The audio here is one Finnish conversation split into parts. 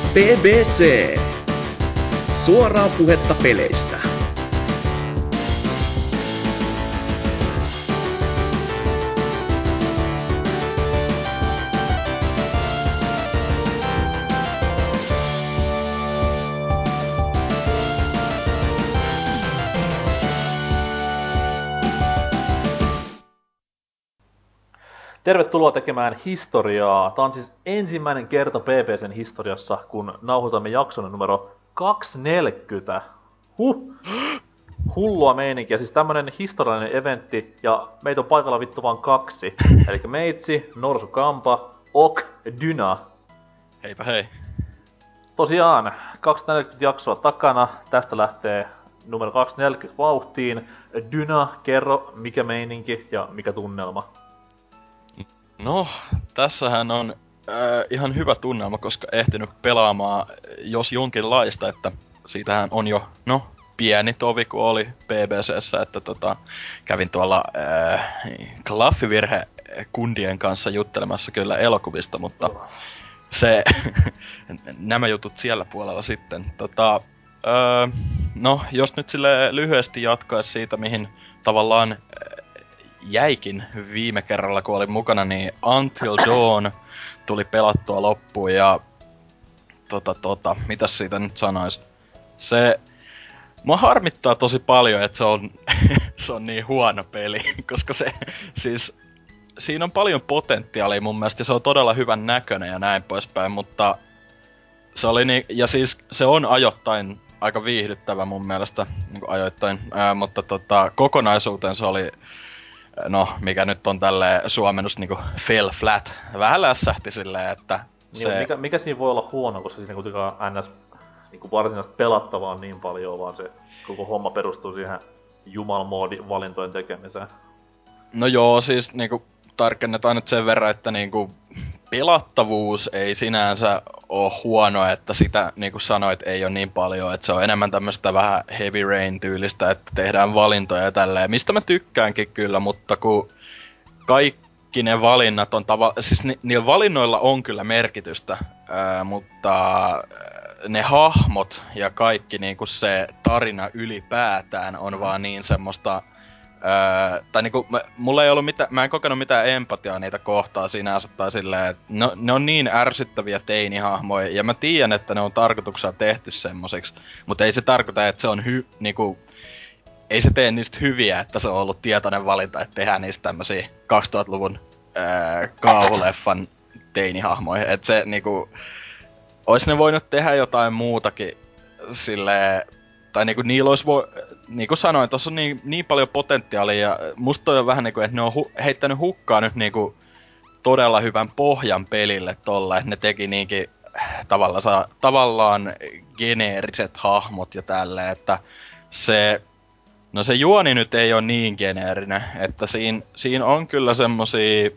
BBC. Suoraa puhetta peleistä. Tervetuloa tekemään historiaa. Tämä on siis ensimmäinen kerta BBCn historiassa, kun nauhoitamme jakson numero 240. Hullua meininkiä. Siis tämmönen historiallinen eventti, ja meitä on paikalla vittu vaan 2. Elikkä Meitsi, Norsu Kampa, Ok, Dyna. Heipä hei. Tosiaan, 240 jaksoa takana. Tästä lähtee numero 240 vauhtiin. Dyna, kerro mikä meininki ja mikä tunnelma. No, tässähän on ihan hyvä tunnelma, koska ehtinyt pelaamaan jos jonkinlaista, että siitähän on jo, pieni tovi kun oli BBC:ssä, että kävin tuolla klaffivirhe kundien kanssa juttelemassa kyllä elokuvista, mutta se, nämä jutut siellä puolella sitten. Jos nyt sille lyhyesti jatkaisi siitä, mihin tavallaan jäikin viime kerralla, kun olin mukana, niin Until Dawn tuli pelattua loppuun ja mitäs siitä nyt sanois? Mua harmittaa tosi paljon, että se on niin huono peli, koska siinä on paljon potentiaalia mun mielestä ja se on todella hyvän näköinen ja näin poispäin, mutta se oli se on ajoittain aika viihdyttävä mun mielestä, niin kuin ajoittain, mutta kokonaisuuteen se oli mikä nyt on tälleen suomennus niinku fell flat. Vähän lässähti silleen, että se... Mikä siinä voi olla huono, koska siinä kuitenkaan ns. Niinku varsinaista pelattavaa on niin paljon, vaan se koko homma perustuu siihen jumalmoodi valintojen tekemiseen. No joo, siis niinku tarkennetaan nyt sen verran, että niinku pelattavuus ei sinänsä oo huono, että sitä niinku sanoit ei oo niin paljon, että se on enemmän tämmöstä vähän heavy rain tyylistä, että tehdään valintoja ja tälleen, mistä mä tykkäänkin kyllä, mutta kun kaikki ne valinnat on siis niillä valinnoilla on kyllä merkitystä, mutta ne hahmot ja kaikki niinku se tarina ylipäätään on vaan niin semmoista tai niinku, mulla ei ollut mä en kokenut mitään empatiaa niitä kohtaa sinänsä tai silleen, että ne on niin ärsyttäviä teinihahmoja, ja mä tiedän, että ne on tarkoituksella tehty semmosiksi, mutta ei se tarkoita, että se on ei se tee niistä hyviä, että se on ollut tietoinen valinta, että tehdään niistä tämmösiä 2000-luvun kauhuleffan teinihahmoja, että se niinku, ois ne voinut tehdä jotain muutakin silleen, tai niinku niillä ois niinku sanoin, tossa on niin paljon potentiaalia ja musta toi on vähän niinku, että ne on heittänyt hukkaan nyt niinku todella hyvän pohjan pelille tolla, että ne teki niinkin tavallaan geneeriset hahmot ja tälleen, että se juoni nyt ei oo niin geneerinen, että siinä on kyllä semmosia,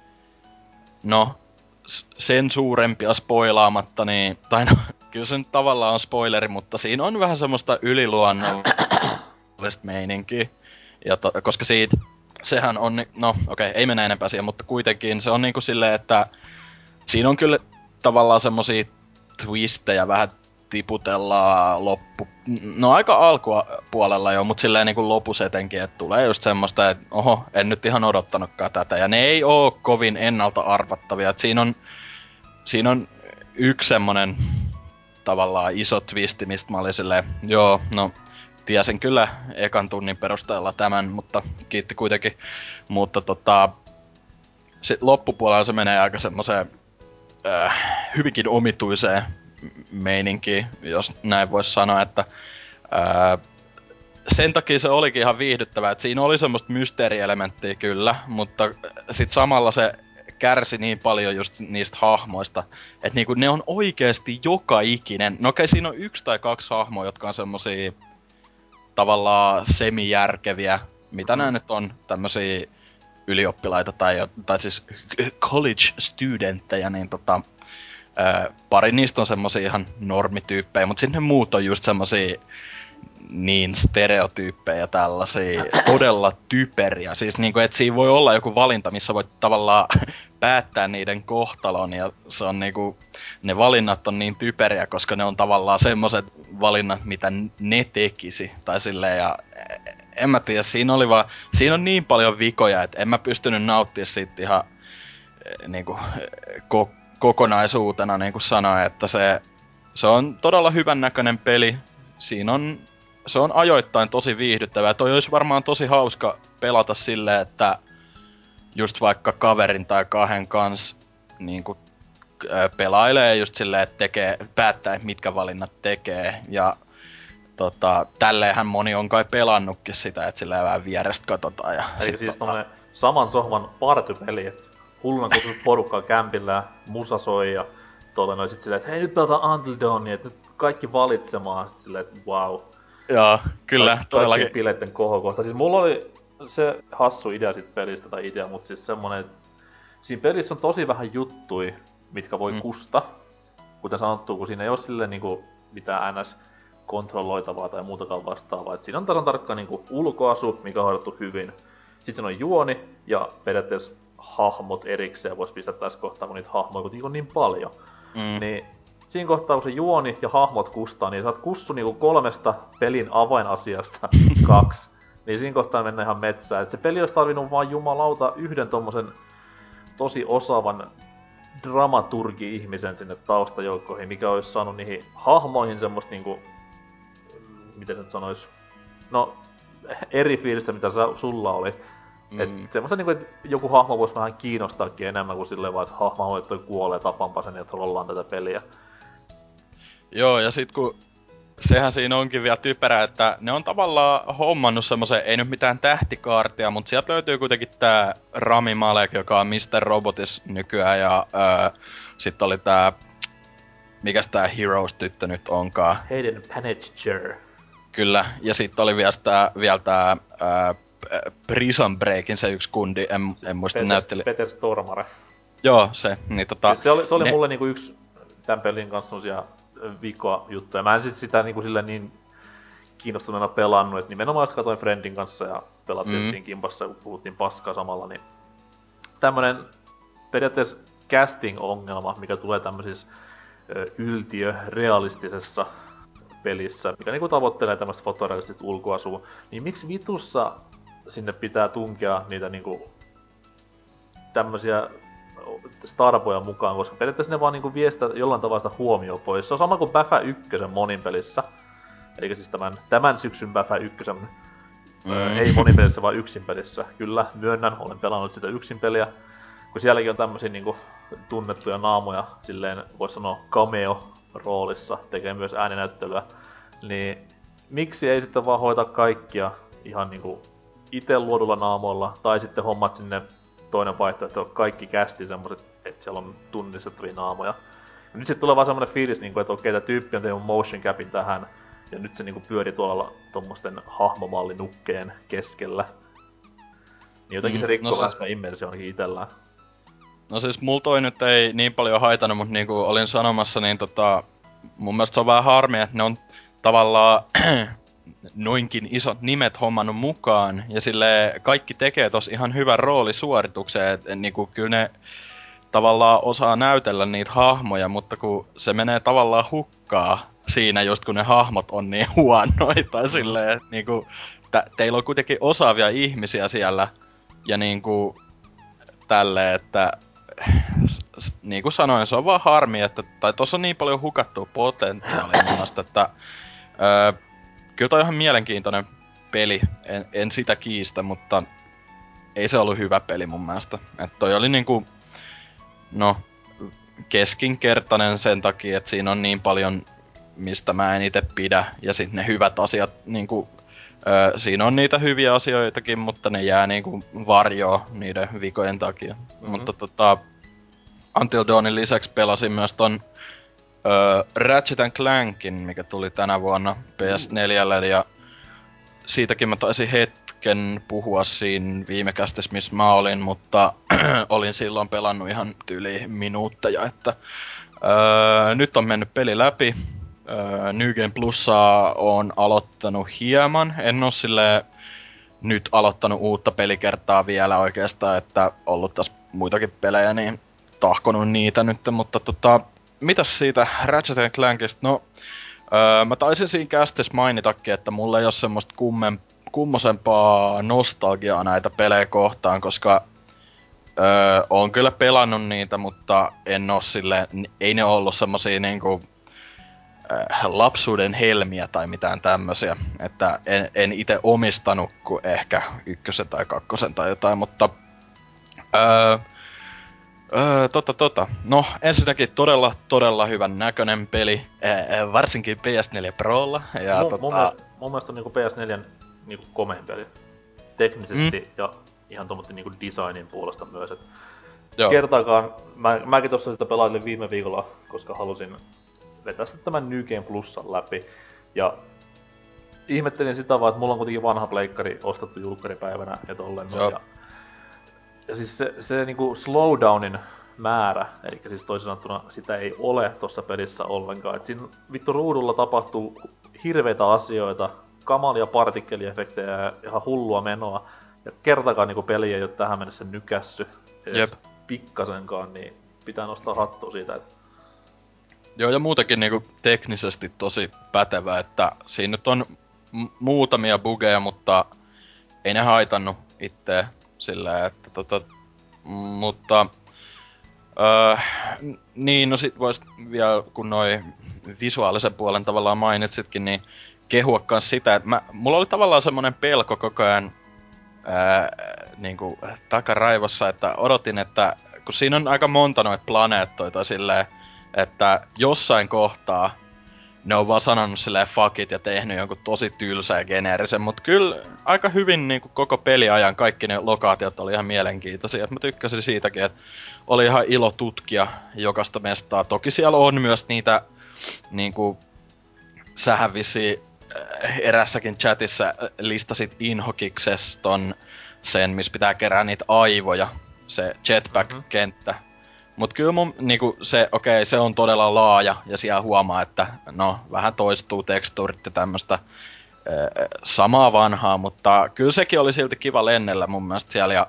sen suurempia spoilaamatta, niin, kyllä se nyt tavallaan on spoileri, mutta siinä on vähän semmoista yliluonnollista meininkiä. Ja koska sehän on, ei mennä enempää siihen, mutta kuitenkin se on niinku silleen, että siinä on kyllä tavallaan semmosia twistejä vähän tiputellaan aika alkupuolella jo, mut silleen niinku lopus etenkin, että tulee just semmoista, että en nyt ihan odottanutkaan tätä. Ja ne ei oo kovin ennalta arvattavia, että siinä on yksi semmonen tavallaan iso twisti, mistä mä olin silleen, tiesin kyllä ekan tunnin perusteella tämän, mutta kiitti kuitenkin. Mutta sit loppupuolella se menee aika semmoseen hyvinkin omituiseen meininkiin, jos näin vois sanoa, että sen takia se olikin ihan viihdyttävää, että siinä oli semmoista mysteerielementtiä kyllä, mutta sit samalla se kärsi niin paljon just niistä hahmoista, että niinku ne on oikeesti joka ikinen. No okei, siinä on 1 tai 2 hahmoa, jotka on semmosia tavallaan semijärkeviä, mitä nää nyt on, tämmösiä ylioppilaita tai siis college studentteja, niin pari niistä on semmosia ihan normityyppejä, mut sitten ne muut on just semmosia niin stereotyyppejä tällaisia, todella typeriä. Siis niinku, että siinä voi olla joku valinta, missä voit tavallaan päättää niiden kohtalon, ja se on niinku, ne valinnat on niin typeriä, koska ne on tavallaan semmoset valinnat, mitä ne tekisi. Tai silleen, ja en mä tiedä, siinä on niin paljon vikoja, että en mä pystynyt nauttimaan siitä ihan niinku, kokonaisuutena, niin kuin sanoin, että se on todella hyvän näköinen peli. Se on ajoittain tosi viihdyttävää. Toi olisi varmaan tosi hauska pelata silleen, että just vaikka kaverin tai kahden kanssa niinku, pelailee just silleen, että päättää, mitkä valinnat tekee. Ja tälleenhän moni on kai pelannutkin sitä, että silleen vähän vierestä katsotaan. Eli siis tommonen saman sohvan partypeli, että hulluna kutsut porukkaa kämpillä, musa soi ja noin sit silleen, että hei nyt pelataan Until Dawnia, että nyt kaikki valitsemaan. Sit silleen, että wow. Joo, kyllä, todellakin. Kaikki bileitten kohokohta. Siis mulla oli se hassu idea sit pelistä, tai idea, mut siis semmonen, että siinä pelissä on tosi vähän juttui, mitkä voi kusta. Kuten sanottu, kun siinä ei oo silleen niinku mitään ns kontrolloitavaa tai muutakaan vastaavaa. Et siinä on tasan tarkkaan niinku ulkoasu, mikä on hoidettu hyvin. Sitten siinä on juoni ja periaatteessa hahmot erikseen vois pistää tässä kohtaa, kun niitä hahmoja kuitenkin on niin paljon. Niin siinä kohtaa, kun se juoni ja hahmot kustaa, niin sä oot kussu niinku 3 pelin avainasiasta 2. Niin siinä kohtaa mennään ihan metsään. Et se peli olisi tarvinnut vaan jumalauta yhden tommosen tosi osaavan dramaturgi-ihmisen sinne taustajoukkoihin, mikä olisi saanut niihin hahmoihin semmoista niinku, miten nyt sanois, no eri fiilistä mitä sulla oli. Et semmoista niinku, että joku hahmo voisi vähän kiinnostaakin enemmän kuin silleen vaan, että hahmo toi kuolee, tapanpa sen ja trollaan tätä peliä. Joo, ja sit kun sehän siinä onkin vielä typerää, että ne on tavallaan hommannut semmosen, ei nyt mitään tähtikaartia, mutta sieltä löytyy kuitenkin tää Rami Malek, joka on Mr. Robotis nykyään, ja sit oli tää, mikäs tää Heroes-tyttö nyt onkaan? Hayden Panettiere. Kyllä, ja sit oli vielä tää Prison Breakin se yksi kundi, en muista näytteli. Peter Stormare. Joo, se, niin siis se oli mulle niinku yksi tän pelin kanssa semmosia vikoa juttuja. Mä en sit sitä niinku silleen niin kiinnostuneena pelannut, et nimenomaan jos katoin Friendin kanssa ja pelattiin siinä kimpassa, kun puhuttiin paskaa samalla, niin tämmönen periaatteessa casting-ongelma, mikä tulee tämmöisissä yltiö-realistisessa pelissä, mikä niinku tavoittelee tämmöistä fotorealistista ulkoasua, niin miksi vitussa sinne pitää tunkea niitä niinku tämmösiä starboja mukaan, koska periaatteessa ne vaan niinku vie sitä jollain tavalla sitä huomioon pois. Se on sama kuin Bäfä 1 moninpelissä. Eli siis tämän syksyn Bäfä 1 ei monipelissä, vaan yksinpelissä. Kyllä, myönnän, olen pelannut sitä yksinpeliä. Kun sielläkin on tämmösiä niinku tunnettuja naamoja, silleen vois sanoa cameo-roolissa, tekee myös ääninäyttelyä. Niin miksi ei sitten vaan hoita kaikkia ihan niinku ite luodulla naamoilla, tai sitten hommat sinne toinen vaihtoehto on kaikki kästi semmoset, että siellä on tunnistettavia naamoja. Ja nyt sit tulee vaan semmonen fiilis, niinku, että okei, tää tyyppi on tehnyt motion capin tähän, ja nyt se niinku pyöri tuolla tommosten hahmomallinukkeen keskellä. Niin jotenkin se rikkoo vähän sitä immersioonkin itellään. No siis mulla toi nyt ei niin paljon haitannut, mutta niinku olin sanomassa, niin mun mielestä se on vähän harmi, että ne on tavallaan noinkin isot nimet hommannut mukaan, ja sille kaikki tekee tos ihan hyvän roolisuorituksen, että niinku kyllä ne tavallaan osaa näytellä niitä hahmoja, mutta kun se menee tavallaan hukkaa siinä just kun ne hahmot on niin huonoja, tai silleen, että niinku, teillä on kuitenkin osaavia ihmisiä siellä, ja niinku tälleen, että niin kuin sanoin, se on vaan harmi, että tai tossa on niin paljon hukattua potentiaalia mielestä, että kyllä toi on ihan mielenkiintoinen peli, en sitä kiistä, mutta ei se ollut hyvä peli mun mielestä. Että toi oli niinku, no, keskinkertainen sen takia, että siinä on niin paljon, mistä mä en ite pidä, ja sit ne hyvät asiat, niinku, siinä on niitä hyviä asioitakin, mutta ne jää niinku varjoon niiden vikojen takia. Mutta Until Dawnin lisäksi pelasin myös ton Ratchet & Clankin, mikä tuli tänä vuonna PS4:lle, ja siitäkin mä taisin hetken puhua siinä viime kästissä, missä mä olin, mutta olin silloin pelannut ihan tyyliin minuutteja, että nyt on mennyt peli läpi, New Game Plusaa on aloittanut hieman. En oo silleen nyt aloittanut uutta pelikertaa vielä oikeastaan, että ollut tässä muitakin pelejä, niin tahkonut niitä nyt, mutta mitäs siitä Ratchet & Clankista? No, mä taisin siinä kästis mainitakin, että mulla ei oo semmoista kummosempaa nostalgiaa näitä pelejä kohtaan, koska oon kyllä pelannut niitä, mutta en oo silleen, ei ne ollut semmosia niinku lapsuuden helmiä tai mitään tämmösiä, että en ite omistanut kuin ehkä 1 tai 2 tai jotain, mutta No, ensinnäkin todella hyvän näköinen peli, varsinkin PS4 Prolla. Ja mun mielestä on niinku PS4 niinku komein peli. Teknisesti ja ihan tommotti niinku designin puolesta myös. Et kertaakaan, mäkin tossa sitä pelailin viime viikolla, koska halusin vetästä tämän New Game Plusan läpi. Ja ihmettelin sitä vaan, että mulla on kuitenkin vanha pleikkari ostettu julkkaripäivänä ja tolleen. Ja siis se niinku slowdownin määrä, eli siis toisin sanottuna sitä ei ole tossa pelissä ollenkaan. Et siinä vittu ruudulla tapahtuu hirveitä asioita, kamalia partikkeliefektejä ja ihan hullua menoa. Ja kertakaan niinku peli ei oo tähän mennessä nykässy edes pikkasenkaan, niin pitää nostaa hattua siitä. Joo, ja muutenkin niinku teknisesti tosi pätevä, että siinä nyt on muutamia bugeja, mutta ei ne haitannut itseä silleen, että mutta niin, no sit vois vielä, kun noi visuaalisen puolen tavallaan mainitsitkin, niin kehua kans sitä, että mulla oli tavallaan semmonen pelko koko ajan niinku takaraivossa, että odotin, että kun siinä on aika monta noita planeettoja tai silleen, että jossain kohtaa ne on vaan sanonut silleen fuck it ja tehnyt jonkun tosi tylsä ja geneerisen, mut kyllä aika hyvin niinku koko peliajan kaikki ne lokaatiot oli ihan mielenkiintoisia, että mä tykkäsin siitäkin, että oli ihan ilo tutkia jokaista mestaa. Toki siellä on myös niitä niinku, sähän vissiin erässäkin chatissa listasit Inhokikses sen, missä pitää kerää niitä aivoja, se jetpack-kenttä. Mut kyllä mun niinku se on todella laaja ja siellä huomaa, että no vähän toistuu tekstuurit ja tämmöstä samaa vanhaa, mutta kyllä sekin oli silti kiva lennellä mun mielestä siellä ja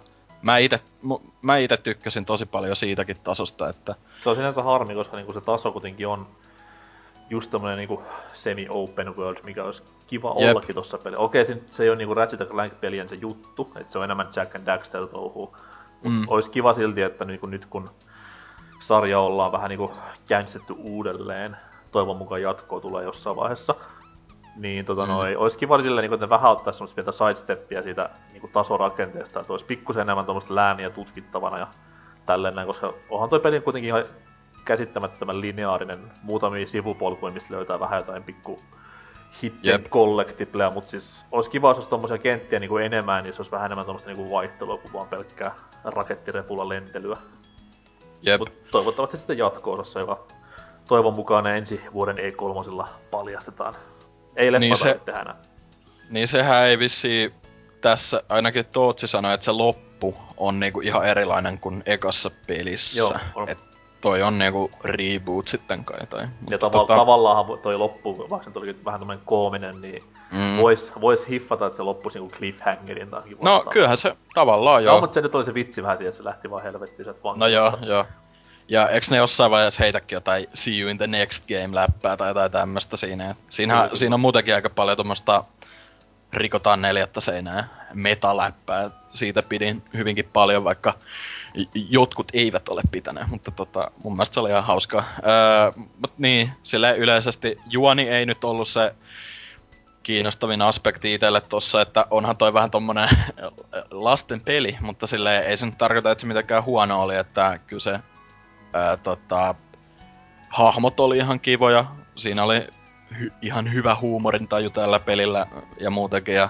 mä ite tykkäsin tosi paljon siitäkin tasosta, että se on sinänsä harmi, koska niinku se taso kuitenkin on just tämmönen niinku semi-open world, mikä olisi kiva ollakin tossa pelissä. Okei, se ei oo niinku Ratchet & Clank-pelien se juttu, että se on enemmän Jack and Daxter touhuu. Ois kiva silti, että niinku nyt kun sarja ollaan vähän niinku käynnistetty uudelleen, toivon mukaan jatkoa tulee jossain vaiheessa, niin ois kiva silleen, niinku, että ne vähän ottais semmoista pientä sidesteppiä siitä niinku tasorakenteesta, että ois pikkusen enemmän tommoista lääniä tutkittavana ja tälleen näin, koska onhan toi peli kuitenkin ihan käsittämättömän lineaarinen, muutamia sivupolkuja, mistä löytää vähän jotain pikku hidden collectibleja, mut siis ois kiva, jos ois tommosia kenttiä niinku enemmän, niin se ois vähän enemmän tommoista niinku vaihtelua, kuin vaan pelkkää rakettirepulla lentelyä. Mut toivottavasti sitten jatko-osassa, joka toivon mukaan ensi vuoden E3 paljastetaan. Ei leffa tehdä enää. Niin sehän ei vissiin tässä, ainakin Tootsi sanoi, että se loppu on niinku ihan erilainen kuin ekassa pelissä. Joo, on. Et toi on niinku reboot sitten kai tai. Ja tavallaan toi loppu, vaikka se oli vähän tämmönen koominen, niin vois hiffata, että se loppuisi niinku cliffhangerin tai jotain. No kyllähän se tavallaan joo. No, mutta se nyt oli se vitsi vähän siihen, että se lähti vaan helvettiin sieltä vankilasta. No joo. Ja eiks ne jossain vaiheessa heitäkin jotain see you in the next game -läppää tai jotain tämmöstä siinä. Siinä on muutenkin aika paljon tommosta rikotaan 4 seinää metaläppää. Siitä pidin hyvinkin paljon, vaikka jotkut eivät ole pitäneet, mutta mun mielestä se oli ihan hauskaa. Mut niin, silleen yleisesti juoni ei nyt ollut se kiinnostavin aspekti itelle tossa, että onhan toi vähän tommonen lasten peli, mutta silleen ei se nyt tarkoita, että se mitenkään huono oli, että kyllä se hahmot oli ihan kivoja, siinä oli ihan hyvä huumorintaju tällä pelillä ja muutenkin, ja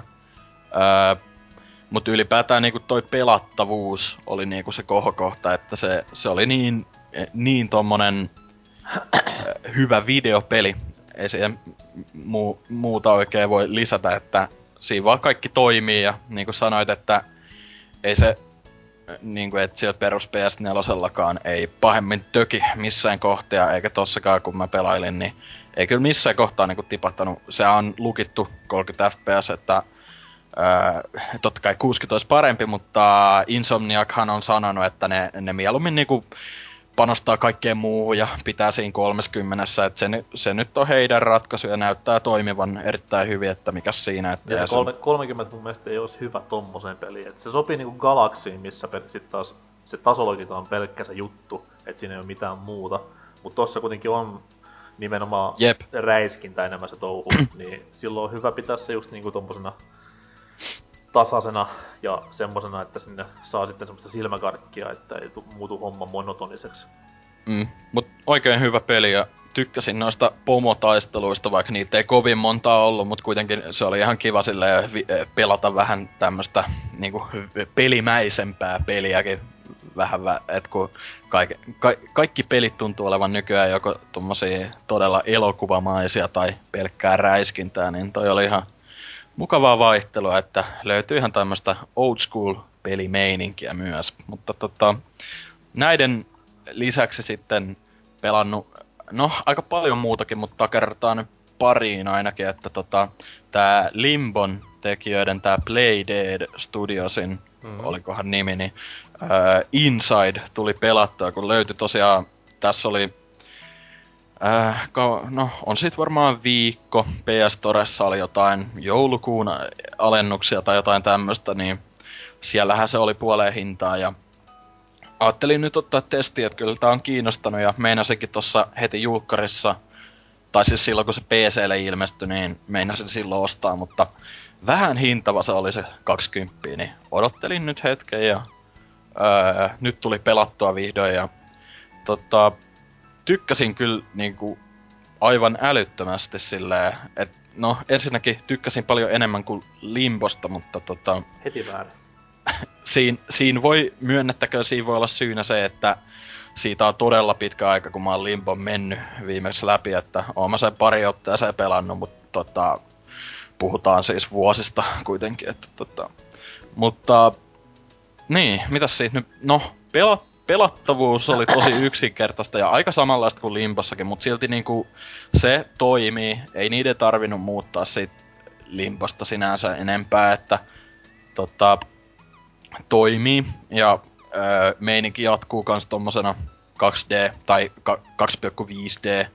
mut ylipäätään niinku toi pelattavuus oli niinku se kohokohta, että se oli niin tommonen hyvä videopeli. Ei siihen muuta oikein voi lisätä, että siinä vaan kaikki toimii ja niinku sanoit, että ei se niinku, et sieltä perus PS4:llakaan ei pahemmin töki missään kohtia, eikä tossakaan kun mä pelailin, niin ei kyllä missään kohtaa niinku tipahtanut. Se on lukittu 30 fps, että totta kai 60 olisi parempi, mutta Insomniachan on sanonut, että ne mieluummin niinku panostaa kaikkeen muuhun ja pitää siinä 30, että se nyt on heidän ratkaisu ja näyttää toimivan erittäin hyvin, että mikäs siinä. Että ja se 30 mun mielestä ei olisi hyvä tommoseen peliin. Et se sopii niinku Galaxiin, missä sit taas se tasologita on pelkkä se juttu, että siinä ei ole mitään muuta. Mut tossa kuitenkin on nimenomaan räiskintä enemmän se touhu, niin silloin on hyvä pitää se just niinku tommosena tasaisena ja semmosena, että sinne saa sitten semmoista silmäkarkkia, että ei muutu homma monotoniseksi. Mut oikein hyvä peli ja tykkäsin noista pomotaisteluista, vaikka niitä ei kovin montaa ollut, mut kuitenkin se oli ihan kiva silleen pelata vähän tämmöstä niinku pelimäisempää peliäkin vähän, et kun kaikki pelit tuntuu olevan nykyään joko tommosia todella elokuvamaisia tai pelkkää räiskintää, niin toi oli ihan mukavaa vaihtelua, että löytyy ihan tämmöstä old school pelimeininkiä myös, mutta näiden lisäksi sitten pelannut, no aika paljon muutakin, mutta takertaan nyt pariin ainakin, että tää Limbon tekijöiden tää Playdead Studiosin, olikohan nimi, niin Inside tuli pelattua, kun löytyi tosiaan, tässä oli no on sit varmaan viikko, PS Storessa oli jotain joulukuun alennuksia tai jotain tämmöstä, niin siellähän se oli puoleen hintaa ja ajattelin nyt ottaa testiä, että kyllä tää on kiinnostanut ja meinasinkin tossa heti julkkarissa, tai siis silloin kun se PC:lle ilmestyi, niin meinasin silloin ostaa, mutta vähän hintava se oli se 20, niin odottelin nyt hetken ja nyt tuli pelattua vihdoin ja tykkäsin kyllä niinku aivan älyttömästi silleen, että no ensinnäkin tykkäsin paljon enemmän kuin Limbosta, mutta heti väärin. Siinä voi, myönnettäkö, siinä voi olla syynä se, että siitä on todella pitkä aika, kun mä oon Limbon mennyt viimeksi läpi, että oon mä sen pari otteeseen pelannut, mutta puhutaan siis vuosista kuitenkin, että mutta niin, mitäs siitä nyt, no pelattavuus oli tosi yksinkertaista ja aika samanlaista kuin Limbossakin, mutta silti niinku se toimii, ei niiden tarvinnut muuttaa siitä Limbosta sinänsä enempää, että toimii ja meininki jatkuu kans tommosena 2D tai 2,5D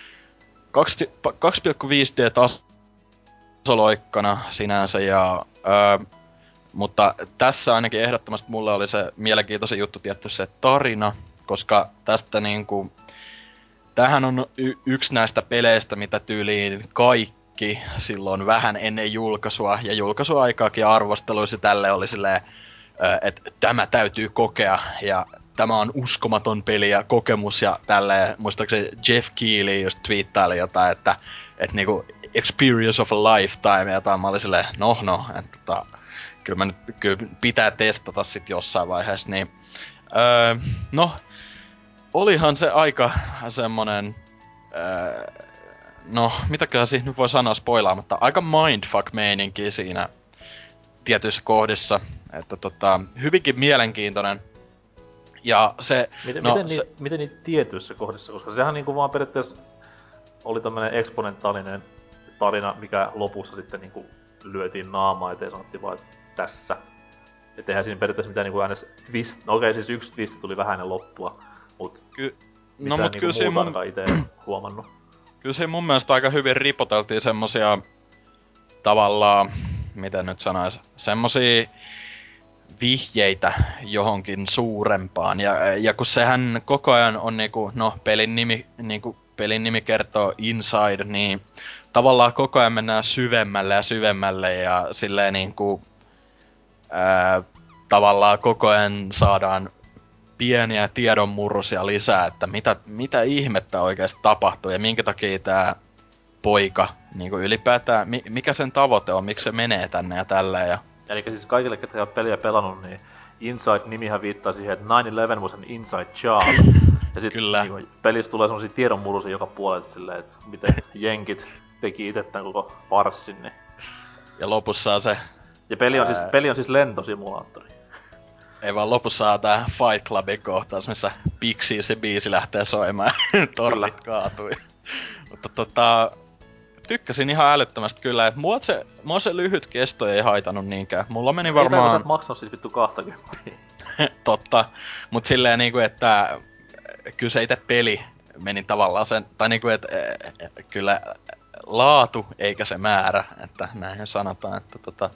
2,5D tasoloikkana sinänsä ja mutta tässä ainakin ehdottomasti mulle oli se mielenkiintoisin juttu tietty se tarina, koska tästä niinku tämähän on yksi näistä peleistä, mitä tyyliin kaikki silloin vähän ennen julkaisua ja julkaisuaikaakin arvosteluissa tälle oli silleen, että tämä täytyy kokea ja tämä on uskomaton peli ja kokemus ja tälleen, muistaakseni Jeff Keighley just twiittaili jotain, että niinku experience of a lifetime ja jotain, mä olin silleen, että kyllä pitää testata sit jossain vaiheessa, niin no, olihan se aika semmonen, no, mitäköhän siitä nyt voi sanoa spoilaamatta, aika mindfuck-meininki siinä tietyissä kohdissa, että hyvinkin mielenkiintoinen. Ja se... Miten niitä tietyissä kohdissa, koska sehän niinku vaan periaatteessa oli tämmönen eksponentaalinen tarina, mikä lopussa sitten niinku lyötiin naamaa, ettei sanottiin vaan, että tässä. Et eihän siinä periaatteessa mitään niinku äänes twist, no okei, siis yksi twist tuli vähän ennen loppua, mut mitään niinku muuta ainakaan ite huomannut. Kyllä se mun mielestä aika hyvin ripoteltiin semmosia tavallaan, miten nyt sanois, semmosia vihjeitä johonkin suurempaan. Ja kun sehän koko ajan on niinku, no pelin nimi kertoo Inside, niin tavallaan koko ajan mennään syvemmälle ja syvemmälle ja silleen niinku tavallaan koko ajan saadaan pieniä tiedonmurrosia lisää, että mitä ihmettä oikeesti tapahtuu ja minkä takia tää poika niinku ylipäätään, mikä sen tavoite on, miksi se menee tänne ja tälleen ja... Elikkä siis kaikille, ketkä ei ole peliä pelannut, niin Inside-nimihän viittaa siihen, että 9/11 was an inside job. Ja sit niin pelissä tulee semmosia tiedonmurrosia joka puolelta silleen, että miten jenkit teki itse tän koko farssin, niin... Ja lopussa on se... Ja peli on siis lentosimulaattori. Ei vaan lopussa on tää Fight Clubin kohtaus, missä Pixie se biisi lähtee soimaan ja torlit kaatui. Mutta tykkäsin ihan älyttömästi kyllä, että mua se lyhyt kesto ei haitanut niinkään. Mulla meni varmaan... Ei maksanut siis vittu 20. Totta, mut silleen niinku, että kyllä se itse peli meni tavallaan sen, tai niinku, että kyllä laatu eikä se määrä, että näinhän sanotaan, että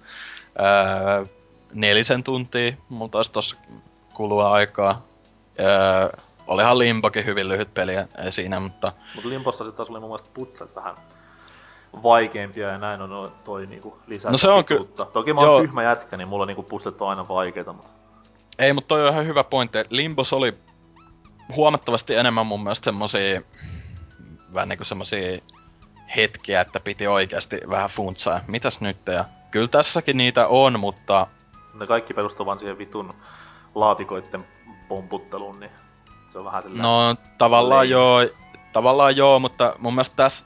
4 tuntia mulla taisi tossa kulua aikaa. Olihan Limbokin hyvin lyhyt peli siinä, mutta... Mut Limbossa sit taas oli mun mielestä puzzlet vähän vaikeampia ja näin on toi niinku lisää. No se on Toki mä oon tyhmä jätkä, niin mulla niinku puzzlet on aina vaikeita, mutta... Ei, mutta toi on ihan hyvä pointti. Limbos oli huomattavasti enemmän mun mielestä semmosia... Vähän niinku semmosia hetkiä, että piti oikeasti vähän funtsaa. Mitäs nyt? Ja kyllä tässäkin niitä on, mutta... Ne kaikki perustuu vaan siihen vitun laatikoitten pomputteluun, niin se on vähän sillä... No, tavallaan joo, mutta mun mielestä tässä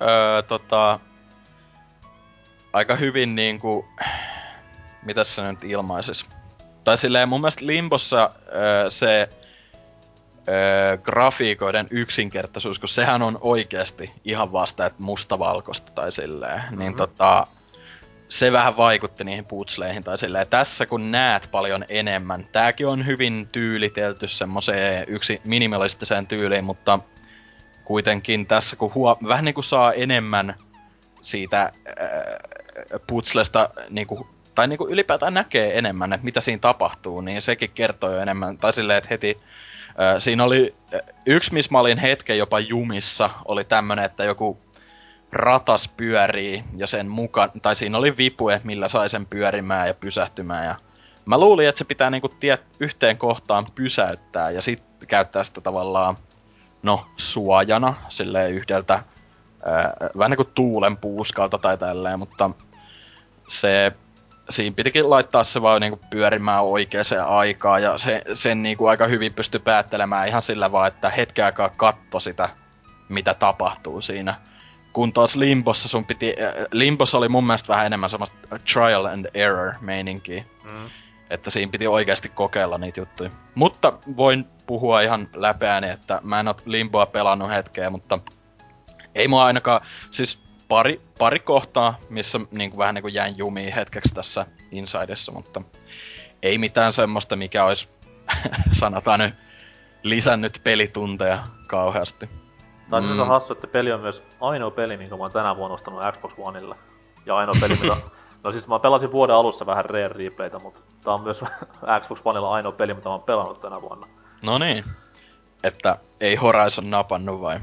aika hyvin niinku... Mitäs se nyt ilmaisis? Tai silleen mun mielestä Limbossa se grafiikoiden yksinkertaisuus, kun sehän on oikeasti ihan vasta, että mustavalkoista tai silleen, niin se vähän vaikutti niihin putsleihin tai silleen. Tässä kun näet paljon enemmän, tääkin on hyvin tyylitelty semmoseen minimalistiseen tyyliin, mutta kuitenkin tässä kun vähän niinku saa enemmän siitä putslesta niinku, tai niinku ylipäätään näkee enemmän, että mitä siinä tapahtuu, niin sekin kertoo jo enemmän. Tai silleen, että heti siinä oli yksi, missä mä olin hetken jopa jumissa, oli tämmönen, että joku ratas pyörii ja sen mukaan, tai siinä oli vipue, millä sai sen pyörimään ja pysähtymään. Ja mä luulin, että se pitää niinku yhteen kohtaan pysäyttää ja sit käyttää sitä tavallaan, suojana silleen yhdeltä, vähän niinku tuulen puuskalta tai tälleen, mutta siinä pitikin laittaa se vaan niinku pyörimään oikeaan aikaan ja sen niinku aika hyvin pystyi päättelemään ihan sillä vaan, että hetken aikaa katto sitä, mitä tapahtuu siinä. Kun taas Limbossa Limbossa oli mun mielestä vähän enemmän semmoista trial and error meininkiä. Että siinä piti oikeasti kokeilla niitä juttuja. Mutta voin puhua ihan läpeäni, että mä en oo Limboa pelannut hetkeä, mutta ei mua ainakaan, siis pari kohtaa, missä niinku vähän niinku jäin jumiin hetkeksi tässä Insidessa, mutta ei mitään semmoista, mikä olisi, sanotaan nyt, lisännyt pelitunteja kauheasti. Tai se on hassu, että peli on myös ainoa peli, minkä mä oon tänä vuonna ostanut Xbox Onella. Ja ainoa peli, mitä... No siis mä pelasin vuoden alussa vähän Rare Replaytä, mutta tää on myös Xbox Onella ainoa peli, mitä mä oon pelannut tänä vuonna. No niin. Että ei Horizon napannut vai?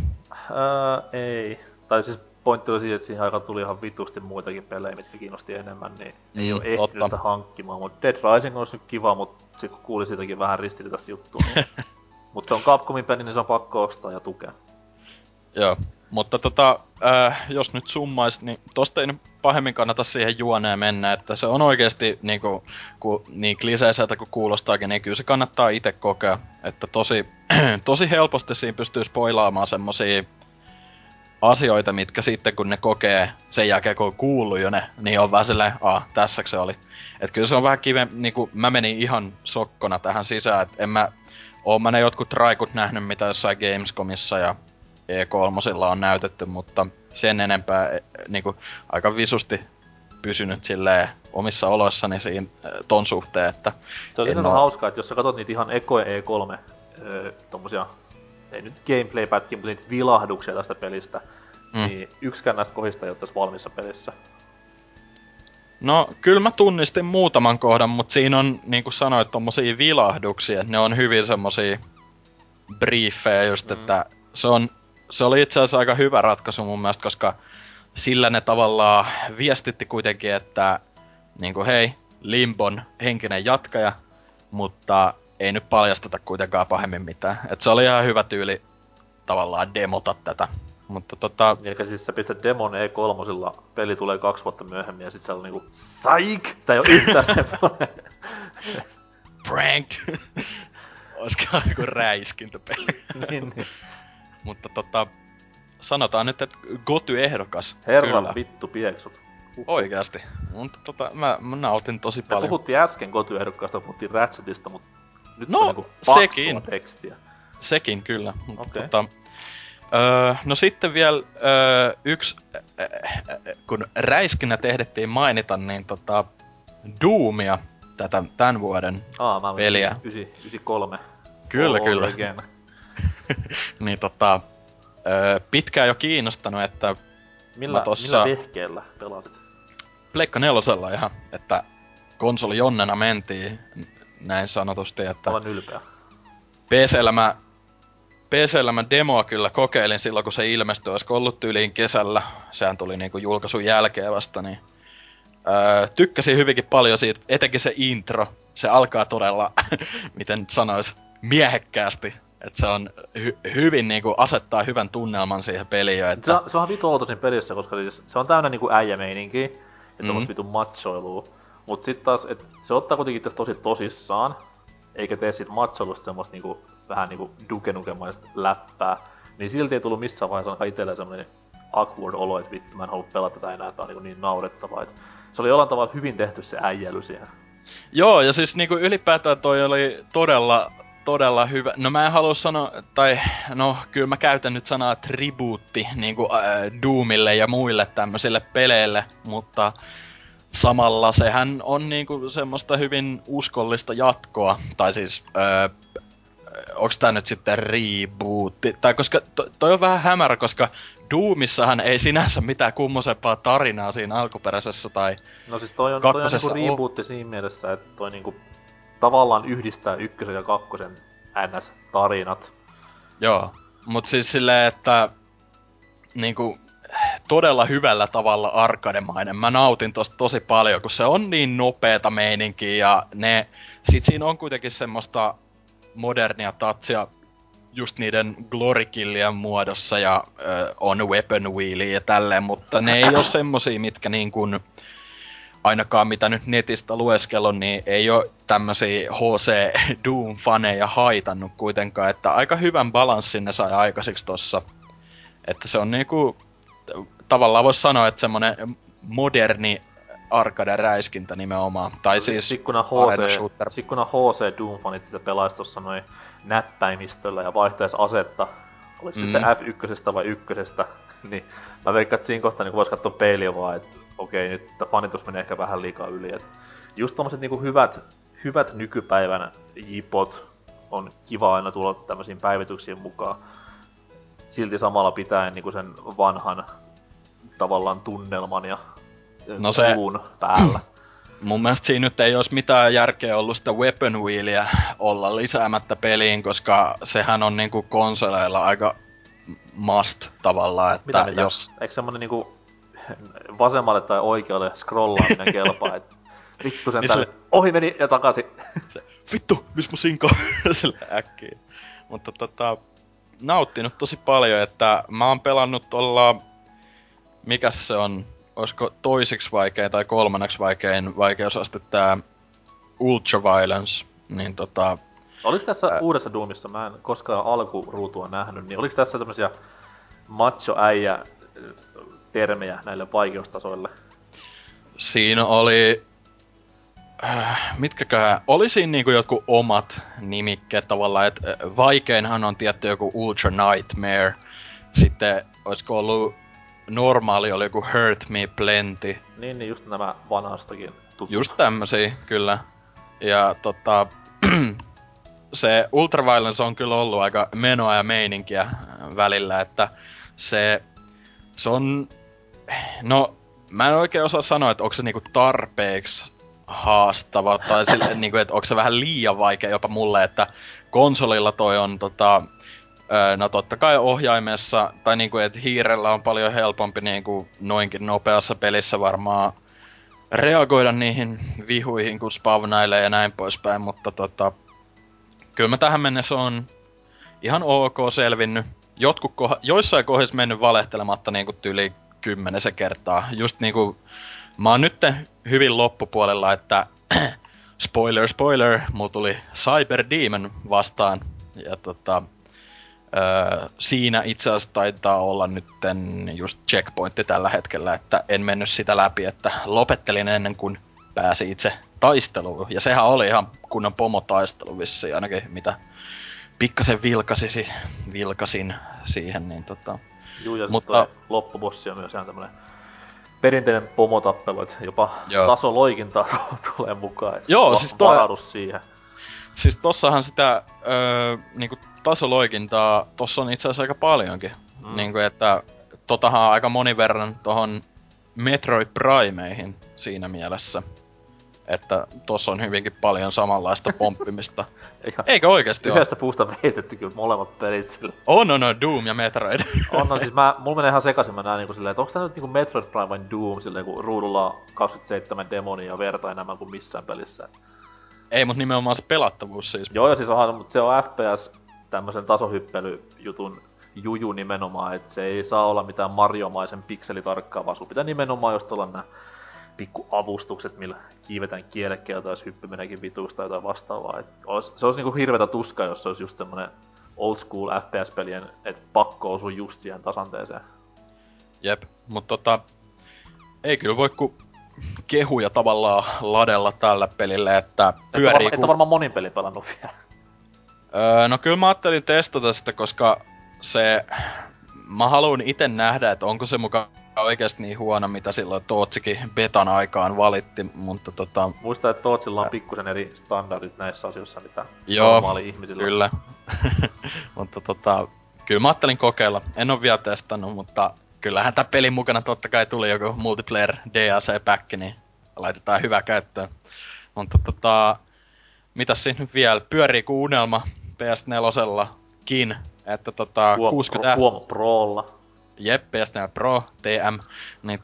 Ei. Tai siis pointti oli siitä, että siihen aikaan tuli ihan vitusti muitakin pelejä, mitkä kiinnosti enemmän, niin ei oo ehtinyt sitä hankkimaan. Mut Dead Rising olisi nyt kiva, mut sit kun kuuli siitäkin vähän ristiriitaista juttua, niin... Mut se on Capcomin peli, niin se on pakko ostaa ja tukea. Joo, mutta jos nyt summais, niin tosta ei nyt pahemmin kannata siihen juoneen mennä, että se on oikeesti niinku, niin kliseiseltä kuin kuulostaakin, niin kyllä se kannattaa itse kokea. Että tosi helposti siinä pystyy spoilaamaan semmosia asioita, mitkä sitten kun ne kokee sen jälkeen kun on kuullut jo ne, niin on vähän silleen, tässäks se oli. Et kyllä se on vähän niinku mä menin ihan sokkona tähän sisään, et oon mä ne jotkut traikut nähnyt mitä jossain Gamescomissa ja E3 on näytetty, mutta sen enempää niinku aika visusti pysynyt silleen omissa oloissani siinä ton suhteen, että... Se on sinänsä hauskaa, että jos sä katot niitä ihan ekoja E3 tommosia, ei nyt gameplay-pätkiä, mutta niitä vilahduksia tästä pelistä, niin yksikään näistä kohdista ei oo tässä valmissa pelissä. No, kyllä mä tunnistin muutaman kohdan, mutta siinä on, niin kuin sanoit, tommosia vilahduksia, ne on hyvin semmosia briefejä just, että se oli itse asiassa aika hyvä ratkaisu mun mielestä, koska sillä ne tavallaan viestitti kuitenkin, että niinku hei, Limbon henkinen jatkaja, mutta ei nyt paljasteta kuitenkaan pahemmin mitään. Et se oli ihan hyvä tyyli tavallaan demota tätä. Mutta Eli siis sä pistät demon E3, peli tulee 2 vuotta myöhemmin ja sit se on niinku psych! Tää ei oo yhtään semmonen. Pranked! Olisiko joku räiskintäpeli? niin. Mutta sanotaan nyt, että Goty-ehdokas. Herran kyllä. vittu pieksut. Oikeasti. Mutta mä nautin tosi paljon. Me puhuttiin äsken Goty-ehdokkaasta, puhuttiin Ratchetista, mutta nyt no, on niinku paksua sekin. tekstiä. Sekin kyllä. Okay. Mutta No sitten vielä yksi, kun räiskinnät ehdittiin mainita, niin Doomia, tätä tämän vuoden Mä peliä. 93. Kyllä, All kyllä. Again. Niin pitkään jo kiinnostanut, että Millä vehkeellä pelasit? Pleikka 4 ihan, että konsoli jonnena mentiin, näin sanotusti, että olen ylpeä. PC-llä mä demoa kyllä kokeilin silloin, kun se ilmestyi, olisiko ollut tyyliin kesällä, sehän tuli niinku julkaisun jälkeen vasta, niin tykkäsin hyvinkin paljon siitä, etenkin se intro, se alkaa todella, miten nyt sanois, miehekkäästi, että se on hyvin niinku asettaa hyvän tunnelman siihen peliin. Että... Se on vitu outo siinä pelissä, koska siis se on täynnä niinku äijämeininkiä ja tommos vitun machoilua. Mut sit taas, et se ottaa kuitenkin tästä tosi tosissaan, eikä tee sit machoilusta semmoista niinku vähän niinku dukenukemaista läppää. Niin silti ei tullut missään vaiheessa ainakaan itselleen semmonen awkward olo, että vittu mä en halua pelata tätä enää, tää on niin naurettavaa. Et se oli jollain tavalla hyvin tehty se äijäily siihen. Joo, ja siis niinku ylipäätään toi oli todella hyvä. No mä en halua sanoa, tai no kyllä mä käytän nyt sanaa tribuutti niinku Doomille ja muille tämmöisille peleille, mutta samalla sehän on niinku semmoista hyvin uskollista jatkoa, tai siis onks tää nyt sitten rebootti, tai koska toi on vähän hämärä, koska Doomissahan ei sinänsä mitään kummosempaa tarinaa siinä alkuperäisessä tai no siis toi on niinku rebootti siinä mielessä, että toi niinku tavallaan yhdistää ykkösen ja kakkosen NS-tarinat. Joo, mut siis silleen, että niinku todella hyvällä tavalla arkademainen. Mä nautin tosta tosi paljon, kun se on niin nopeeta meininkiä ja sit siinä on kuitenkin semmoista modernia touchia just niiden glorykillien muodossa ja on weapon wheelia ja tälleen, mutta ne ei oo semmosia, mitkä niin kuin ainakaan mitä nyt netistä lueskelon, niin ei oo tämmösiä HC Doom-faneja haitannut kuitenkaan, että aika hyvän balanssin ne sai aikaiseksi tossa. Että se on niinku, tavallaan vois sanoa, että semmonen moderni arcade-räiskintä nimenomaan. Tai siis sikkuna HC Doom-fanit sitä pelais tossa noin näppäimistöllä ja vaihtais asetta. Oliko sitten F1 vai ykkösestä, niin mä veikkaan, että siinä kohtaa niin vois katsoa peiliä vaan, että okei, nyt fanitus menee ehkä vähän liikaa yli. Et just tommoset niinku hyvät nykypäivän jipot on kiva aina tulla tämmösiin päivityksiin mukaan. Silti samalla pitäen niinku sen vanhan tavallaan tunnelman ja kulun päällä. Mun mielestä siinä nyt ei ois mitään järkeä ollut sitä weapon wheelia olla lisäämättä peliin, koska sehän on niinku konsoleilla aika must tavallaan, että mitä? jos... Eikö semmonen niinku vasemmalle tai oikealle scrollaaminen kelpaa, et vittu sen niin ohi meni ja takaisin. Vittu, missä mun sinko? Sille äkkiä. Mutta nauttinut tosi paljon, että mä oon pelannut mikäs se on, olisiko toisiksi vaikein tai kolmanneksi vaikein vaikeusaste tää Ultraviolence, niin Oliks tässä uudessa Doomissa, mä en koskaan alkuruutua nähnyt, niin oliks tässä tämmösiä macho-äijä termejä näille vaikeustasoille? Siinä oli... oli siinä niinku jotkut omat nimikkeet tavallaan, että vaikeinhan on tietty joku Ultra Nightmare, sitten olisiko ollut normaali oli joku Hurt Me Plenty. Niin just nämä vanhastakin tutut. Just tämmösiä, kyllä. Ja se Ultraviolence on kyllä ollut aika menoa ja meininkiä välillä, että se on... No, mä en oikein osaa sanoa, että onko se niinku tarpeeksi haastava, tai sille, niinku, että onko se vähän liian vaikea jopa mulle, että konsolilla toi on no totta kai ohjaimessa, tai niinku, että hiirellä on paljon helpompi niinku noinkin nopeassa pelissä varmaan reagoida niihin vihuihin, kun spavnailee ja näin poispäin, mutta kyllä mä tähän mennessä on ihan ok selvinnyt. Joissain kohdissa mennyt valehtelematta niinku tyyli 10 kertaa. Just niinku, mä oon nyt hyvin loppupuolella, että spoiler, mulla tuli Cyber Demon vastaan. Ja siinä itse asiassa taitaa olla nytten just checkpointti tällä hetkellä, että en mennyt sitä läpi, että lopettelin ennen kuin pääsi itse taisteluun. Ja sehän oli ihan kunnon pomotaistelu vissiin, ainakin mitä pikkasen vilkasin siihen, niin Juu, ja mutta toi loppubossi on myös ihan tämmönen perinteinen pomotappelu, että jopa joo. tasoloikinta tulee mukaan, et Joo, siis toi... varaudu siihen. Siis tossahan sitä niinku tasoloikintaa, tossa on itse asiassa aika paljonkin. Niinku että totahan on aika monin verran tohon Metroid Primeihin siinä mielessä. Että tossa on hyvinkin paljon samanlaista pomppimista. Eikö oikeesti oo? Yhdestä puusta veistetty kyllä molemmat pelit sillä. On, Doom ja Metroid. On, siis mulla menee ihan sekaisin, mä näen niinku silleen, että onks tää nyt niinku Metroid Prime vai Doom silleen, kun ruudulla on 27 demonia ja verta enemmän kuin missään pelissä. Ei, mut nimenomaan se pelattavuus siis. Joo, ja siis onhan, mut se on FPS tämmösen tasohyppelyjutun juju nimenomaan, et se ei saa olla mitään Mario-maisen pikselitarkkaa, vaan sun pitää nimenomaan just olla nää pikku avustukset, millä kiivetään kielekkeeltä, jos hyppy meneekin vituusta tai jotain vastaavaa. Se olisi niinku hirvetä tuskaa, jos se olisi just semmonen old school FPS-pelien, et pakko osua just siihen tasanteeseen. Jep, mut ei kyllä voi ku kehuja tavallaan ladella tällä pelille, että pyörii et varmaan monin peli pelannut vielä. No kyllä mä ajattelin testata sitä, koska mä haluan ite nähdä, että onko se mukaan oikeesti niin huono, mitä silloin Tootsikin betan aikaan valitti, mutta Muista, että Tootsilla on pikkusen eri standardit näissä asioissa, mitä normaali ihmisillä on. Kyllä. Mutta kyllä mä ajattelin kokeilla. En oo vielä testannut, mutta kyllähän tää pelin mukana totta kai tuli joku multiplayer DLC-päkki, niin laitetaan hyvä käyttöön. Mutta mitäs siinä nyt vielä? Pyörii ku unelma PS4:llakin, että 60 Prolla. Jep, PS4 Pro, TM, niin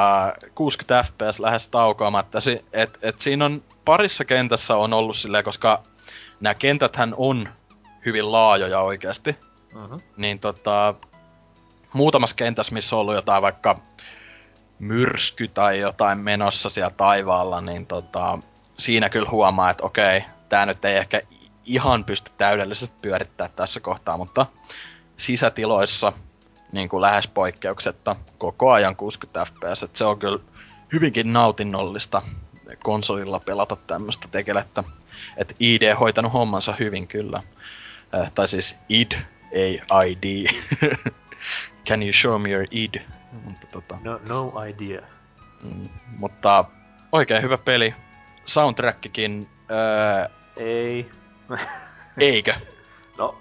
60 FPS lähes taukoamatta. Et siinä on parissa kentässä on ollut silleen, koska nämä kentäthän on hyvin laajoja oikeasti. Niin muutamassa kentässä, missä on ollut jotain vaikka myrsky tai jotain menossa siellä taivaalla, niin siinä kyllä huomaa, että okei, tää nyt ei ehkä ihan pysty täydellisesti pyörittämään tässä kohtaa, mutta sisätiloissa niin kuin lähes poikkeuksetta koko ajan 60 fps, et se on kyllä hyvinkin nautinnollista konsolilla pelata tämmöstä tekelettä. Et ID hoitanut hommansa hyvin kyllä. Tai siis id, ei ID. Can you show me your id? Mutta No idea. Mutta oikein hyvä peli. Soundtrackikin, Ei. Eikö? No,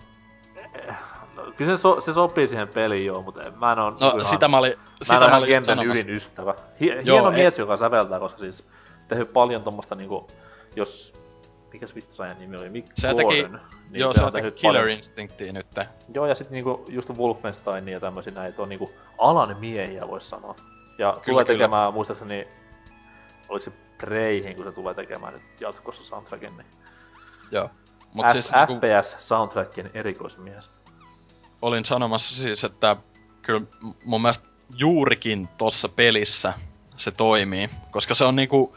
kyllä se sopii siihen peliin joo, mutta mä en oo... Sitä mä olin kentän ydinystävä. Hieno mies, joka säveltää, koska siis tehnyt paljon tommosta niinku, jos... Mikäs vittusajan nimi oli? Mick Gordon. Niin se on tehnyt Killer Instinctia nyt. Joo, ja sit niinku just Wolfenstein ja tämmösiä näitä on niinku alan miehiä vois sanoa. Ja kyllä, tulee tekemään, muistaakseni, oliko se Preyhin, kun se tulee tekemään nyt jatkossa soundtrackin, niin... Joo. Mut siis FPS-soundtrackin erikoismies. Olin sanomassa siis, että kyllä mun mielestä juurikin tossa pelissä se toimii, koska se on niinku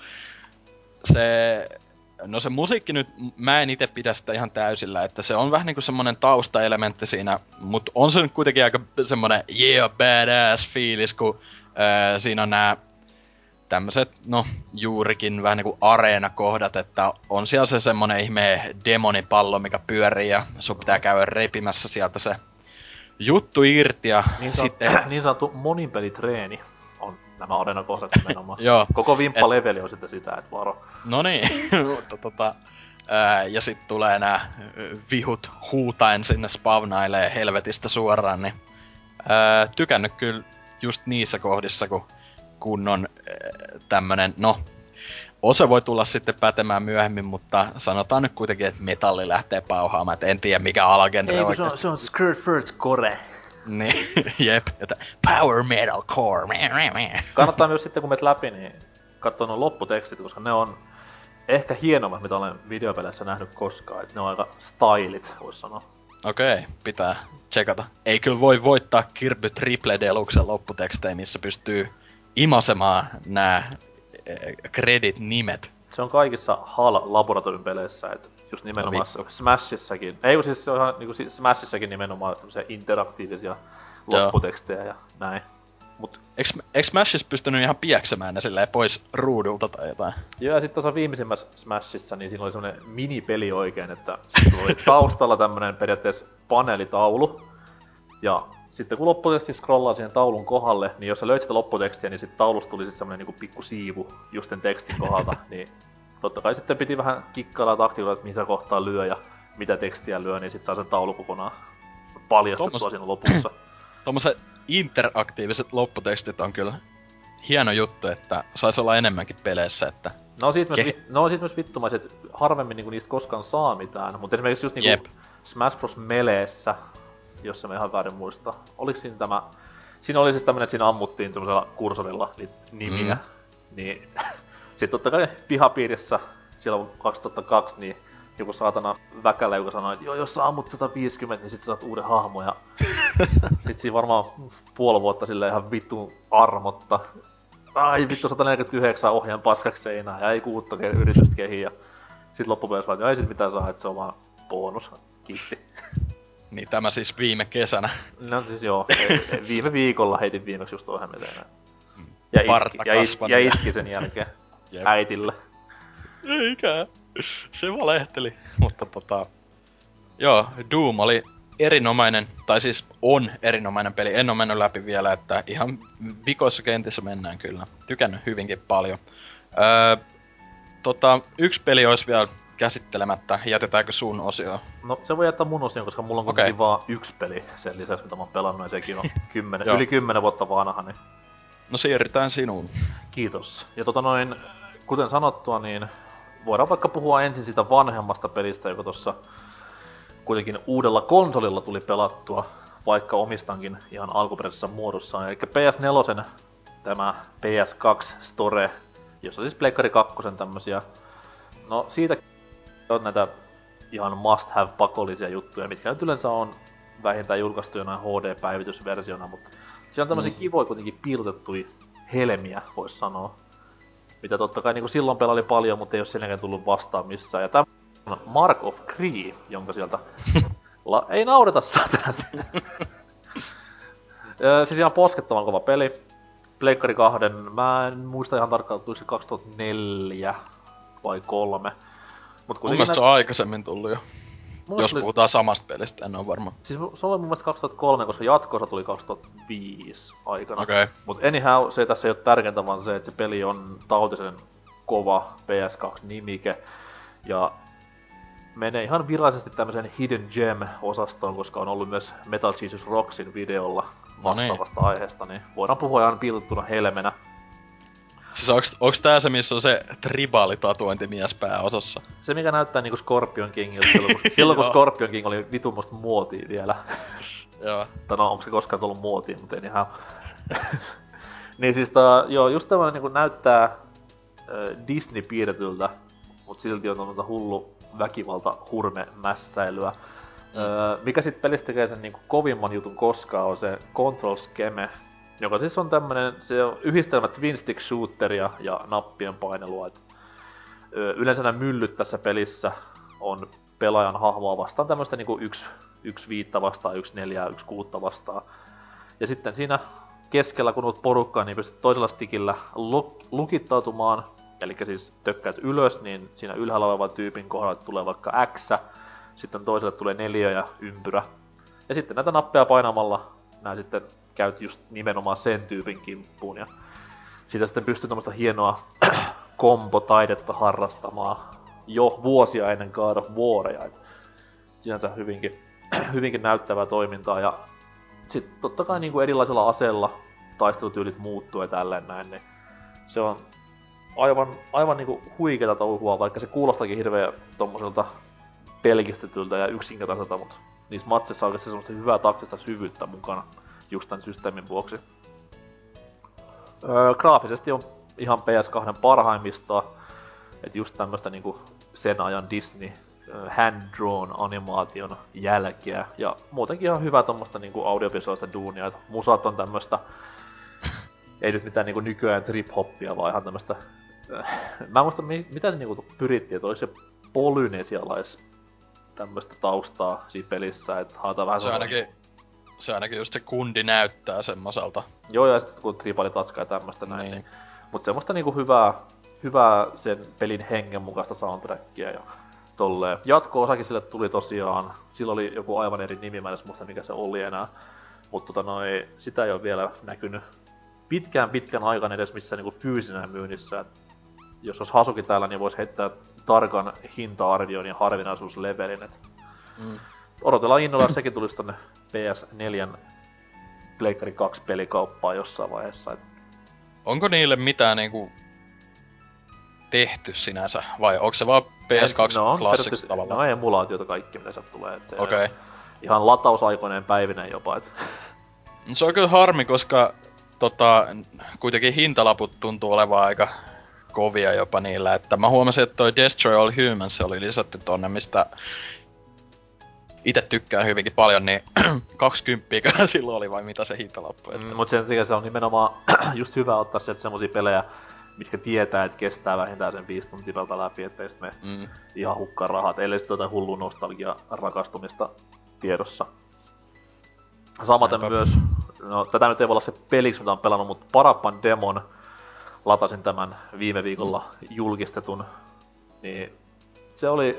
se musiikki nyt, mä en ite pidä sitä ihan täysillä, että se on vähän niinku semmonen taustaelementti siinä, mut on se nyt kuitenkin aika semmonen badass fiilis, kun siinä on nää tämmöset, juurikin vähän niinku areenakohdat, että on siellä se semmonen ihme demonipallo, mikä pyörii ja sun pitää käydä repimässä sieltä se juttu irti ja sitten... Niin sanottu moninpelitreeni on nämä areenakohdat nimenomaan. Joo. Koko vimppaleveli on sitten sitä, et varo. No niin, mutta ja sit tulee nää vihut huutaen sinne spavnailee helvetistä suoraan, niin tykännyt kyllä just niissä kohdissa, kun on tämmönen, osa voi tulla sitten pätemään myöhemmin, mutta sanotaan nyt kuitenkin, että metalli lähtee pauhaamaan, et en tiedä mikä alagenre oikeesti. Se on Skirt First Core. Niin, jep, että Power Metal Core. Kannattaa myös sitten kun menet läpi, niin katsoa nuo lopputekstit, koska ne on ehkä hienommat, mitä olen videopeleissä nähnyt koskaan. Et ne on aika stylit, vois sanoa. Okei, pitää tsekata. Ei kyllä voi voittaa Kirby Triple Deluxen lopputekstejä, missä pystyy imasemaan nää credit-nimet. Se on kaikissa HAL Laboratorium peleissä, että just nimenomaan Smashissakin. Ei siis se on ihan niinku Smashissakin nimenomaan tämmösiä interaktiivisia lopputekstejä ja näin. Mut Eiks Smashissa pystynyt ihan pieksemään ne silleen pois ruudulta tai jotain? joo, ja sitten tuossa viimeisimmässä Smashissa, niin siinä oli semmonen minipeli oikein, että sulla oli taustalla tämmönen periaatteessa paneelitaulu. Ja sitten kun lopputeksti scrollaa siihen taulun kohdalle, niin jos sä löit sitä lopputekstiä, niin sit taulusta tuli siis semmonen niinku pikku siivu just sen tekstin kohdalta. Niin totta kai sitten piti vähän kikkailla ja taktiikoida, että missä kohtaa lyö ja mitä tekstiä lyö, niin sit saa sen taulu kokonaan paljastettua siinä lopussa. Tommoset interaktiiviset lopputekstit on kyllä hieno juttu, että sais olla enemmänkin peleissä, että... Ne on siitä myös vittumaiset, harvemmin niinku niistä koskaan saa mitään, mutta esimerkiksi just niinku Smash Bros. Meleessä, jos mä ihan väärin muista, oliks siinä tämä... Siinä oli siis tämmönen, että siinä ammuttiin semmosella kursorilla niitä nimiä, niin sit totta kai pihapiirissä silloin 2002, niin joku saatana väkälä, joka sanoi, että joo, jos sä ammut 150, niin sit sä saat uuden hahmon, ja sit siinä varmaan puoli vuotta silleen ihan vittu armotta. Ai vittu 149 ohjaan paskaksi seinään, ja ei kuutta yritystä kehiin, ja sit loppupeleissä vaan, ei sit mitään saa, että se on vaan bonus, kiitti. Niin tämä siis viime kesänä. No siis joo, viime viikolla heitin viimeksi just ohjelmia enää. Ja itki sen jälkeen äitille. Eikä. Se valehteli. Mutta joo, Doom oli erinomainen, tai siis on erinomainen peli. En oo mennyt läpi vielä, että ihan vikoissa kentissä mennään kyllä. Tykännyt hyvinkin paljon. Yksi peli olisi vielä käsittelemättä. Jätetäänkö sun osio? No se voi jättää mun osion, koska mulla on kuitenkin vaan yksi peli sen lisäksi, mitä mä oon pelannut, ja sekin on yli 10 vuotta vanha, niin... No siirrytään sinuun. Kiitos. Ja kuten sanottua, niin voidaan vaikka puhua ensin siitä vanhemmasta pelistä, joka tossa kuitenkin uudella konsolilla tuli pelattua, vaikka omistankin ihan alkuperäisessä muodossaan. Eli PS4 tämä PS2 Store, jossa siis Pleikkari 2 tämmösiä, no siitä on näitä ihan must have pakollisia juttuja, mitkä nyt yleensä on vähintään julkaistu jonain HD-päivitysversiona, mutta siellä on tämmösiä kivoja kuitenkin piilotettuja helmiä, vois sanoa. Mitä totta kai niin silloin pelaili paljon, mutta ei oo senekään tullut vastaan missään. Ja tämä on Mark of Cree, jonka sieltä... ei naureta saatana siinä. Siis ihan poskettavan kova peli. Pleikkari 2, mä en muista ihan tarkkaan, että tuliko se 2004 vai 3. Mun mielestä se on aikaisemmin tullut jo. Jos puhutaan samasta pelistä, en oo varma. Siis se oli mun mielestä 2003, koska jatkoosa tuli 2005 aikana. Okei. Mut anyhow, se tässä ei oo tärkeintä, vaan se, että se peli on tautisen kova PS2-nimike. Ja menee ihan virallisesti tämmösen Hidden Gem-osastoon, koska on ollut myös Metal Jesus Rocksin videolla vastaavasta aiheesta, niin voidaan puhua ihan piilottuna helmenä. Siis onks tää se, missä on se tribaalitatuointimies pääosassa? Se, mikä näyttää niinku Scorpion Kingilta silloin kun Scorpion King oli vitun musta muotia vielä. Joo. Tai no, onko se koskaan tullut muotiin, mutta ei ihan... niin siis joo, just tämmönen niinku näyttää Disney-piirretyltä, mut silti on tämmötä hullu väkivalta hurme-mässäilyä. Mikä sit pelistä tekee sen niinku kovimman jutun koskaan on se Control Scheme, joka siis on tämmönen, se on yhdistelmä twin stick shooteria ja nappien painelua. Yleensä nämä myllyt tässä pelissä on pelaajan hahmoa vastaan tämmöstä niinku 1-5 vastaan, 1-4, 1-6 vastaan. Ja sitten siinä keskellä kun olet porukkaa, niin pystyt toisella stickillä lukittautumaan. Eli siis tökkäät ylös, niin siinä ylhäällä olevan tyypin kohdalla tulee vaikka X, sitten toiselle tulee 4 ja ympyrä. Ja sitten näitä nappeja painamalla nää sitten käyt just nimenomaan sen tyypin kimppuun. Ja siitä sitten pystyy tämmöstä hienoa kombotaidetta harrastamaan jo vuosia ennen God of Waria. Sinänsä hyvinkin näyttävää toimintaa. Ja sit totta kai niinku erilaisilla aseilla taistelutyylit muuttuu ja tälleen näin, niin se on aivan niinku huikeeta touhua, vaikka se kuulostakin hirveä tommoselta pelkistetyltä ja yksinkertaiselta, mut niissä matseissa on oikeesti semmoista hyvää taktista syvyyttä mukana just tän systeemin vuoksi. Graafisesti on ihan PS2 parhaimmistoa, et just tämmöstä niinku sen ajan Disney hand-drawn animaation jälkeä, ja muutenkin ihan hyvä tommosta niinku audiovisuaalista duunia, et musat on tämmöstä, ei nyt mitään niinku nykyään trip-hoppia, vaan ihan tämmöstä, mä en muista mitä se niinku pyrittiin, et oliko se polynesialais tämmöstä taustaa siinä pelissä, et haetaan vähän se ainakin se ainakin just se kundi näyttää semmoselta. Joo, ja sitten kun tribalitatska ja tämmöstä näin, Niin. niin. Mut semmoista niinku hyvää sen pelin hengen mukaista soundtrackia ja tolleen. Jatko-osakin sille tuli tosiaan, sillä oli joku aivan eri nimi, mä en edes muista mikä se oli enää. Mutta sitä ei ole vielä näkynyt pitkän aikan edes missään niinku fyysinä myynnissä. Et jos olisi Hasuki täällä, niin voisi heittää tarkan hinta-arvioin ja harvinaisuuslevelin. Odotellaan innolla, että sekin tulisi tonne PS4 Pleikkari 2 pelikauppaan jossain vaiheessa. Et Onko niille mitään niinku tehty sinänsä, vai onko se vaan PS2 Classics tavallaan? No emulaatiota kaikki mitä sieltä tulee. Okei. Ihan latausaikoineen päivineen jopa. Se on kyllä harmi, koska kuitenkin hintalaput tuntuu olevan aika kovia jopa niillä, että mä huomasin, että toi Destroy All Humans oli lisätty tonne, mistä itse tykkään hyvinkin paljon, niin 20 silloin oli vai mitä se hintalappu. Mut sen takia se on nimenomaan just hyvä ottaa sieltä semmosia pelejä, mitkä tietää, että kestää vähintään sen 5 tuntia pelata läpi, ettei sit me ihan hukkaa rahat, ellei sit jotain hullua nostalgia rakastumista tiedossa. Samaten myös, no tätä nyt ei voi olla se peliksi mitä on pelannut, mutta Parappan demon latasin tämän viime viikolla julkistetun, niin se oli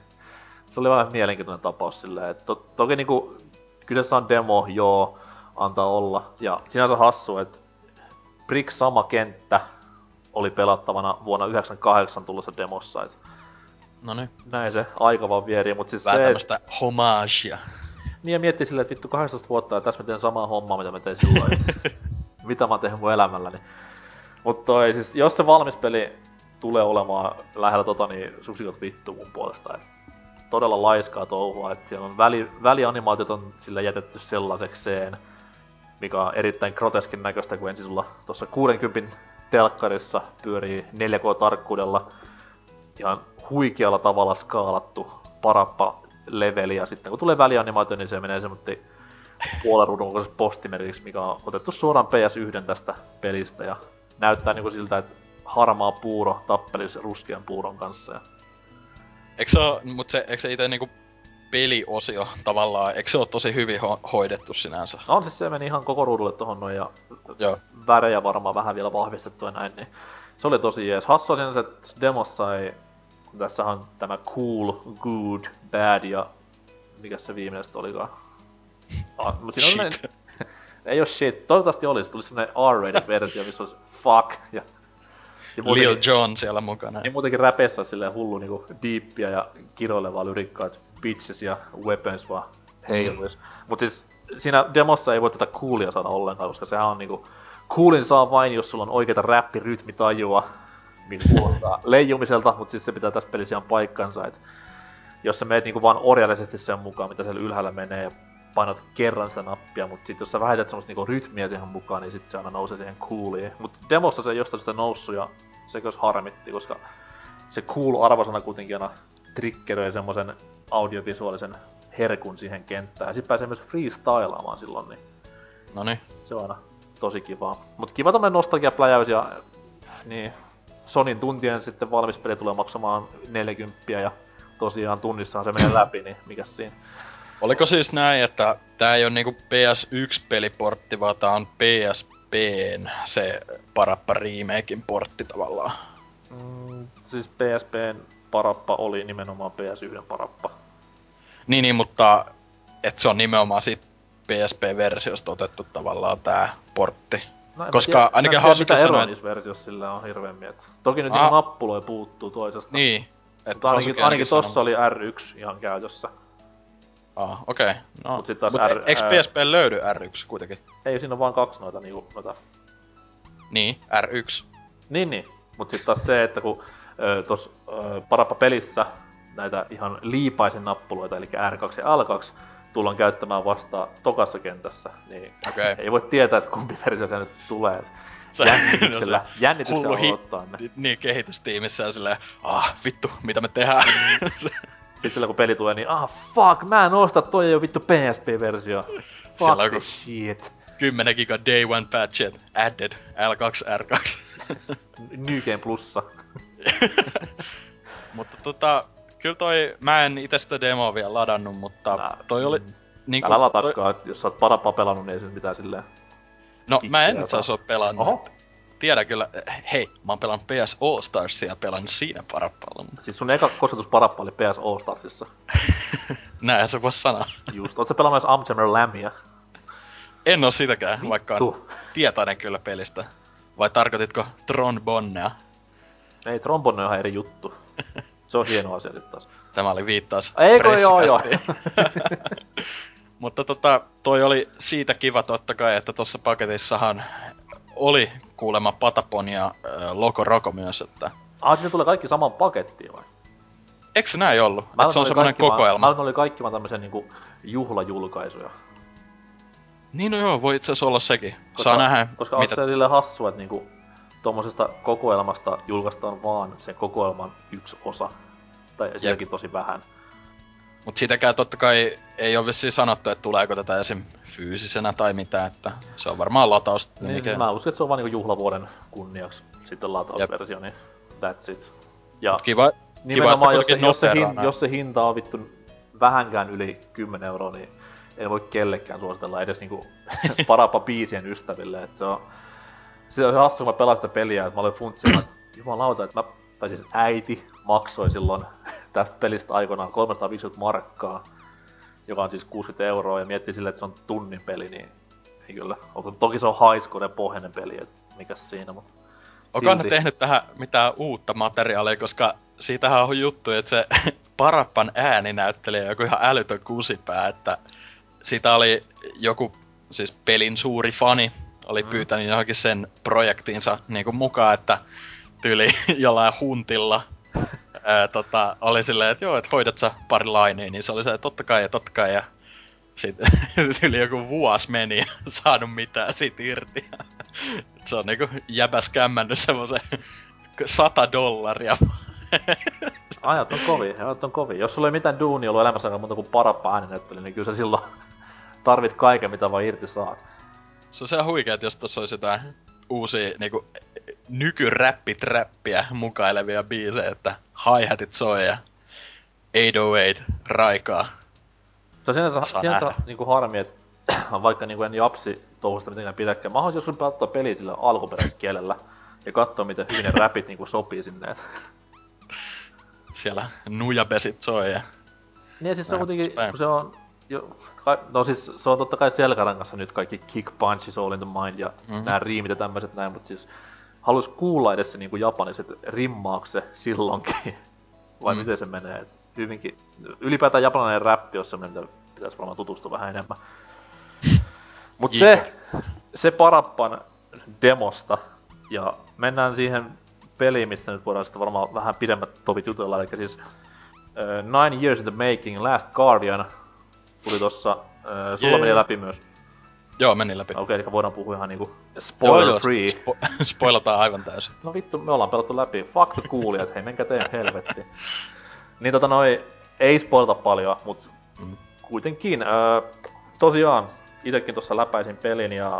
vähän mielenkiintoinen tapaus silleen, että toki niinku kyseessä on demo, joo, antaa olla, ja sinänsä hassu, että Brick sama kenttä oli pelattavana vuonna 1998 tullussa demossa, et Noniin. näin se aika vaan vieri, mut siis vähän se... tämmöstä homagea. Niin ja miettii silleen, että vittu 18 vuotta ja tässä mä teen samaa hommaa mitä mä tein silloin, mitä mä oon tehnyt mun elämälläni. Mut siis jos se valmis peli tulee olemaan lähellä niin susikot vittu mun puolesta, et todella laiskaa touhua, että siellä on välianimaatiot on sillä jätetty sellaisekseen, mikä on erittäin groteskin näköistä, kun ensin sulla tuossa 60 telkkarissa pyörii 4K-tarkkuudella ihan huikealla tavalla skaalattu parappa-leveli, ja sitten kun tulee välianimaatio, niin se menee semmoinen puolen ruudun kokoisessa postimerkiksi, mikä on otettu suoraan PS1 tästä pelistä, ja näyttää niinku siltä, että harmaa puuro tappelisi ruskean puuron kanssa. Ja... Eikö se ite niinku peliosio tavallaan, eikö se oo tosi hyvin hoidettu sinänsä? On siis se meni ihan koko ruudulle tohon noin ja Joo. värejä varmaan vähän vielä vahvistettu ja näin, niin se oli tosi jees. Hassua sinänsä, että demossa ei, kun tässä on tämä cool, good, bad ja mikä se viimeinen sitten olikaan? Mut siinä on Shit. ei oo shit, toivottavasti olisi, tulisi semmonen R-rated versio, missä olisi fuck ja Lil Jon siellä mukana. Niin muutenkin räpeissä on silleen hullu niinku deeppiä ja kiroilevaa lyrikkaa, että bitches ja weapons vaan heiluis. Mut siis siinä demossa ei voi tätä coolia saada ollenkaan, koska sehän on niinku... Coolin saa vain, jos sulla on oikeeta räppirytmitajua, mikä kuulostaa leijumiselta, mut siis se pitää tässä pelissä ihan paikkansa, että jos sä meet niinku vaan orjallisesti sen mukaan, mitä siellä ylhäällä menee ja painat kerran sitä nappia, mut sit jos sä vähetät semmoista niinku rytmiä siihen mukaan, niin sit se aina nousee siihen cooliin. Mut demossa se ei jostain sitä noussut ja sekin olisi harmitti, koska se cool-arvosana kuitenkin aina triggeröi semmosen audiovisuaalisen herkun siihen kenttään. Ja sit pääsee myös freestylaamaan silloin, niin Noniin. se on aina tosi kivaa. Mut kiva tommonen nostalgiapläjäys ja niin Sonin tuntien sitten valmis peli tulee maksamaan 40 ja tosiaan tunnissaan se menee läpi, niin mikäs siinä. Oliko siis näin, että tää ei oo niinku PS1-peliportti, vaan tää on PSPn se Parappa remakein portti tavallaan? Siis PSPn Parappa oli nimenomaan PS1 Parappa. Niin, mutta et se on nimenomaan sit PSP-versiosta otettu tavallaan tää portti. No, koska ainakin Hasuki sanoi, että... niissä versiossa sillä on hirveemmin, et... Toki nyt niinku nappuloja puuttuu toisesta. Niin. Mutta ainakin tossa oli R1 ihan käytössä. Okei. No. Mut sit taas eiks PSP löydy R1 kuitenkin? Ei, siinä on vaan 2 noita niinku noita... Niin, R1. Niin. Mut sit taas se, että kun tossa Parappa-pelissä näitä ihan liipaisen nappuloita, eli R2 ja L2, tullaan käyttämään vasta tokassa kentässä, niin ei voi tietää, että kumpi versio se nyt tulee. Jännityksellä odottaa ne. Niin, kehitystiimissä on silleen, vittu, mitä me tehdään? Sitten sillä kun peli tulee, niin fuck, mä en osta, toi ei oo vittu PSP-versio. Fuck the shit. 10 giga day one patchet, added, L2, R2. New Game Plussa. Mutta kyllä toi, mä en ite sitä demoa vielä ladannut, mutta toi oli Niinku, Älä latakkaa, että jos sä oot Parappa pelannut, niin ei se mitään silleen... No, mä en kiksejä itse asiassa oo pelannut. Oho. Tiedän kyllä, hei, mä oon pelannut PS All Starsia ja pelannut siinä Parappalla. Mutta... Siis sun eka kosketus Parappa oli PS All Starsissa. Näinhän se vois sanoa. Just. Oot sä pelannut myös Amtzemer Lammia? En oo sitäkään, Vittu. vaikka on tietoinen kyllä pelistä. Vai tarkoititko Tron Bonnea? Ei, trombone on ihan eri juttu. Se on hieno asia sit taas. Tämä oli viittaus Eikö joo. Mutta toi oli siitä kiva totta kai, että tossa paketissahan oli kuulemma Patapon ja Loco Roco myös, että... Siis tulee kaikki saman pakettiin vai? Eikö se näin ollut? Että se on semmonen kokoelma? Mä oli kaikki vaan tämmösen niinku juhlajulkaisuja. Niin no joo, voi itse asiassa olla sekin. Saa nähdä, koska on se silleen hassua, että niinku tommosesta kokoelmasta julkaistaan vaan sen kokoelman yksi osa. Tai sielläkin tosi vähän. Mut sitäkään totta kai ei oo vissiin sanottu, että tuleeko tätä esim. Fyysisenä tai mitä, että se on varmaan lataus. Niin siis mä uskon, että se on vaan niinku juhlavuoden kunniaksi sitten latausversio, niin that's it. Ja kiva, nimenomaan kiva, jos se hinta on vittu vähänkään yli 10 €, niin ei voi kellekään suositella edes niinku Parappa-biisien ystäville, et se on hassu, kun mä pelasin sitä peliä, että mä olin funtsilla, että jumalauta, että tai siis äiti maksoi silloin tästä pelistä aikoinaan 350 markkaa, joka on siis 60 €, ja miettii silleen, että se on tunnin peli, niin ei kyllä. Toki se on highscore pohjainen peli, että mikäs siinä, mutta onko ne tehnyt tähän mitään uutta materiaalia, koska siitähän on juttu, että se Parappan ääninäyttelijä on joku ihan älytön kusipää, että siitä oli joku, siis pelin suuri fani, oli pyytänyt johonkin sen projektiinsa niinku mukaan, että tyyli jollain huntilla oli silleen, että joo, että hoidat sä pari lainia, niin se oli se, että totta kai, ja sit tyyli joku vuosi meni ja saanut mitään siitä irti. Se on niinku jäbäs kämmännyt semmosen $100. Ajat on kovia. Jos sulla ei mitään duunia ollut elämässä aikaa muuta kuin Parappa ääninäyttely, niin kyllä sä silloin tarvit kaiken, mitä vaan irti saat. Se on ihan huikeet, jos tossa olisi jotain uusia niinku nykyräppiä mukailevia biisejä, että hi-hatit soi ja 808 raikaa. Se on sinänsä niinku harmi, että vaikka niinku en japsi touhusta mitenkään pidäkään, mä haluaisin joskus pelata peliä sillä alkuperäiskielellä ja katsoa, miten hyvin ne räpit niinku sopii sinne. Siellä nujabesit soi ja... Niin siis se on kuitenkin, kun se on... No siis se on totta kai selkärangassa nyt kaikki kick punch, soul in the mind ja nää riimit ja tämmöset näin, mut siis haluais kuulla edes se niinku japaniksi, että rimmaaks se silloinkin, vai miten se menee, et hyvinkin... Ylipäätään japanilainen räppi on semmonen, mitä pitäis varmaan tutustua vähän enemmän. Mut se Parappan demosta, ja mennään siihen peliin, mistä nyt voidaan sitten varmaan vähän pidemmät topit jutella, eli siis 9 Years in the Making, Last Guardian, tuli tossa, sulla meni läpi myös. Joo, meni läpi. Okei, eli voidaan puhua ihan niinku spoiler free. Spoilataan aivan täysin. No vittu, me ollaan pelattu läpi. Fuck the kuulijat, hei menkää teen helvettiin. Niin ei spoilata paljon, mut kuitenkin, tosiaan, itekin tossa läpäisin pelin ja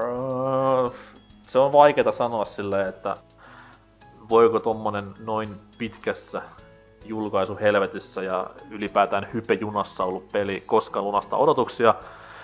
se on vaikeeta sanoa silleen, että voiko tommonen noin pitkässä julkaisu helvetissä ja ylipäätään hypejunassa ollut peli koskaan lunastaa odotuksia.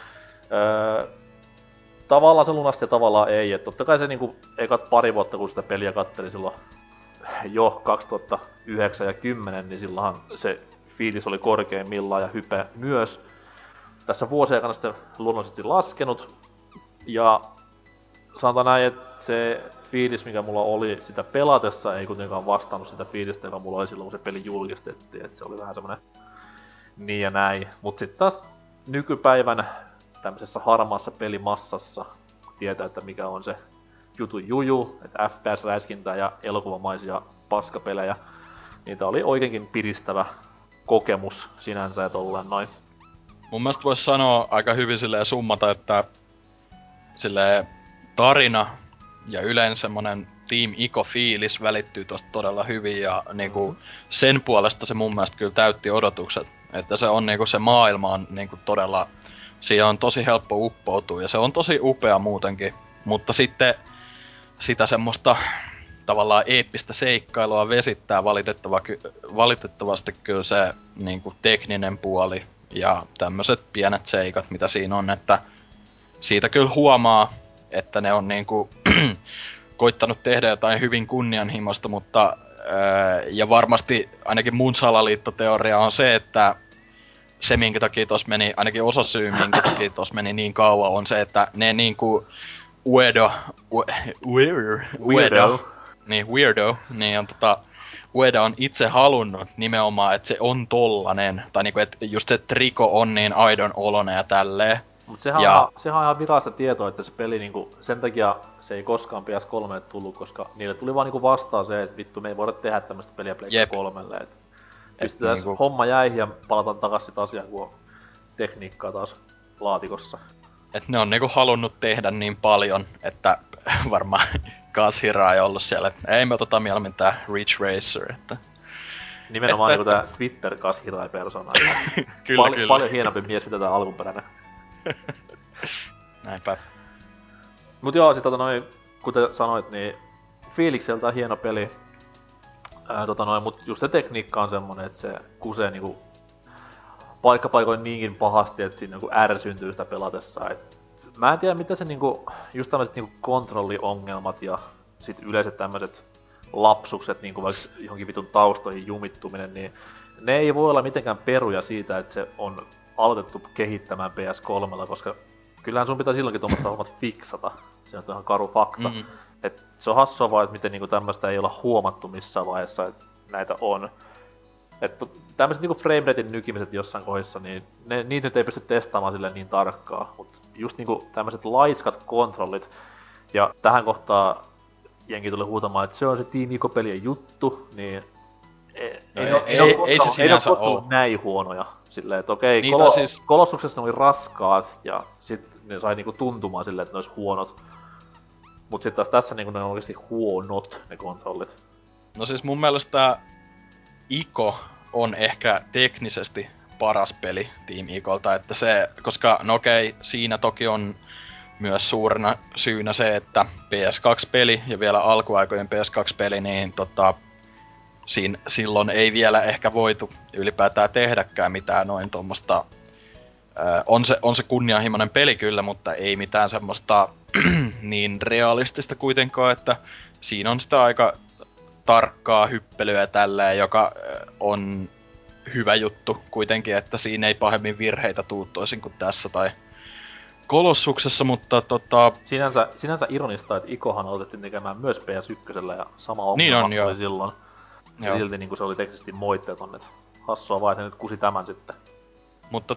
Tavallaan se lunasti ja tavallaan ei. Et totta kai se niinku ekat pari vuotta kun sitä peliä katteli silloin jo 2009 ja 2010, niin silloinhan se fiilis oli korkeimmillaan ja hype myös. Tässä vuosien aikana sitten luonnollisesti laskenut. Ja sanotaan näin, että se fiilis, mikä mulla oli sitä pelatessa, ei kuitenkaan vastannut sitä fiilistä, joka mulla oli silloin, kun se peli julkistettiin. Et se oli vähän semmonen niin ja näin. Mut sit taas nykypäivän tämmöisessä harmaassa pelimassassa, kun tietää, että mikä on se jutun juju, että FPS-räiskintää ja elokuvamaisia paskapelejä, niin tää oli oikeinkin piristävä kokemus sinänsä ja tolleen noin. Mun mielestä vois sanoa aika hyvin silleen summata, että silleen tarina ja yleensä semmonen Team Ico-fiilis välittyy tosta todella hyvin ja niinku sen puolesta se mun mielestä kyllä täytti odotukset. Että se on niinku se maailma on niinku todella, siihen on tosi helppo uppoutua ja se on tosi upea muutenkin. Mutta sitten sitä semmoista tavallaan eeppistä seikkailua vesittää valitettavasti kyllä se niinku tekninen puoli. ja tämmöset pienet seikat, mitä siinä on, että siitä kyllä huomaa, että ne on niinku koittanut tehdä jotain hyvin kunnianhimoista, mutta ja varmasti ainakin mun salaliittoteoria on se, että se minkä takia tossa meni, ainakin osa syy minkä takia tossa meni niin kauan on se, että ne niinku Weirdo, niin on Ueda on itse halunnut nimenomaan, että se on tollanen, tai niinku, että just se triko on niin aidon olonen ja tälleen. Mut sehän on ihan virallista tietoa, että se peli niinku, sen takia se ei koskaan PS3 tullut, koska niille tuli vaan niinku vastaan se, että vittu me ei voida tehdä tämmöstä peliä Pleikka 3:lle, et pistetään niinku homma jäihin ja palataan takas sit asiaan, kun on tekniikkaa taas laatikossa. Et ne on niinku halunnut tehdä niin paljon, että varmaan Kashira ei ollut siellä, että ei me otetaan mieluummin tää Ridge Racer, että... Nimenomaan niinku tää Twitter Kashirai-persona. Kyllä. Paljon hienompi mies, mitä tää alkuperäinen. Näinpä. Mut joo, sit kuten sanoit, niin fiilikseltään hieno peli. Mut just se tekniikka on semmonen, että se kusee niinku paikkapaikoin niinkin pahasti, että siinä niinku ärsyntyy sitä pelatessa. Mä en tiedä mitä se niinku, just tämmöset niinku kontrolliongelmat ja sit yleiset tämmöset lapsukset, niinku vaikka johonkin vitun taustoihin jumittuminen, niin ne ei voi olla mitenkään peruja siitä, että se on aloitettu kehittämään PS3, koska kyllähän sun pitää silloinkin tuommoista hommat fiksata. Se on ihan karu fakta. Mm-hmm. Et se on hassua vaan, että miten niinku tämmöstä ei olla huomattu missään vaiheessa, että näitä on. Että tämmöset niinku frameratein nykimiset jossain kohdissa, niin niitä nyt ei pysty testaamaan silleen niin tarkkaa. Mut just niinku tämmöset laiskat kontrollit, ja tähän kohtaan jengi tulee huutamaan, että se on se Team Ico-pelien juttu, niin ei se sinänsä oo näin huonoja. Silleen, että okei, Kolossuksessa ne oli raskaat, ja sit ne sai niinku tuntumaan silleen, että ne ois huonot. Mut sit taas tässä niinku ne on oikeesti huonot, ne kontrollit. No siis mun mielestä Ico on ehkä teknisesti paras peli Team Icolta, että se, koska no okei, siinä toki on myös suurena syynä se, että PS2-peli ja vielä alkuaikojen PS2-peli, niin silloin ei vielä ehkä voitu ylipäätään tehdäkään mitään noin tommoista. On se kunnianhimoinen peli kyllä, mutta ei mitään semmoista niin realistista kuitenkaan, että siinä on sitä aika tarkkaa hyppelyä tälleen, joka on hyvä juttu kuitenkin, että siinä ei pahemmin virheitä tuu toisin kuin tässä tai Kolossuksessa, mutta Sinänsä ironista, että Icohan aloitettiin tekemään myös PS1 ja sama ongelma niin oli silloin. Ja silti niin se oli teknisesti moitteeton, että hassua vaan, että ne nyt kusi tämän sitten. Mutta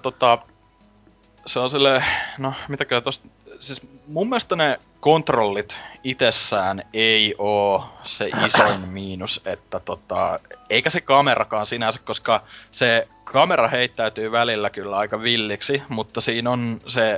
se on silleen, no mitäkään tosta, siis mun mielestä ne kontrollit itsessään ei oo se isoin miinus, että eikä se kamerakaan sinänsä, koska se kamera heittäytyy välillä kyllä aika villiksi, mutta siinä on se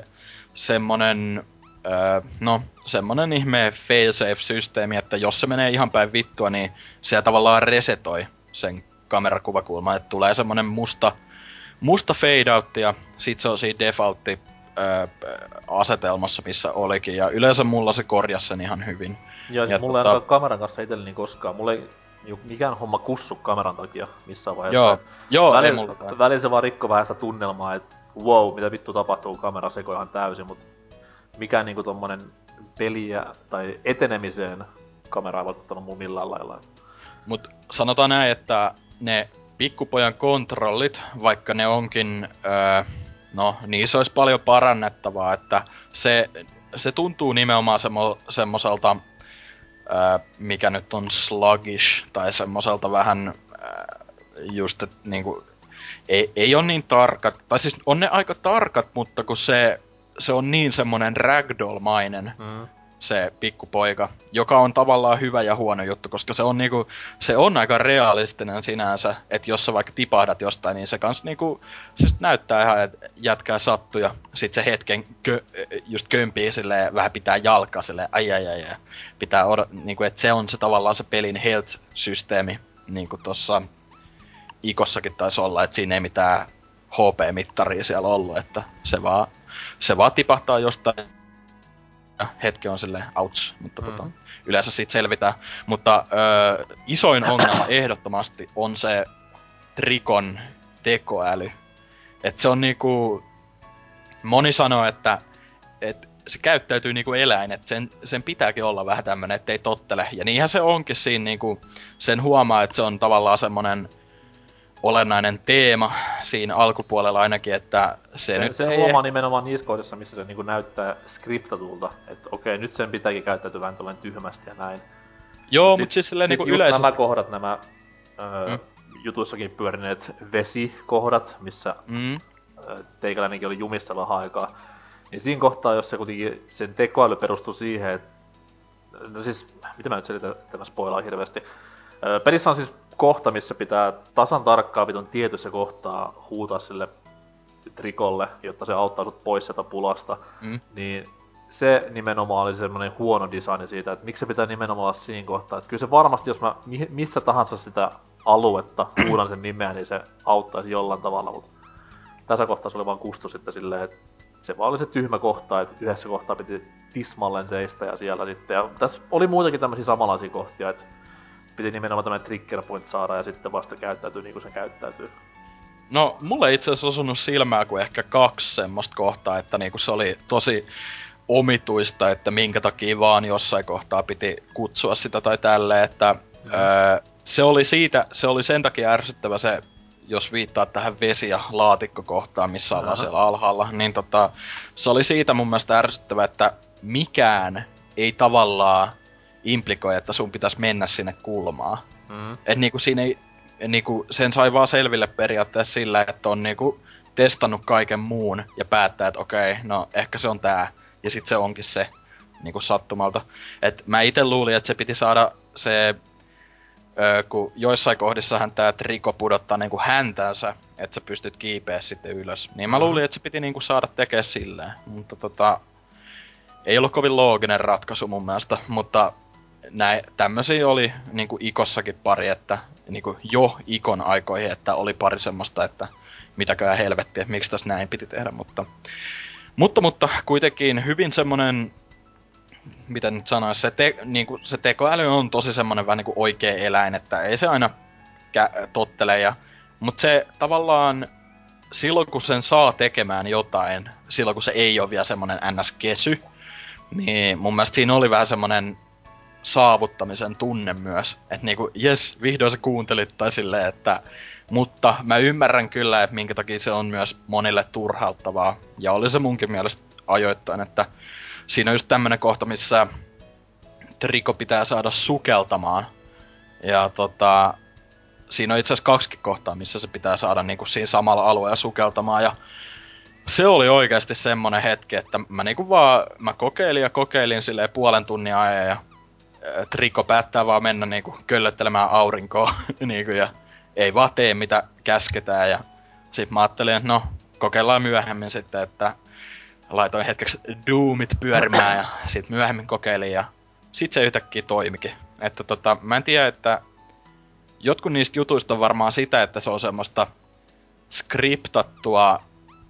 semmonen ihme failsafe-systeemi, että jos se menee ihan päin vittua, niin se tavallaan resetoi sen kamerakuvakulman, että tulee semmonen musta fade-out ja sit se on siinä defaultti asetelmassa, missä olikin, ja yleensä mulla se korjasi sen ihan hyvin. Ja mulla ei kameran kanssa itselleni koskaan, mulla ei mikään homma kussu kameran takia missään vaiheessa. Joo, ei mullakaan. Välillä se vaan rikko vähän sitä tunnelmaa, että wow, mitä vittu tapahtuu, kamera sekoi ihan täysin, mut mikään niinku tommonen peliä tai etenemiseen kamera ei vaikuttanut mun millään lailla. Mut sanotaan näin, että ne pikkupojan kontrollit, vaikka ne onkin, niissä olisi paljon parannettavaa, että se tuntuu nimenomaan semmoselta, mikä nyt on sluggish, tai semmoselta vähän just, että niinku, ei ole niin tarkat, tai siis on ne aika tarkat, mutta kun se on niin semmonen ragdoll-mainen, se pikkupoika, joka on tavallaan hyvä ja huono juttu, koska se on aika realistinen sinänsä, että jos sä vaikka tipahdat jostain, niin se kans niinku, se näyttää ihan, että jätkää sattuu ja sit se hetken just kömpii silleen, vähän pitää jalkaa silleen, ai, pitää niinku, että se on se tavallaan se pelin health-systeemi, niinku tossa Ikossakin taisi olla, että siinä ei mitään HP-mittaria siellä ollut, että se vaan tipahtaa jostain ja hetki on silleen ouch, mutta yleensä siitä selvitään. Mutta isoin ongelma ehdottomasti on se Trikon tekoäly. Et se on niinku... Moni sanoo, että se käyttäytyy niinku eläin, että sen pitääkin olla vähän tämmönen, ettei tottele. Ja niinhän se onkin siinä niinku... Sen huomaa, että se on tavallaan semmonen olennainen teema siinä alkupuolella ainakin, että sen huomaa nimenomaan niissä kohdissa, missä se niinku näyttää skriptatulta, että okei, nyt sen pitääkin käyttäytyä vähän tolleen tyhmästi ja näin. Joo, mut siis silleen niinku yleisesti... nämä kohdat, nämä jutussakin pyörineet vesikohdat, missä teikäläinenkin oli jumissa vähän aikaa, niin siinä kohtaa, jos se kuitenkin sen tekoäly perustuu siihen, että... No siis, mitä mä nyt selitän, tämä spoilaa hirveästi. Pelissä on siis kohta, missä pitää tasan tarkkaan vitun tietyssä kohtaa huutaa sille Trikolle, jotta se auttaa sut pois sieltä pulasta. Niin se nimenomaan oli semmonen huono design siitä, että miksi se pitää nimenomaan olla siinä kohtaa. Että kyllä se varmasti, jos mä missä tahansa sitä aluetta huudan sen nimeä, niin se auttaisi jollain tavalla, mutta tässä kohtaa se oli vaan kustu sitten silleen, että se vaan oli se tyhmä kohta, että yhdessä kohtaa piti tismalleen seistä ja siellä sitten. Ja tässä oli muutenkin tämmöisiä samanlaisia kohtia, että piti nimenomaan tämmönen trigger point saada ja sitten vasta käyttäytyy niin kuin se käyttäytyy. No, mulle itse asiassa osunut silmää kuin ehkä 2 semmoista kohtaa, että niinku se oli tosi omituista, että minkä takia vaan jossain kohtaa piti kutsua sitä tai tälleen, että se oli sen takia ärsyttävä se, jos viittaa tähän vesi- ja laatikkokohtaan, missä ollaan siellä alhaalla, niin se oli siitä mun mielestä ärsyttävä, että mikään ei tavallaan implikoi, että sun pitäisi mennä sinne kulmaan. Et niinku siinä ei, niinku sen sai vaan selville periaatteessa sillä, että on niinku testannut kaiken muun ja päättää, että okei, no ehkä se on tää. Ja sit se onkin se niinku sattumalta. Et mä ite luulin, että se piti saada se, kun joissain kohdissahan tää Triko pudottaa niinku häntänsä, että sä pystyt kiipeä sitten ylös. Niin mä luulin, että se piti niinku saada tekee silleen. Mutta ei ollut kovin looginen ratkaisu mun mielestä, mutta tämmösiä oli niinku Ikossakin pari, että niinku jo Ikon aikoihin, että oli pari semmoista, että mitäköhän helvettiä, että miksi tässä näin piti tehdä, mutta kuitenkin hyvin semmonen, miten nyt sanois, niinku se tekoäly on tosi semmonen vähän niinku oikea eläin, että ei se aina tottele mut se tavallaan silloin kun sen saa tekemään jotain, silloin kun se ei ole vielä semmonen ns-kesy, niin mun mielestä siinä oli vähän semmonen saavuttamisen tunne myös. Että niinku, jes, vihdoin sä kuuntelit tai silleen, että... Mutta mä ymmärrän kyllä, että minkä takia se on myös monille turhauttavaa. Ja oli se munkin mielestä ajoittain, että... Siinä on just tämmönen kohta, missä... Triko pitää saada sukeltamaan. Ja siinä on itse asiassa 2 kohtaa, missä se pitää saada niinku siinä samalla alueella sukeltamaan. Ja se oli oikeasti semmonen hetki, että mä niinku vaan... Mä kokeilin silleen puolen tunnin ajan ja... Triko päättää vaan mennä niinku köllöttelemään aurinkoa niinku ja ei vaan tee mitä käsketään ja sit mä ajattelin, että no kokeillaan myöhemmin sitten, että laitoin hetkeksi Doomit pyörimään ja sit myöhemmin kokeilin ja sit se yhtäkkiä toimikin. Että mä en tiedä, että jotkut niistä jutuista on varmaan sitä, että se on semmoista skriptattua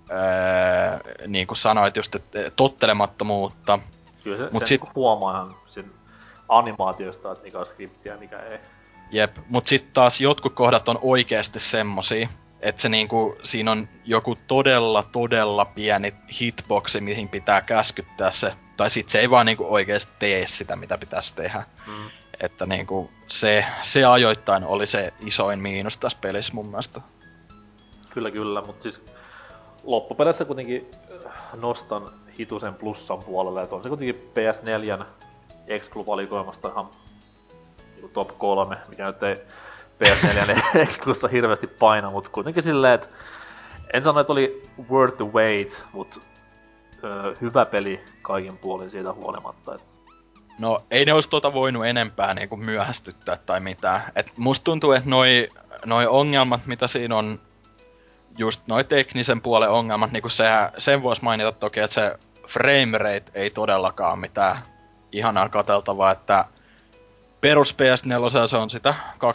niin kuin sanoit just, että tottelemattomuutta. Kyllä se huomaa ihan sen animaatioista, että mikä on skriptiä ja mikä ei. Jep, mut sit taas jotkut kohdat on oikeesti semmosia, että se niinku, siinä on joku todella pieni hitboxi, mihin pitää käskyttää se. Tai sit se ei vaan niinku oikeesti tee sitä, mitä pitäisi tehdä. Että niinku, se ajoittain oli se isoin miinus tässä pelissä mun mielestä. Kyllä, mut siis loppupeleissä kuitenkin nostan hitusen plussan puolelle, että on se kuitenkin PS4 Exclu-valikoimasta ihan top 3, mikä nyt ei PS4 Exclussa hirveästi paina, mut kuitenkin silleen, että en sano, että oli worth the wait, mut hyvä peli kaikin puolin siitä huolimatta. No ei ne ois voinut enempää niinku myöhästyttää tai mitään. Et musta tuntuu, että noi ongelmat, mitä siinä on, just noi teknisen puolen ongelmat, niinku sen vois mainita toki, että se framerate ei todellakaan mitään ihanaa katseltavaa, että perus PS4 se on sitä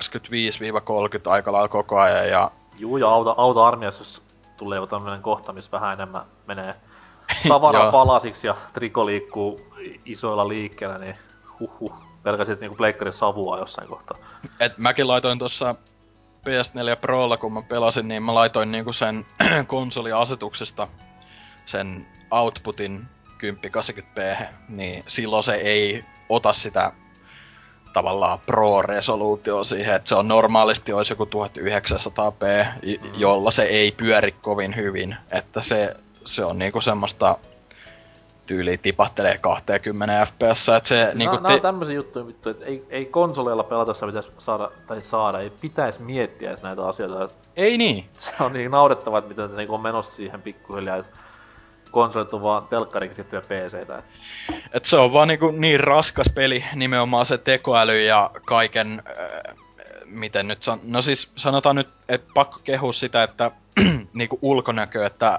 25-30 aika lailla koko ajan ja... Juu, ja auto-armiassa, jos tulee joku tämmönen kohta, missä vähän enemmän menee tavaraa palasiksi ja Triko liikkuu isoilla liikkeellä, niin pelkäsit niinku pleikkarin savua jossain kohtaa. Et mäkin laitoin tossa PS4 Prolla, kun mä pelasin, niin mä laitoin niinku sen konsoliasetuksesta sen outputin 1080p, niin silloin se ei ota sitä tavallaan Pro-resoluutio siihen, että se on normaalisti olisi joku 1900p, jolla se ei pyöri kovin hyvin, että se on niinku semmoista tyyliä tipahtelee 20 fps, että se siis niinku... Nää on tämmösiä juttuja vittu, että ei konsoleilla pelatessa pitäis ei pitäis miettiä edes näitä asioita. Ei niin. Se on niin naurettavaa, että miten niinku on menossa siihen pikkuhiljaa, että konsolit on vaan telkkarikettyjä PC:tä. Et se on vaan niin raskas peli, nimenomaan se tekoäly ja kaiken, miten nyt no siis sanotaan nyt, että pakko kehua sitä, että niinku ulkonäkö, että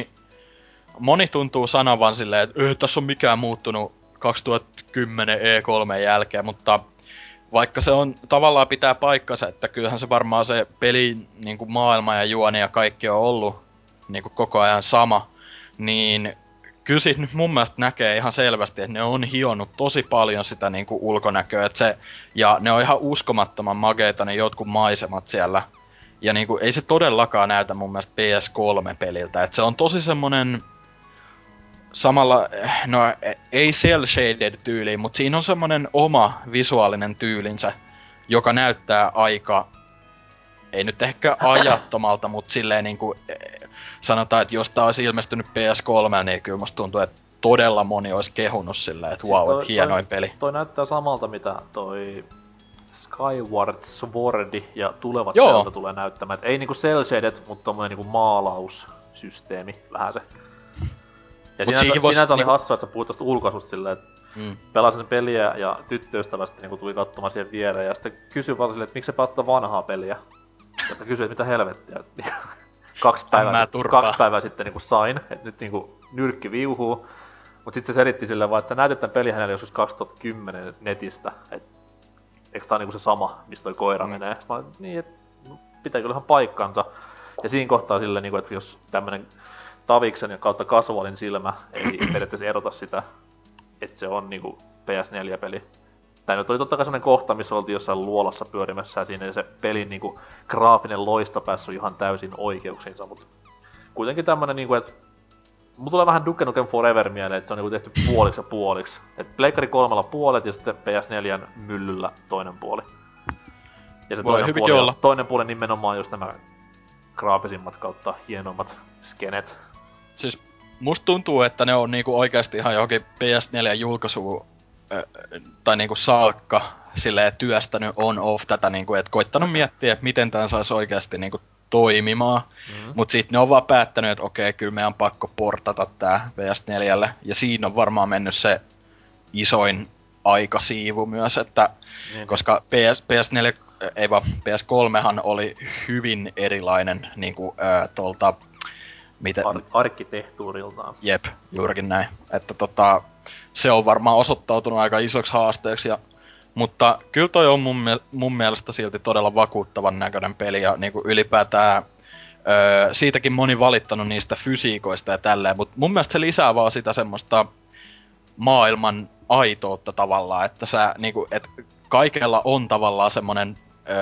moni tuntuu sanovan silleen, että tässä on mikään muuttunut 2010 E3 jälkeen, mutta vaikka se on tavallaan pitää paikkansa, että kyllähän se varmaan se pelin niinku maailma ja juoni ja kaikki on ollut niinku koko ajan sama, niin kyllä siitä nyt mun mielestä näkee ihan selvästi, että ne on hionnut tosi paljon sitä niinku ulkonäköä, että se, ja ne on ihan uskomattoman makeita ne jotkut maisemat siellä. Ja niinku ei se todellakaan näytä mun mielestä PS3-peliltä, että se on tosi semmonen samalla, no ei cel shaded tyyli, mutta siinä on semmonen oma visuaalinen tyylinsä, joka näyttää aika, ei nyt ehkä ajattomalta, mutta silleen niinku sanotaan, että jos tää olisi ilmestynyt PS3, niin kyllä musta tuntuu, että todella moni olisi kehunut silleen, että wow, siis hienoin peli. Toi näyttää samalta, mitä toi Skyward Sword ja tulevat Zelda tulee näyttämään. Et ei niinku cel shaded, mutta tommonen niinku maalaussysteemi vähän se. Ja sinänsä oli hassua, että sä puhuit tosta ulkoasusta silleen, että pelasin peliä ja tyttöystävästä niinku tuli katsomaan siihen viereen ja sitten kysyi vaan silleen, että miksi se pelata vanhaa peliä. Ja mä kysyin, että mitä helvettiä. 2 päivää sitten niinku sain, että nyt niinku nyrkki viuhuu. Mut sit se selitti silleen vaan, että sä näytit tän peli hänelle joskus 2010 netistä. Et eiks tää niinku se sama, mistä toi koira menee. Sitten mä olin, niin, et pitää kyllä ihan paikkansa. Ja siinä kohtaa silleen niinku, että jos tämmönen taviksen ja kautta kasvaalin silmä ei periaatteessa erota sitä, että se on niinku PS4-peli. Tää nyt oli totta kai sellainen kohta, missä oltiin jossain luolassa pyörimässä ja siinä se pelin niinku graafinen loistopäässä on ihan täysin oikeuksinsa, mut kuitenkin tämmönen niinku, että mulla tulee vähän Duke Nukem Forever mieleen, että se on niinku tehty puoliksi ja puoliksi. Et Pleikkari 3 puolet ja sitten PS4 myllyllä toinen puoli. Ja se toinen puoli nimenomaan just nämä graafisimmat kautta hienoimmat skenet. Siis musta tuntuu, että ne on niinku oikeasti ihan johonkin PS4-julkaisuun tai niinku saakka silleen työstänyt on-off tätä niinku, et koittanut miettiä, että miten tää saisi oikeasti niinku toimimaan. Mut sit ne on vaan päättänyt, että okei, kyllä meidän on pakko portata tää PS4:lle. Ja siinä on varmaan mennyt se isoin aikasiivu myös, että koska PS4, ei vaan PS3han oli hyvin erilainen niinku tuolta miten... Arkkitehtuuriltaan. Jep, juurikin näin. Että se on varmaan osoittautunut aika isoksi haasteeksi. Mutta kyllä toi on mun mielestä silti todella vakuuttavan näköinen peli. Ja niinku ylipäätään siitäkin moni valittanut niistä fysiikoista ja tälleen. Mutta mun mielestä se lisää vaan sitä semmoista maailman aitoutta tavallaan. Että niinku, et kaikella on tavallaan semmonen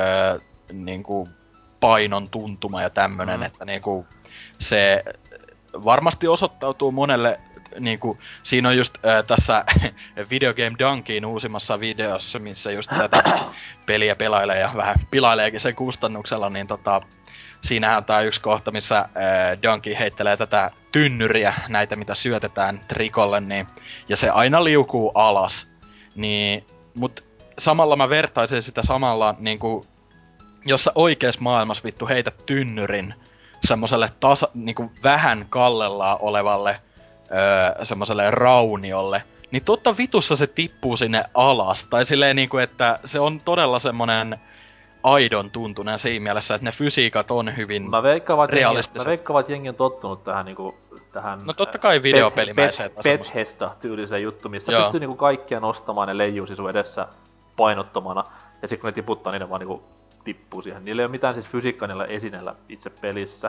niinku painon tuntuma ja tämmönen. Että niinku se varmasti osoittautuu monelle, niinku, siinä on just tässä Video Game Dunkin uusimmassa videossa, missä just tätä peliä pelailee ja vähän pilaileekin sen kustannuksella, niin siinähän on tää yksi kohta, missä Donkey heittelee tätä tynnyriä, näitä mitä syötetään trikolle, niin, ja se aina liukuu alas, niin, mut samalla mä vertaisin sitä samalla, niinku, jos sä oikees maailmassa vittu heität tynnyrin semmoselle niinku vähän kallellaan olevalle semmoselle rauniolle, niin totta vitussa se tippuu sinne alas. Tai silleen niinku, että se on todella semmonen aidon tuntunen siinä mielessä, että ne fysiikat on hyvin realistiset. Mä veikkaan, että jengi on tottunut tähän niinku tähän... No totta kai videopelimäiseen. Bethesda-tyyliseen juttu, missä pystyy niinku kaikkia nostamaan ja leijuu sun edessä painottomana. Ja sit kun ne tiputtaa, niin ne vaan niinku tippuu siihen. Niillä ei oo mitään siis fysiikkaa niillä esineillä itse pelissä.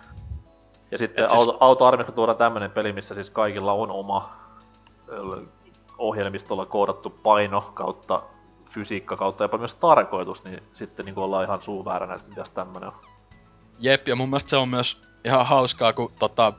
Ja sitten autoarmista tuodaan tämmönen peli, missä siis kaikilla on oma ohjelmistolla koodattu paino kautta fysiikka kautta jopa myös tarkoitus, niin sitten niinku ollaan ihan suu vääränä, että mitäs tämmönen on. Jep, ja mun mielestä se on myös ihan hauskaa, kun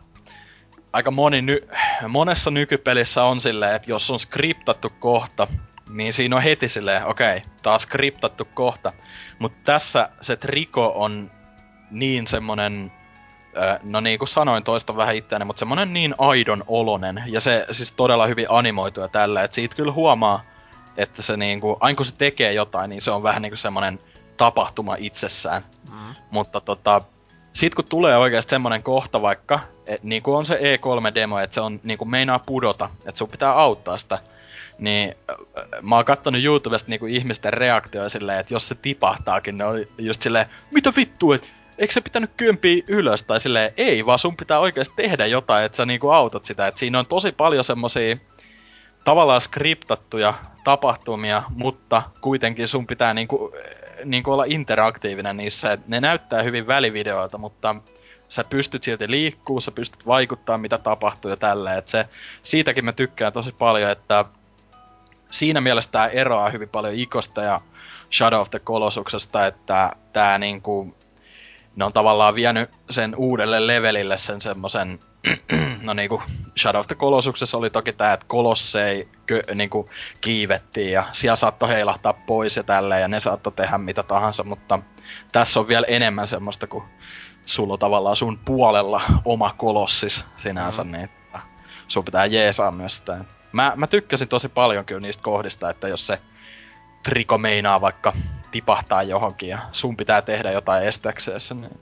aika monessa nykypelissä on silleen, että jos on skriptattu kohta, niin siinä on heti silleen, okei, taas skriptattu kohta. Mutta tässä se triko on niin semmonen, no niin kuin sanoin toista vähän itseäni, mutta semmonen niin aidon olonen. Ja se siis todella hyvin animoitu ja tällä, että siitä kyllä huomaa, että se niinku, aina kun se tekee jotain, niin se on vähän niinku semmonen tapahtuma itsessään. Mutta sit kun tulee oikeesti semmonen kohta vaikka, niinku on se E3-demo, että se on niinku meinaa pudota, että sun pitää auttaa sitä, niin mä oon kattonut YouTubesta niinku ihmisten reaktioja silleen, että jos se tipahtaakin, ne on just silleen, mitä vittua, eikö se pitänyt kyömpiä ylös, tai silleen, ei, vaan sun pitää oikeesti tehdä jotain, että sä niinku autat sitä, että siinä on tosi paljon semmosia tavallaan skriptattuja tapahtumia, mutta kuitenkin sun pitää niinku olla interaktiivinen niissä, että ne näyttää hyvin välivideoilta, mutta sä pystyt silti liikkuu, sä pystyt vaikuttaa mitä tapahtuu ja tälleen, että siitäkin mä tykkään tosi paljon, että siinä mielessä tää eroaa hyvin paljon Ikosta ja Shadow of the Colossuksesta, että tää niinku, ne on tavallaan vienyt sen uudelle levelille sen semmosen, no niinku Shadow of the Colossuksessa oli toki tää, että kolossei niinku kiivettiin ja siellä saattoi heilahtaa pois ja tälleen ja ne saattoi tehdä mitä tahansa, mutta tässä on vielä enemmän semmoista, kun sulla on tavallaan sun puolella oma kolossis sinänsä, niin sun pitää jeesaa myös sitä. Mä tykkäsin tosi paljon kyllä niistä kohdista, että jos se triko meinaa vaikka tipahtaa johonkin ja sun pitää tehdä jotain estääkseen sen, niin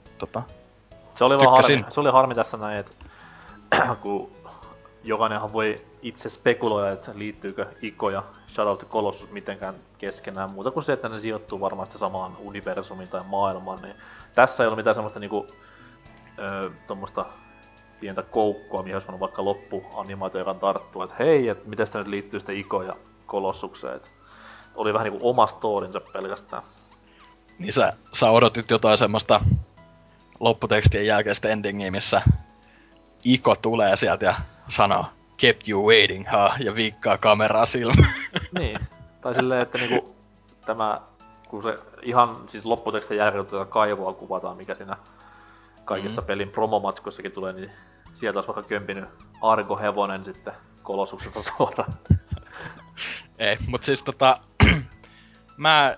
Se oli vaan harmi, se oli harmi tässä näin, että kun jokainenhan voi itse spekuloida, että liittyykö Ico ja Shadow of the Colossus mitenkään keskenään muuta kuin se, että ne sijoittuu varmaan sitä samaan universumiin tai maailmaan, niin tässä ei ole mitään semmoista niinku tommoista pientä koukkua, mihin olisi voinut vaikka loppuanimaatioikaan tarttua, että hei, että miten sitä nyt liittyy sitten Ico ja Colossukseen, että oli vähän niinku oma storinsa pelkästään. Niin sä odotit jotain semmoista lopputekstien jälkeistä endingiä, missä Ico tulee sieltä ja sanoo kept you waiting, ja viikkaa kameraa silmään. Niin, tai silleen, että niinku tämä, kun se ihan siis lopputekstien jälkeen tätä kaivoa kuvataan, mikä siinä kaikissa pelin promomatskoissakin tulee, niin sieltä olisi vaikka kömpinyt Argo-hevonen sitten Kolossuksesta suoraan. Ei, mut siis mä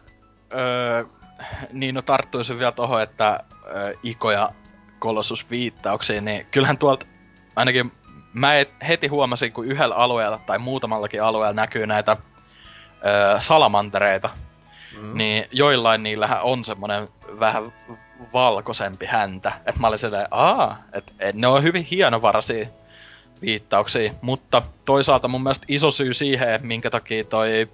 niin tarttuisin vielä tohon, että Ico ja Colossus viittauksiin, niin kyllähän tuolta ainakin mä heti huomasin, kun yhdellä alueella tai muutamallakin alueella näkyy näitä salamantereita, niin joillain niillähän on semmonen vähän valkoisempi häntä. Et mä olin silleen, et ne on hyvin hienovaraisia viittauksia, mutta toisaalta mun mielestä iso syy siihen, minkä takia toi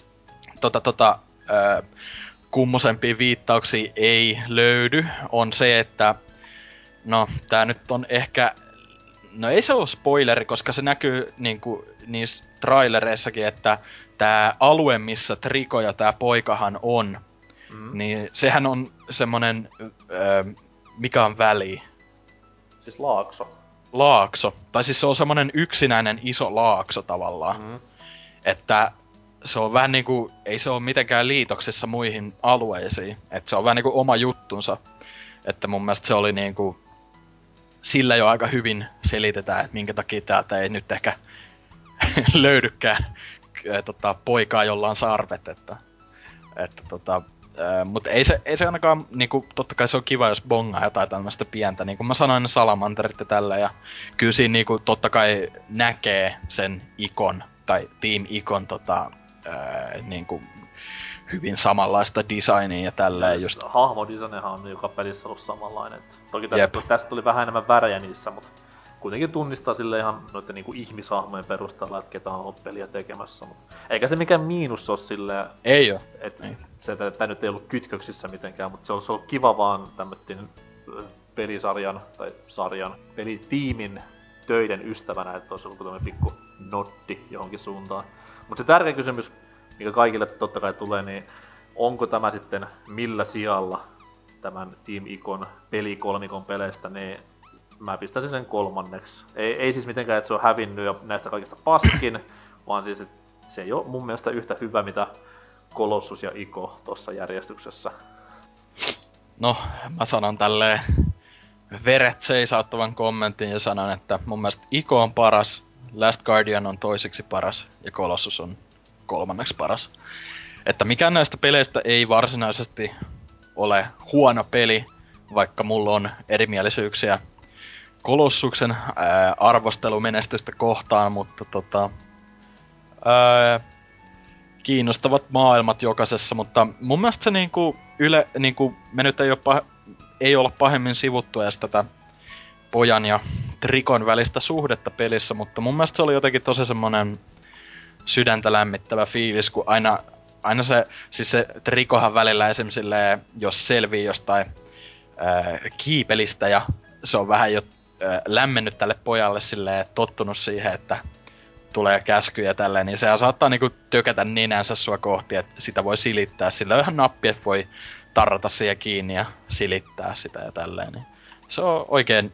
kummosempia viittauksia ei löydy, on se, että no tää nyt on ehkä, no ei se oo spoileri, koska se näkyy niinku niissä trailereissakin, että tää alue, missä Triko ja tää poikahan on, niin sehän on semmonen, mikä on väli? Siis laakso. Laakso. Tai siis se on semmonen yksinäinen iso laakso tavallaan. Että se on vähän niinku, ei se oo mitenkään liitoksissa muihin alueisiin. Että se on vähän niinku oma juttunsa. Että mun mielestä se oli niinku, sillä jo aika hyvin selitetään, että minkä takia täältä ei nyt ehkä löydykään poikaa, jolla on sarvet. Että mutta ei se ainakaan, niinku, totta kai se on kiva, jos bongaa jotain tämmöistä pientä, niin kuin mä sanoin, ne salamanterit ja tällä, ja kyllä siinä niinku, totta kai näkee sen Icon, tai Team Icon niinku, hyvin samanlaista designia ja tälleen just. Hahmodesignihan on joka pelissä ollut samanlainen. Toki tästä tuli vähän enemmän värejä niissä, mutta kuitenkin tunnistaa sille ihan noiden niinku ihmishahmojen perusteella, että ketä on ollut peliä tekemässä. Eikä se mikään miinus ole silleen, ei oo. Tää nyt ei ollut kytköksissä mitenkään, mutta se olisi ollut kiva vaan tämmöten pelisarjan tai pelitiimin töiden ystävänä, että olisi ollut tämmönen pikku notti johonkin suuntaan. Mutta se tärkeä kysymys, mikä kaikille totta kai tulee, niin onko tämä sitten millä sijalla tämän Team Icon pelikolmikon peleistä, niin mä pistäisin sen kolmanneksi. Ei siis mitenkään, että se on hävinnyt ja näistä kaikista paskin, vaan siis, että se ei ole mun mielestä yhtä hyvä, mitä Colossus ja Ico tuossa järjestyksessä? No, mä sanon tälleen veret seisauttavan kommentin ja sanon, että mun mielestä Ico on paras, Last Guardian on toiseksi paras ja Colossus on kolmanneksi paras. Että mikään näistä peleistä ei varsinaisesti ole huono peli, vaikka mulla on erimielisyyksiä Kolossuksen arvostelumenestystä kohtaan, mutta kiinnostavat maailmat jokaisessa, mutta mun mielestä se me nyt ei olla pahemmin sivuttu edes tätä pojan ja Trikon välistä suhdetta pelissä, mutta mun mielestä se oli jotenkin tosi semmonen sydäntä lämmittävä fiilis, kun aina se Trikohan välillä esim. Silleen, jos selvii jostain kiipelistä ja se on vähän jo lämmennyt tälle pojalle silleen, tottunut siihen, että tulee käskyjä tälleen, niin sehän saattaa niinku tökätä nenänsä sua kohti, että sitä voi silittää. Sillä on ihan nappi, että voi tarrata siihen kiinni ja silittää sitä ja tälleen. Niin se on oikein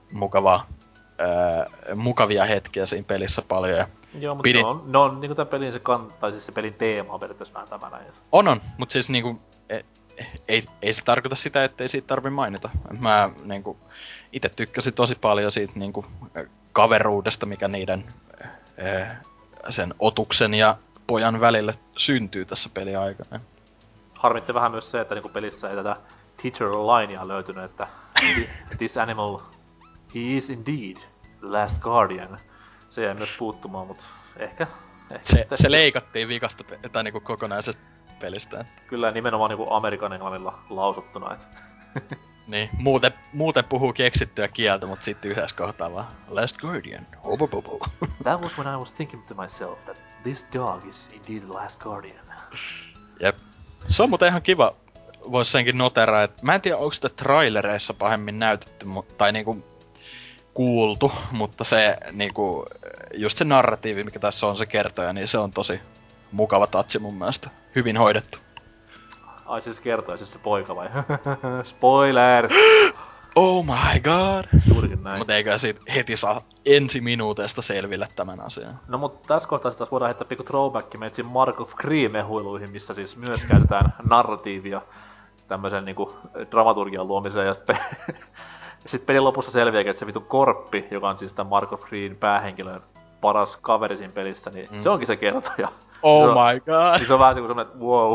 mukavia hetkiä siinä pelissä paljon. Ja joo, mutta ne on niinku tän pelin se pelin teema on periaatteessa vähän tämä näin. On, mutta siis niinku ei se tarkoita sitä, ettei siitä tarvi mainita. Mä niinku itse tykkäsin tosi paljon siitä niinku kaveruudesta, mikä niiden sen otuksen ja pojan välille syntyy tässä peliaikana. Harmitti vähän myös se, että niinku pelissä ei tätä teacher linea löytynyt, että this animal, he is indeed the last guardian. Se jäi myös puuttumaan, mutta ehkä se leikattiin vikasta tai niinku kokonaisesta pelistä. Kyllä nimenomaan niinku Amerikan englannilla lausuttuna. Niin, muuten puhuu keksittyä kieltä, mutta sitten yhdessä kohtaa vaan Last Guardian, hobobobo. That was when I was thinking to myself that this dog is indeed the last guardian. Jep. Se on muuten ihan kiva, vois senkin noteraa, että mä en tiedä onko sitä trailereissa pahemmin näytetty, tai niinku kuultu, mutta se niinku, just se narratiivi, mikä tässä on se kertoja, niin se on tosi mukava tatsi mun mielestä. Hyvin hoidettu. Ai siis kertoja, siis se poika vai? Spoiler! Oh my god! Juurikin näin. Mut eikä siitä heti saa ensi minuuteista selville tämän asian. No mut tässä kohtaa taas voidaan heittää pikku throwback meitsin Mark of Kree-mehuiluihin, missä siis myös käytetään narratiivia tämmösen niinku dramaturgian luomiseen ja sit pelin lopussa selviääkin, että se vitu Korppi, joka on siis tämän Mark of Kreen päähenkilön paras kaveri siinä pelissä, niin se onkin se kertoja. Oh my god! Niin se on vähän semmonen, että wow.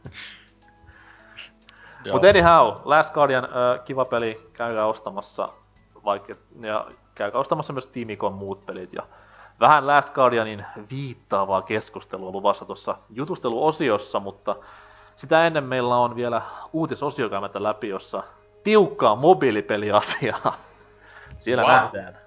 Mut anyhow, Last Guardian, kiva peli, käykää ostamassa, ja käykää ostamassa myös Timikon muut pelit, ja vähän Last Guardianin viittaavaa keskustelua luvassa tuossa jutusteluosiossa, mutta sitä ennen meillä on vielä uutisosio käymättä läpi, jossa tiukkaa mobiilipeliasiaa. Siellä nähdään.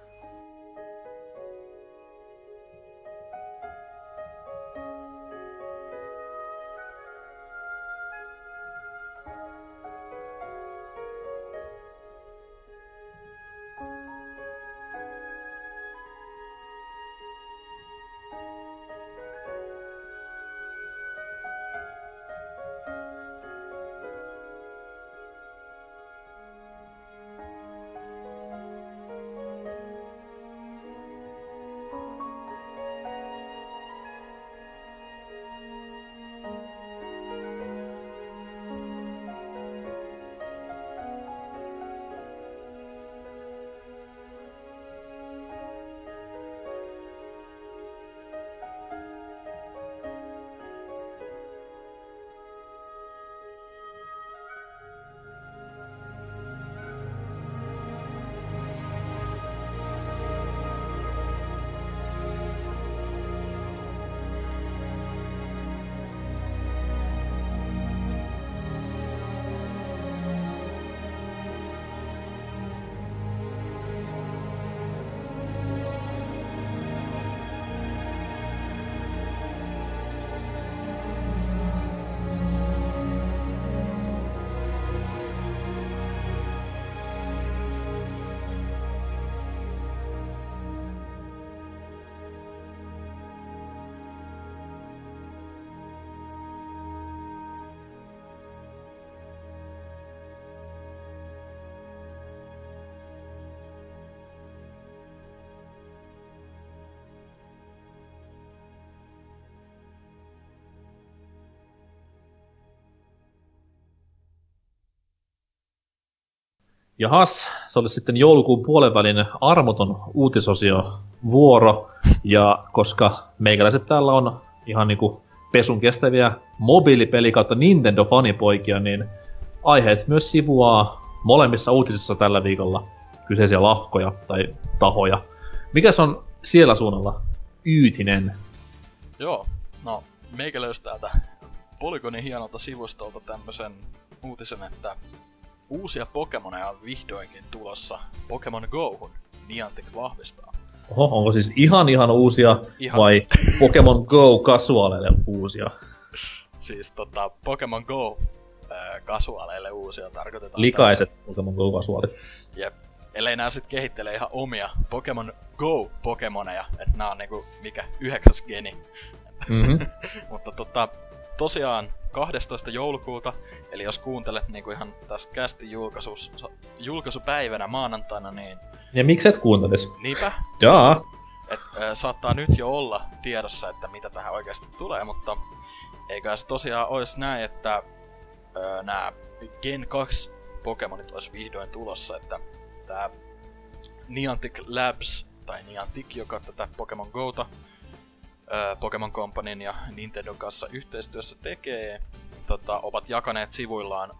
Jahas, se oli sitten joulukuun puolenvälin armoton uutisosio vuoro, ja koska meikäläiset täällä on ihan niinku pesun kestäviä mobiilipeli kautta Nintendo-fanipoikia, niin aiheet myös sivuaa molemmissa uutisissa tällä viikolla kyseisiä lahkoja tai tahoja. Mikäs on siellä suunnalla Yytinen? Joo, no meikä löysi täältä Polygonin hienolta sivustolta tämmösen uutisen, että uusia Pokemoneja on vihdoinkin tulossa Pokemon Go'hun, Niantic vahvistaa. Oho, onko siis ihan uusia vai Pokemon Go kasuaaleille uusia? Siis Pokemon Go kasuaaleille uusia tarkoitetaan. Likaiset tässä. Pokemon Go kasuaalit. Jep. Ellei nää sit kehittelee ihan omia Pokemon Go Pokemoneja, et nää on niinku mikä 9. geni. Mm-hmm. Mutta tosiaan 12. joulukuuta, eli jos kuuntelet niinku ihan tässä kästin julkaisupäivänä maanantaina, niin... Ja miksi et kuuntelis? Niinpä. Jaa. Saattaa nyt jo olla tiedossa, että mitä tähän oikeasti tulee, mutta eikä se tosiaan ois näin, että nää Gen 2 Pokemonit ois vihdoin tulossa, että tää Niantic Labs, tai Niantic, joka tätä Pokemon Gota Pokemon Companyn ja Nintendon kanssa yhteistyössä tekee, ovat jakaneet sivuillaan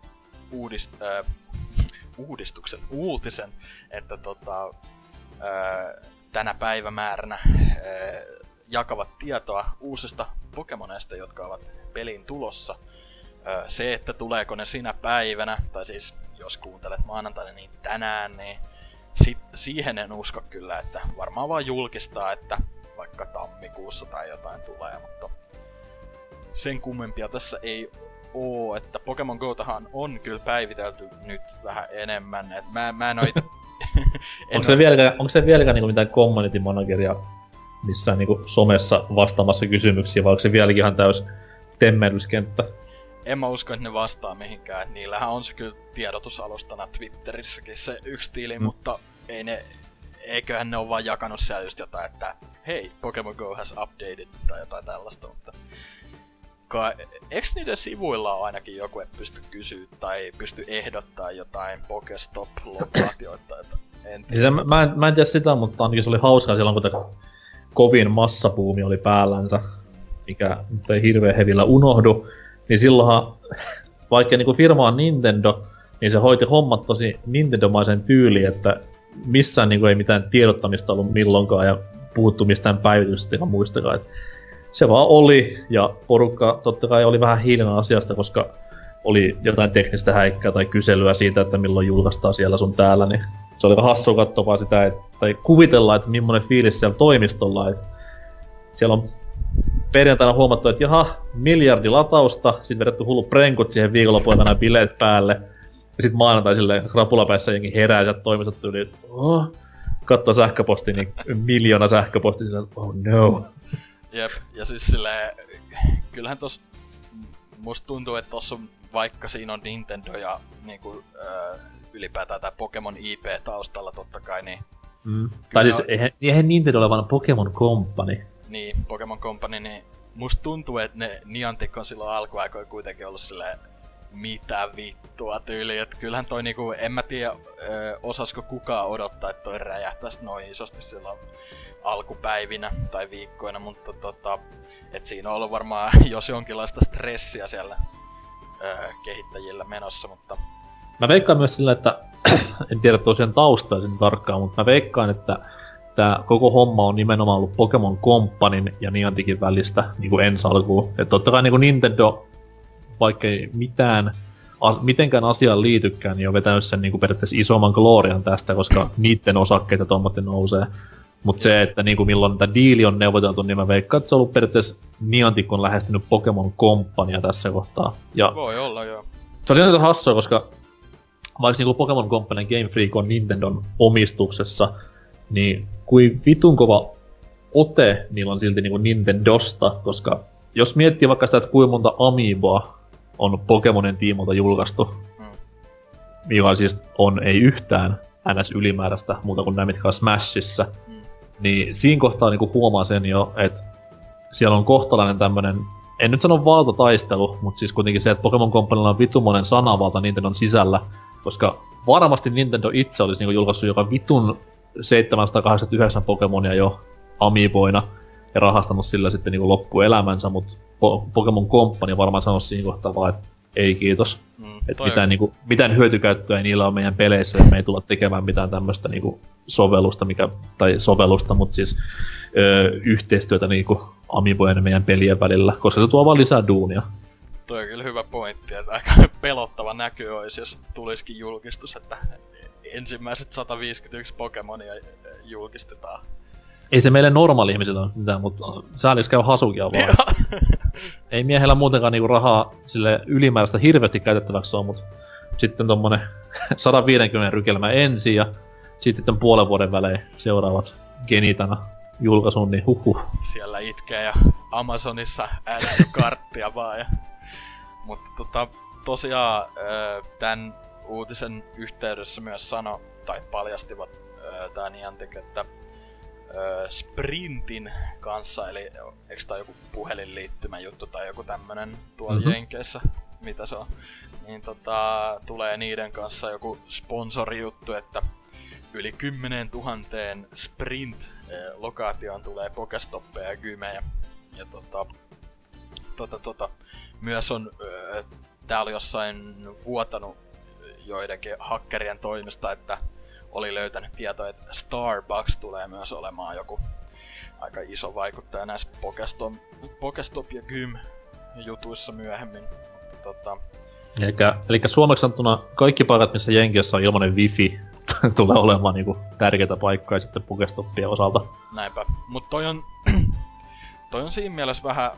uutisen, että tänä päivämääränä jakavat tietoa uusista Pokemoneista, jotka ovat peliin tulossa. Se, että tuleeko ne sinä päivänä, tai siis jos kuuntelet maanantaina niin tänään, niin siihen en usko kyllä, että varmaan vaan julkistaa, että vaikka tammikuussa tai jotain tulee, mutta sen kummempia tässä ei oo, että Pokemon Gotahan on kyllä päivitelty nyt vähän enemmän, et mä en oo ite... Onko se vieläkään niinku mitään community manageria missään niinku somessa vastaamassa kysymyksiä, vai onko se vieläkin ihan täys temmelyskenttä? En mä usko, että ne vastaa mihinkään, et niillähän on se kyllä tiedotusalustana Twitterissäkin se yksi tili, mutta eiköhän ne oo vaan jakanut siellä just jotain, että hei, Pokemon Go has updated tai jotain tällaista, mutta eiks niiden sivuilla on ainakin joku, että pysty kysyä tai pysty ehdottaa jotain Pokestop-lokaatioita, että en tiedä. Siis mä en tiedä sitä, mutta ainakin se oli hauskaa silloin, kun kovin massapuumi oli päällänsä, mikä nyt ei hirveen hevillä unohdu, niin silloinhan, vaikka niinku firma on Nintendo, niin se hoiti hommat tosi Nintendo-maisen tyyliin, että missään niinku ei mitään tiedottamista ollut milloinkaan ja puhuttu mistään päivitystä ja muistakaan. Et se vaan oli, ja porukka totta kai oli vähän hiljana asiasta, koska oli jotain teknistä häikkää tai kyselyä siitä, että milloin julkaistaan siellä sun täällä, niin se oli vähän hassua katsoa vaan sitä, tai kuvitella, että millainen fiilis siellä toimistolla, että siellä on perjantaina huomattu, että jaha, 1 latausta, sit vedetty hullu prenkut siihen viikonloppuun bileet päälle, ja sit maanantai silleen krapulapäissä jengi herää ja toimistot yli, että kattoo sähköpostia, niin 1 000 000 sähköpostia, silleen, oh no. Jep, ja siis silleen, kyllähän musta tuntuu, että tossa vaikka siinä on Nintendo ja niinku ylipäätään tää Pokemon IP taustalla totta kai, niin... Tai siis eihän Nintendo ole vaan Pokemon Company. Niin, Pokemon Company, niin musta tuntuu, että ne Niantic on silloin alkuaikoina kuitenkin ollut silleen mitä vittua tyyli, et kyllähän toi niinku, en mä tiedä osasko kukaan odottaa, että toi räjähtäis noin isosti silloin alkupäivinä tai viikkoina, mutta et siinä on ollut varmaan jos jonkinlaista stressiä siellä kehittäjillä menossa, mutta... Mä veikkaan myös sillä, että en tiedä tosiaan taustaa sen tarkkaan, mutta mä veikkaan, että tää koko homma on nimenomaan ollut Pokemon Companyn ja Nianticin välistä niinku ensi alkuun. Et totta kai niinku Nintendo, vaikkei mitenkään asiaan liitykään, niin on vetänyt sen niinku periaatteessa isomman glorian tästä, koska niitten osakkeet ja tommotti nousee. Mut se, että niinku milloin tätä diili on neuvoteltu, niin mä veikkaan, että se on ollut periaatteessa Niantic on lähestynyt Pokemon Companya tässä kohtaa. Ja voi olla, joo. Se on sinänsä hassua, koska vaikka niinku Pokemon Company Game Freak on Nintendon omistuksessa, niin kuin vitun kova ote niillä on silti niinku Nintendosta, koska jos miettii vaikka sitä, että kuinka monta Amiiboa on Pokemonin tiimolta julkaistu, mikä siis on ei yhtään NS ylimääräistä muuta kuin nämä, mitkä on Smashissa, niin siinä kohtaa niinku huomaa sen jo, että siellä on kohtalainen tämmönen, en nyt sano valtataistelu, mutta siis kuitenkin se, että Pokemon Companylla on vitumonen sanavalta Nintendon sisällä, koska varmasti Nintendo itse olisi niinku julkaissut joka vitun 789 Pokemonia jo amiiboina ja rahastanut sillä sitten niinku loppuelämänsä, mut Pokemon Company varmaan sanoisi siinä kohtaa vaan, että ei kiitos. Että mitään hyötykäyttöä ei niillä on meidän peleissä, ja me ei tulla tekemään mitään tämmöstä niinku sovellusta, mut siis yhteistyötä niinku amiibojen ja meidän pelien välillä, koska se tuo vaan lisää duunia. Toi on kyllä hyvä pointti, että aika pelottava näky olisi, jos tulisikin julkistus, että ensimmäiset 151 Pokemonia julkistetaan. Ei se meille normaali-ihmisille ole mitään, mutta sääliks käy hasukia vaan. Ei miehellä muutenkaan niinku rahaa sille ylimääräistä hirveästi käytettäväksi on, mut sitten tommonen 150 rykelmä ensin ja sitten puolen vuoden välein seuraavat Genitana julkaisuun, niin Siellä itkee ja Amazonissa karttia vaan ja... Mutta tosiaan tän uutisen yhteydessä myös paljastivat tää Niantic, että Sprintin kanssa, eli eikö tää joku puhelinliittymä juttu tai joku tämmönen tuolla Jenkeissä, mitä se on, niin tulee niiden kanssa joku sponsorijuttu, että yli 10 000 Sprint-lokaatioon tulee Pokestoppeja ja Gymejä. Ja myös on, tää oli jossain vuotanut joidenkin hakkerien toimesta, että oli löytänyt tietoa, että Starbucks tulee myös olemaan joku aika iso vaikuttaja näissä Pokestop ja Gym jutuissa myöhemmin. Elikkä suomeksi sanottuna kaikki paikat, missä Jenkeissä on ilmanen wifi, tulee olemaan niinku tärkeitä paikkaa sitten Pokestoppien osalta. Näinpä. Mut toi on siinä mielessä vähän...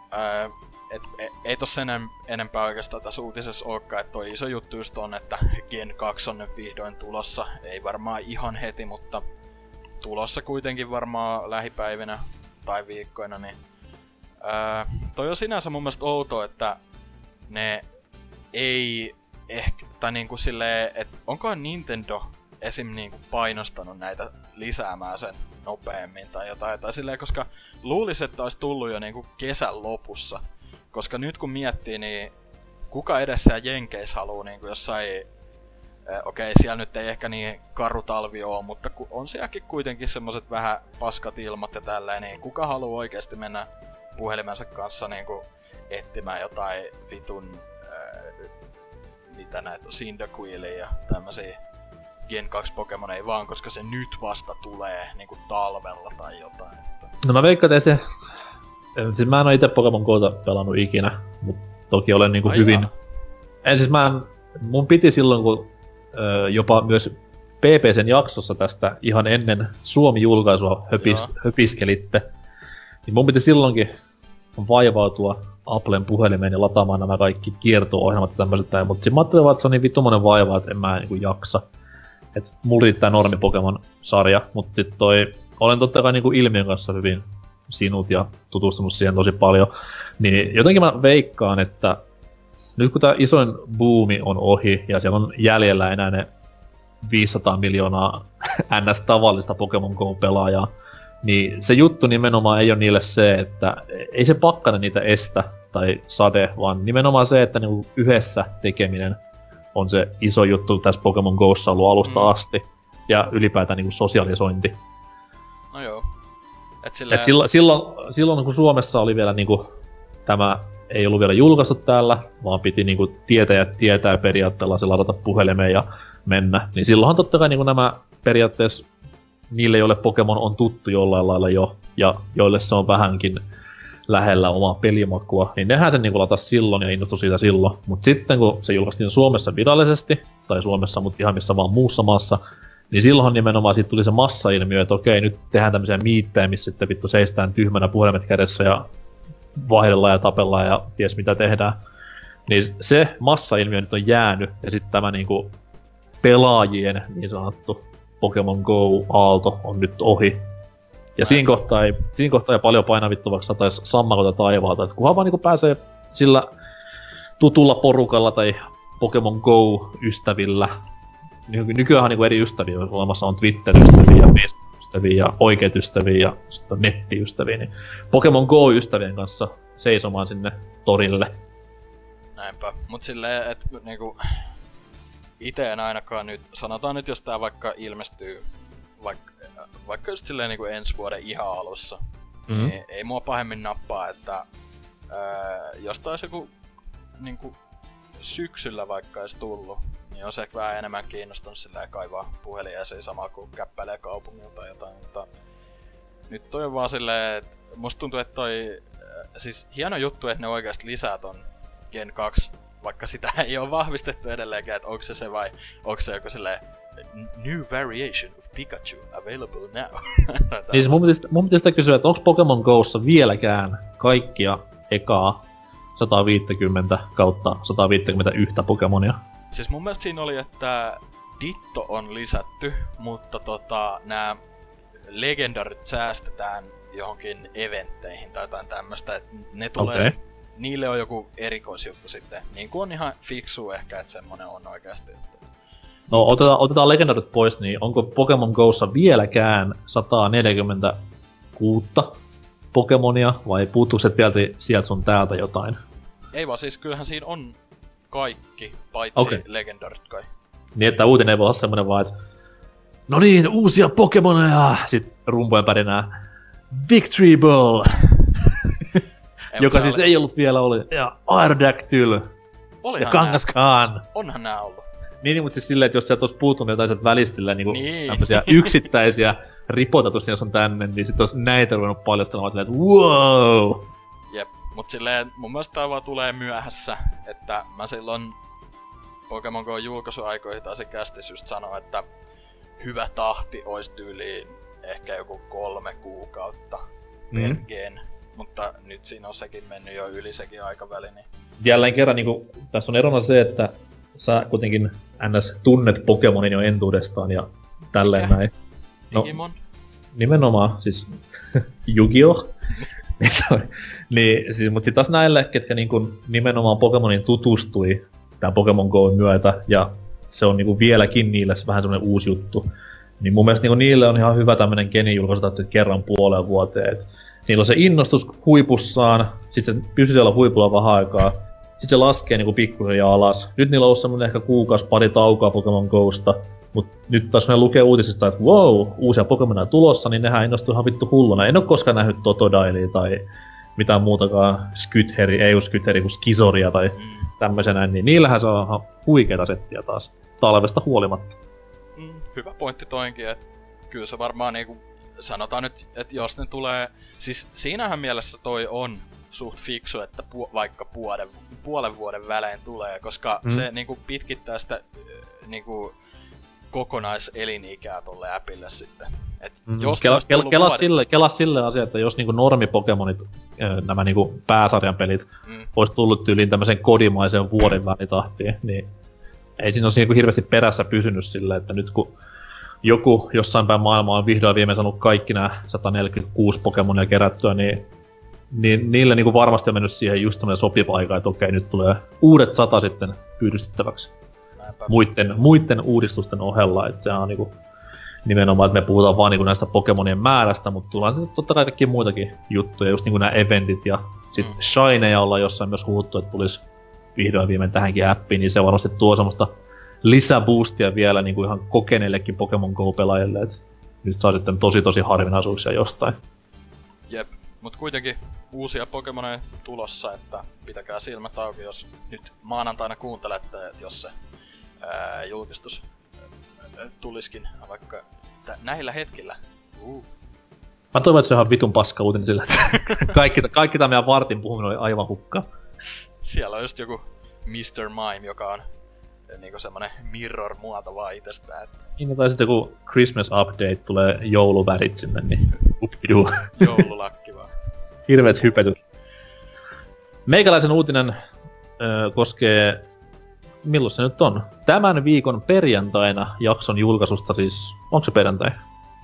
ei tossa enempää oikeastaan tässä uutisessa olekaan, että toi iso juttu just on, että Gen 2 on nyt vihdoin tulossa. Ei varmaan ihan heti, mutta tulossa kuitenkin varmaan lähipäivinä tai viikkoina, niin... toi on sinänsä mun mielestä outoa, että ne ei ehkä... Tai niinku silleen, että onkohan Nintendo esim niinku painostanut näitä lisäämään sen nopeammin tai jotain tai silleen, koska luulis, että olisi tullut jo niinku kesän lopussa. Koska nyt kun miettii, niin kuka edessä Jenkeissä haluu niinku jossain... Okei, siellä nyt ei ehkä niin karu talvi oo, mutta on sielläkin kuitenkin semmoset vähän paskat ilmat ja tälleen, niin kuka haluu oikeesti mennä puhelimensa kanssa niinku etsimään jotain vitun... mitä näitä on, Cyndaquilia ja tämmösiä Gen 2 Pokemoneja vaan, koska se nyt vasta tulee niinku talvella tai jotain. No mä veikkaan, että siis mä en oo ite Pokemon Gota pelannut ikinä, mut toki olen niinku hyvin... Mun piti silloin, kun jopa myös PPCn jaksossa tästä ihan ennen Suomi-julkaisua höpiskelitte, niin mun piti silloinkin vaivautua Applen puhelimeen ja lataamaan nämä kaikki kierto-ohjelmat ja tämmöset, mutta sit mä ajattelin vaan, että se on niin vittumonen vaiva, että en mä niinku jaksa. Et mulla riittää normi Pokemon-sarja, mutta sit olen totta kai niinku ilmiön kanssa hyvin sinut ja tutustunut siihen tosi paljon, niin jotenkin mä veikkaan, että nyt kun tää isoin buumi on ohi ja siellä on jäljellä enää ne 500 miljoonaa NS-tavallista Pokemon Go-pelaajaa, niin se juttu nimenomaan ei ole niille se, että ei se pakkanen niitä estä tai sade, vaan nimenomaan se, että niinku yhdessä tekeminen on se iso juttu tässä Pokemon Gossa ollut alusta asti. Ja ylipäätään niinku sosialisointi. No joo. Silloin kun Suomessa oli vielä niinku tämä ei ollut vielä julkaistu täällä, vaan piti niinku tietää periaatteella se ladata puhelimeen ja mennä. Niin silloinhan totta kai niinku nämä periaatteessa niille, joille Pokemon on tuttu jollain lailla jo, ja joille se on vähänkin lähellä omaa pelimakua, niin nehän sen niinku latas silloin ja innostui siitä silloin. Mut sitten kun se julkaistiin Suomessa virallisesti, tai Suomessa, mutta ihan missä vaan muussa maassa, niin silloin nimenomaan siitä tuli se massailmiö, että okei, nyt tehdään tämmöisiä miittejä, missä sitten vittu seistään tyhmänä puhelimet kädessä ja vaihdellaan ja tapellaan ja ties mitä tehdään. Niin se massailmiö nyt on jäänyt, ja sitten tämä niinku pelaajien niin sanottu Pokemon Go-aalto on nyt ohi. Ja siinä kohtaa ei paljon painavittu, vaikka satais sammakota taivaalta. Et kunhan vaan niinku pääsee sillä tutulla porukalla tai Pokemon Go-ystävillä. Nykyäänhän niinku eri ystäviä olemassa on Twitter-ystäviä ja Facebook-ystäviä ja oikeat ystäviä ja nettiystäviä. Niin Pokemon Go-ystävien kanssa seisomaan sinne torille. Näinpä. Mut silleen, et niinku... ite en ainakaan nyt, sanotaan nyt jos tää vaikka ilmestyy vaikka just silleen niinku ensi vuoden ihan alussa, niin ei mua pahemmin nappaa, että jos tää olisi joku niinku syksyllä vaikka edes tullut, niin on se ehkä vähän enemmän kiinnostunut silleen kaivaa puhelin esiin samaa kuin käppäilee kaupungilta tai jotain, mutta nyt toi on vaan silleen, että musta tuntuu, että toi siis hieno juttu, että ne oikeasti lisää ton Gen 2, vaikka sitä ei oo vahvistettu edelleenkään, että onko se vai onko se joku silleen new variation of Pikachu available now. Niin mun pitäisi sitä kysyä, että onko Pokemon Go'ssa vieläkään kaikkia ekaa 150 kautta 151 Pokemonia? Siis mun mielestä siinä oli, että Ditto on lisätty, mutta nää legendarit säästetään johonkin eventteihin tai jotain tämmöstä, että ne tulee niille on joku erikoisjuttu sitten. Niin kuin on ihan fiksu ehkä, että semmonen on oikeasti. No otetaan legendarit pois, niin onko Pokemon Go'ssa vieläkään 146 Pokemonia vai puuttuuko se sieltä sun täältä jotain? Ei vaan siis kyllähän siinä on kaikki, paitsi legendarit kai. Niin että uutinen ei voi olla semmonen vaan, että no niin, uusia Pokemoneja! Sit rumpojen pärinää Victory Ball! Joka siis ei ollut vielä oli. Ja Aerodactyl! Ja Kangaskhan! Onhan nää ollut. Niin, mutta siis silleen, että jos sieltä olisi puuttunut jotain sieltä välistillä niinku tämmösiä yksittäisiä ripotatus, jos on tänne, niin sit olisi näitä ruvennut paljastelemaan silleen, että wow! Jep, mut silleen mun mielestä tää vaan tulee myöhässä, että mä silloin Pokemon Go julkaisuaikoihin taisi kästis just sanoa, että hyvä tahti ois tyyliin ehkä joku 3 kuukautta per gen. Mutta nyt siinä on sekin mennyt jo yli sekin aikaväli, niin... Jälleen kerran niinku, tässä on erona se, että sä kuitenkin ns. Tunnet Pokemonin jo entuudestaan ja tälleen näin. No, Digimon? Nimenomaan, siis Yu-Gi-Oh! Niin, siis, mut sit taas näille, ketkä niinku nimenomaan Pokemonin tutustui tän Pokemon Go'n myötä, ja se on niinku vieläkin niille vähän semmonen uusi juttu, niin mun mielestä niinku niille on ihan hyvä tämmönen genijulkaisu kerran puoleen vuoteen, et niillä on se innostus huipussaan, sit se pysyy siellä huipulla vähän aikaa, sit se laskee niinku pikkuhiljaa alas. Nyt niillä on ollut semmonen ehkä pari taukoa Pokemon Go'sta, mut nyt taas ne lukee uutisista, että wow, uusia Pokemonia tulossa, niin nehän innostuu ihan vittu hulluna. En oo koskaan nähnyt Totodailia tai mitään muutakaan Skytheri, kuin Skizoria tai tämmösenä, niin niillähän saa ihan huikeeta settiä taas talvesta huolimatta. Hyvä pointti toinkin, että kyllä se varmaan niinku sanotaan nyt, että jos ne tulee... Siis siinähän mielessä toi on suht fiksu, että vaikka puolen vuoden välein tulee, koska se niinku pitkittää sitä niinku kokonaiseliniikää tolle appille sitten. Et jos Kela sille asia, että jos niinku normipokemonit, nämä niinku pääsarjan pelit, ois tullut tyyliin tämmösen kodimaisen vuoden välitahtiin, niin ei siinä ois niinku hirveästi perässä pysynyt silleen, että nyt kun joku jossain päin maailmaa on vihdoin viimein saanut kaikki nämä 146 Pokemonia kerättyä, niin niille niinku varmasti on mennyt siihen just tämmönen sopiva aika, että okei, nyt tulee uudet 100 sitten pyydystettäväksi. Muitten uudistusten ohella, että se on niinku nimenomaan, että me puhutaan vaan niinku näistä Pokemonien määrästä, mutta tullaan totta kai kaikkia muitakin juttuja, just niinku nämä eventit ja sit Shineja ollaan jossain myös huuttu, että tulisi vihdoin viimein tähänkin appiin, niin se varmasti tuo semmoista lisäboostia vielä niinku ihan kokeneillekin Pokemon Go-pelaajille, et nyt saa sitten tosi harvinaisuuksia jostain. Jep, mut kuitenkin uusia Pokemoneja tulossa, että pitäkää silmät auki, jos nyt maanantaina kuuntelette, että jos se julkistus tuliskin vaikka näillä hetkillä. Mä toivon, että se on ihan vitun paska uutinen sillä, että kaikki tää meidän vartin puhuminen oli aivan hukka. Siellä on just joku Mr. Mime, joka on niinku semmonen mirror-muoto vaan itsestään. Niin, tai sitten kun Christmas Update tulee jouluvärit sinne, niin upiduu. Joululakki vaan. Hirveet hypetys. Meikäläisen uutinen koskee... Milloin se nyt on? Tämän viikon perjantaina jakson julkaisusta siis... Onko se perjantai?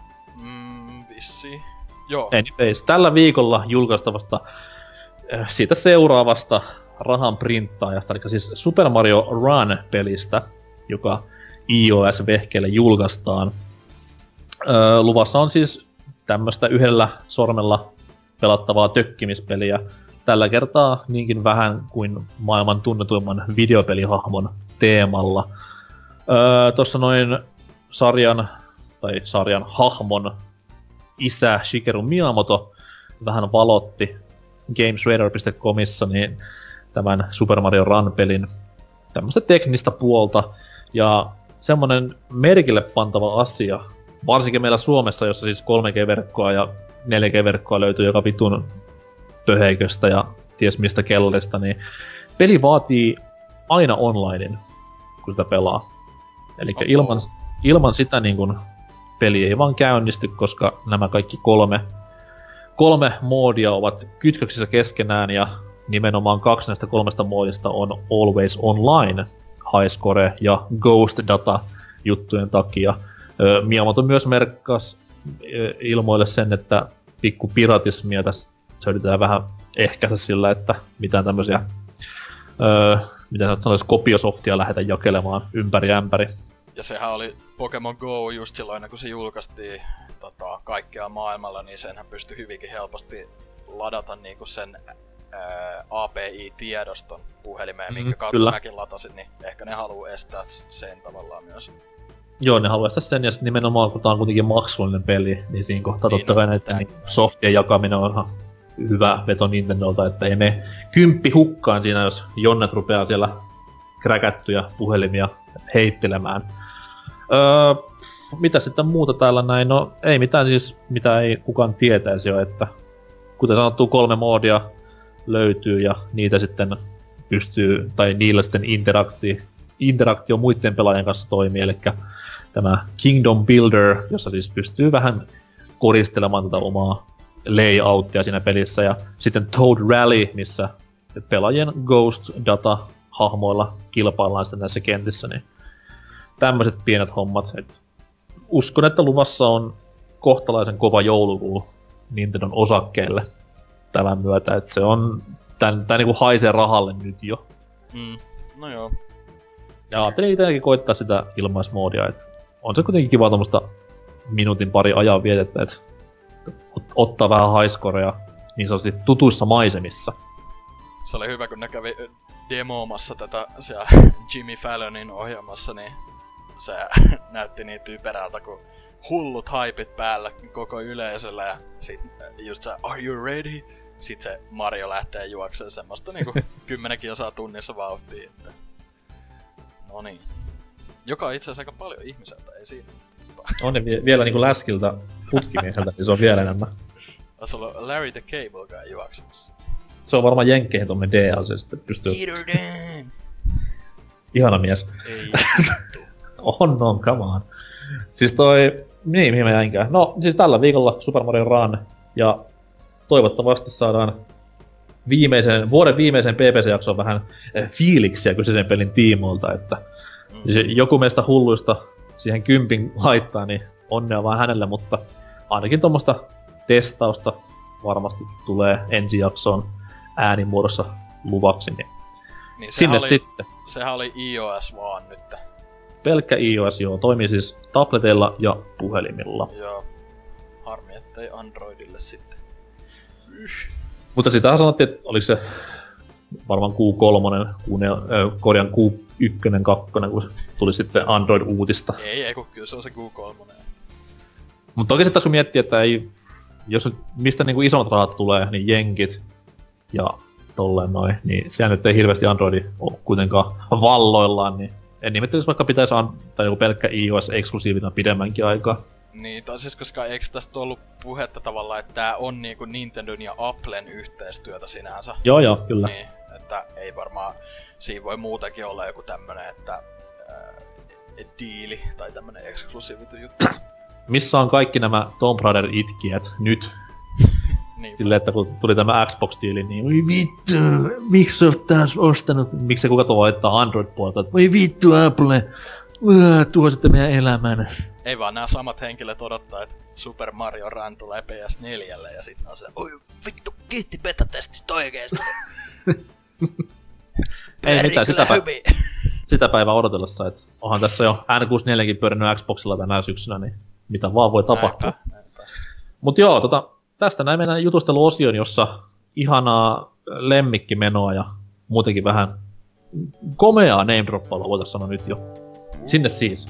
Vissiin. Joo. Anyways, tällä viikolla julkaistavasta siitä seuraavasta rahan printtaajasta, eli siis Super Mario Run-pelistä, joka iOS-vehkeelle julkaistaan. Luvassa on siis tämmöstä yhdellä sormella pelattavaa tökkimispeliä. Tällä kertaa niinkin vähän kuin maailman tunnetuimman videopelihahmon teemalla. Tossa noin sarjan hahmon isä Shigeru Miyamoto vähän valotti GamesRadar.comissa niin tämän Super Mario Run-pelin tämmöstä teknistä puolta. Ja semmonen merkille pantava asia, varsinkin meillä Suomessa, jossa siis 3G-verkkoa ja 4G-verkkoa löytyy joka vitun pöheiköstä ja ties mistä kellarista, niin peli vaatii aina onlinein, kun sitä pelaa. Elikkä ilman sitä niin kun peli ei vaan käynnisty, koska nämä kaikki kolme moodia ovat kytköksissä keskenään ja nimenomaan 2 näistä 3 moodista on Always Online, High Score ja Ghost Data juttujen takia. Miyamoto myös merkkasi ilmoille sen, että pikku piratismia tässä yritetään vähän ehkäistä sillä, että mitään tämmösiä mitä sanois kopiosoftia lähdetä jakelemaan ympäri ämpäri. Ja sehän oli Pokemon Go just silloin, kun se julkaistiin kaikkea maailmalla, niin senhän pystyi hyvinkin helposti ladata niinku sen API-tiedoston puhelimeen, minkä kautta kyllä. mäkin latasin, niin ehkä ne haluu estää sen tavallaan myös. Joo, ne haluaa estää sen, ja nimenomaan kun tää on kuitenkin maksullinen peli, niin siinä kohtaa totta kai näitä niin softien jakaminen on ihan hyvä veto Nintendolta, että ei me 10 hukkaan siinä, jos jonnet rupeaa siellä kräkättyjä puhelimia heittelemään. Mitä sitten muuta täällä näin? No ei mitään siis, mitä ei kukaan tietäisi jo, että kuten sanottu 3 moodia löytyy ja niitä sitten pystyy, tai niillä sitten interaktio muiden pelaajien kanssa toimii, eli tämä Kingdom Builder, jossa siis pystyy vähän koristelemaan tätä omaa layouttia siinä pelissä, ja sitten Toad Rally, missä pelaajien Ghost Data-hahmoilla kilpaillaan sitten näissä kentissä, niin tämmöiset pienet hommat. Et uskon, että luvassa on kohtalaisen kova joulukuu Nintendon osakkeelle tämän myötä, että se on tää niinku haisee rahalle nyt jo. No joo. Ja ajattelin itsekin koittaa sitä ilmaismoodia, että on se kuitenkin kiva tommoista minuutin pari ajan vietettä, että ottaa vähän highscorea niin sanotusti tutuissa maisemissa. Se oli hyvä, kun ne kävi demoomassa tätä siellä Jimmy Fallonin ohjelmassa, niin se näytti niin typerältä, kun hullut hypit päällä koko yleisöllä ja sit just se "Are you ready?" Sit se Mario lähtee juokseen semmoista niinku 10 kilsaa tunnissa vauhtia, että no niin. Joka on itse asiassa aika paljon ihmiseltä, ei siinä. On ne vielä niinku läskiltä putkimieheltä, niin se on vielä enemmän. Tässä on Larry the Cable Guy juoksemassa. Se on varmaan jenkkeihin tommonen DLC, sitten pystyy... Peter. Ihana mies. Ei vittu. on, come on. Siis mihin mä jäinkään? No, siis tällä viikolla Super Mario Run, ja toivottavasti saadaan vuoden viimeiseen PPC-jaksoon vähän fiiliksiä kyseisen pelin tiimoilta, että joku meistä hulluista siihen 10 laittaa, niin onnea vaan hänelle, mutta ainakin tommoista testausta varmasti tulee ensi jaksoon äänimuodossa luvaksi, niin sinne sitten. Sehän oli iOS vaan nyt. Pelkkä iOS, joo. Toimii siis tableteilla ja puhelimilla. Joo. Harmi, ettei Androidille sitten. Mutta sitähän sanottiin, että oliko se varmaan Q3, korjan Q1, 2, kun tuli sitten Android-uutista. Ei, kun kyllä se on se Q3. Mutta toki sitten kun miettii, että ei, jos nyt mistä niinku isommat rahat tulee, niin jenkit ja tolleen noin, niin siellä nyt ei hirveästi Androidi ole kuitenkaan valloillaan, niin en ihmettelisi vaikka pitäisi tai joku pelkkä iOS-eksklusiivina pidemmänkin aikaa. Niin, tai siis koska eikö tästä ollut puhetta tavallaan, että tää on niinku Nintendon ja Applen yhteistyötä sinänsä. Joo, kyllä. Niin, että ei varmaan, siinä voi muutenkin olla joku tämmönen, että diili tai tämmönen eksklusiivity juttu. Missä on kaikki nämä Tomb Raider-itkijät nyt? Niin. Silleen, että kun tuli tämä Xbox-diili, niin voi vittu, miksi oot taas ostanut? Miksi se kuka tuo laittaa Android-puolta, että voi vittu Apple, tuo sitten meidän elämään. Ei vaan nämä samat henkilöt odottaa, että Super Mario Run tulee PS4 ja sitten on se, oi vittu, kiitti beta-testistä oikeesti. Ei mitään, sitä päivää odotellessa, että onhan tässä jo N64kin pyörinyt Xboxilla tänä syksynä, niin mitä vaan voi tapahtua. Näinpä. Mut joo, tästä näin mennään jutusteluosion, jossa ihanaa lemmikkimenoa ja muutenkin vähän komeaa name-droppailua voitais sanoa nyt jo. Sinne siis.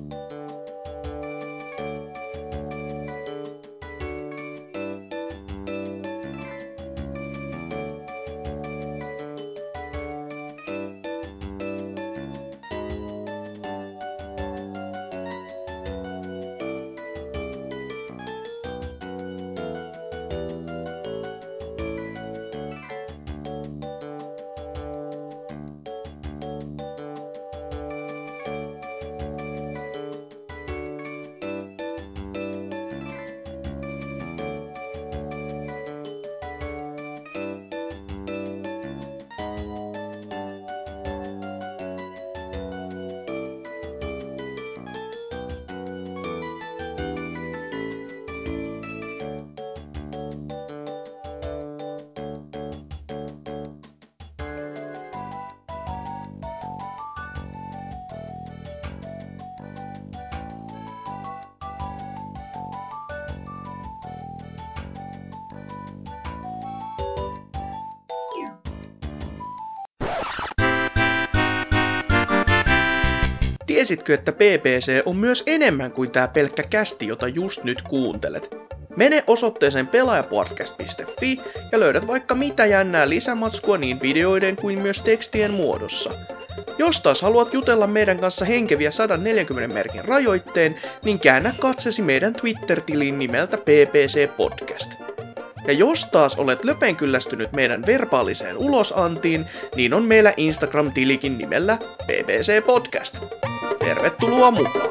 Tiesitkö, että PPC on myös enemmän kuin tää pelkkä kästi, jota just nyt kuuntelet? Mene osoitteeseen pelaajapodcast.fi ja löydät vaikka mitä jännää lisämatskua niin videoiden kuin myös tekstien muodossa. Jos taas haluat jutella meidän kanssa henkeviä 140 merkin rajoitteen, niin käännä katsesi meidän Twitter-tilin nimeltä PPC Podcast. Ja jos taas olet löpen kyllästynyt meidän verbaaliseen ulosantiin, niin on meillä Instagram-tilikin nimellä PPC Podcast. Tervetuloa mukaan!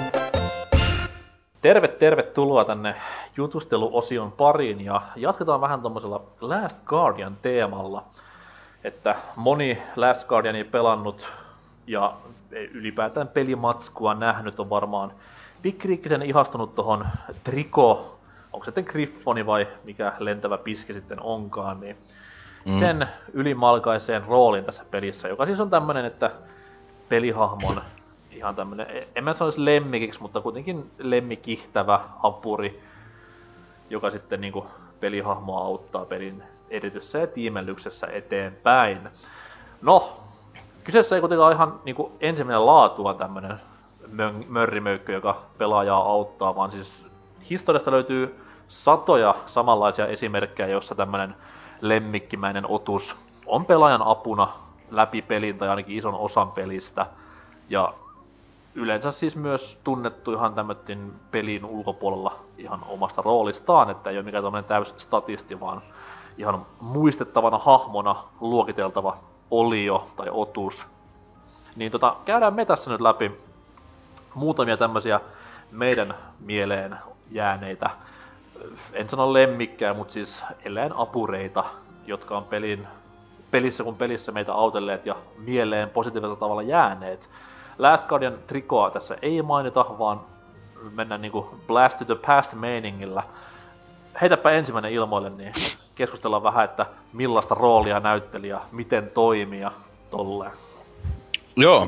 Tervetuloa tänne jutusteluosion pariin ja jatketaan vähän tommosella Last Guardian teemalla. Että moni Last Guardiania pelannut ja ylipäätään pelimatskua nähnyt on varmaan pikkiriikkisen ihastunut tohon Trico, onko se sitten Griffoni vai mikä lentävä piski sitten onkaan, niin sen ylimalkaiseen roolin tässä pelissä, joka siis on tämmönen, että pelihahmon ihan tämmönen, en mä sanoisi lemmikiksi, mutta kuitenkin lemmikihtävä apuri, joka sitten niinku pelihahmoa auttaa pelin edityssä ja tiimellyksessä eteenpäin. No, kyseessä ei kuitenkaan ihan niinku ensimmäinen laatuaan tämmönen mörrimöykkö, joka pelaajaa auttaa, vaan siis historiasta löytyy satoja samanlaisia esimerkkejä, joissa tämmönen lemmikkimäinen otus on pelaajan apuna läpi pelin tai ainakin ison osan pelistä. Ja yleensä siis myös tunnettu ihan tämmötin pelin ulkopuolella ihan omasta roolistaan, että ei ole mikään tämmönen täys statisti, vaan ihan muistettavana hahmona luokiteltava olio tai otus. Niin käydään me tässä nyt läpi muutamia tämmösiä meidän mieleen jääneitä, en sano lemmikkejä, mutta siis eläinapureita, jotka on pelissä kun pelissä meitä autelleet ja mieleen positiivisella tavalla jääneet. Last Guardian Tricoa tässä ei mainita, vaan mennään niinku Blast to the Past meiningillä. Heitäpä ensimmäinen ilmoille, niin keskustellaan vähän, että millaista roolia näytteli ja miten toimii ja tolleen. Joo,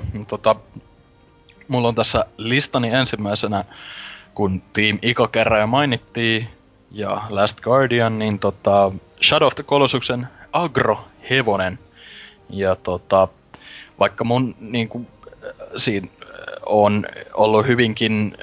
mulla on tässä listani ensimmäisenä, kun Team Ico kerran jo mainittiin, ja Last Guardian, niin Shadow of the Colossusen Agro-hevonen. Ja vaikka mun niinku siinä on ollut hyvinkin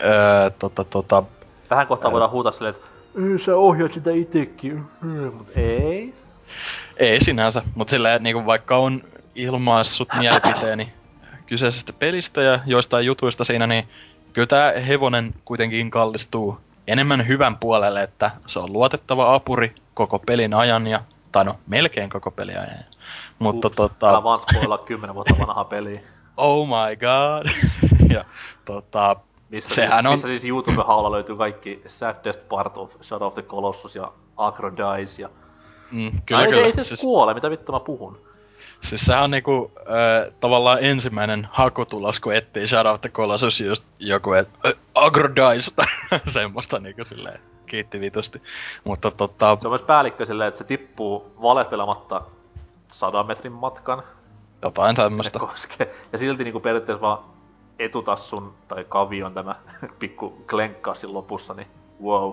tähän kohtaan voidaan huutaa silleen, että sä ohjaat sitä itekin, mut ei. Ei sinänsä, mut silleen niinku vaikka on ilmaissut mielipiteeni kyseisestä pelistä ja joistain jutuista siinä, niin kyllä tää hevonen kuitenkin kallistuu enemmän hyvän puolelle, että se on luotettava apuri koko pelin ajan tai no, melkein koko pelin ajan. Mutta älä vaan spoilaa 10 vuotta vanhaa peliä. Oh my god. ja missä siis YouTube-haulla löytyy kaikki saddest part of Shadow of the Colossus ja Agro Dice ja... kyllä. Ei se siis kuole, mitä vittu mä puhun. Siis sehän on niinku tavallaan ensimmäinen hakutulos, kun etsii Shadow of the Colossus just joku Agro Dice semmoista niinku silleen kiitti vitusti. Mutta se on myös päällikkö silleen, että se tippuu valehtelematta 100 metrin matkan. Jotain tämmöstä. Ja silti niinku periaatteessa vaan etutassun tai kavion tämä pikku klenkkaasi lopussa, niin wow.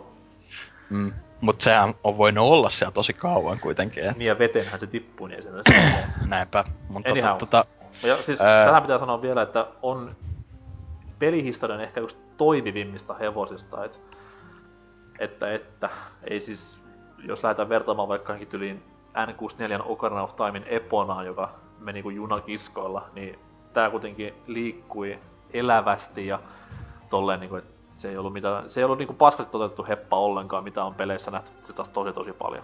Mut sehän on voinut olla siellä tosi kauan kuitenkin. Niin ja veteenhän se tippuu, niin ei se näinpä. Mutta ja siis tähän pitää sanoa vielä, että on pelihistorian ehkä yksi toimivimmista hevosista, että ei siis, jos lähdetään vertaamaan vaikka johonkin tyliin N64 Ocarina of Timein Eponaan, joka meni kuin junakiskoilla, niin tää kuitenkin liikkui elävästi ja tolleen niinku, että se ei ollut niinku paskasti toteutettu heppa ollenkaan, mitä on peleissä nähty taas tosi paljon.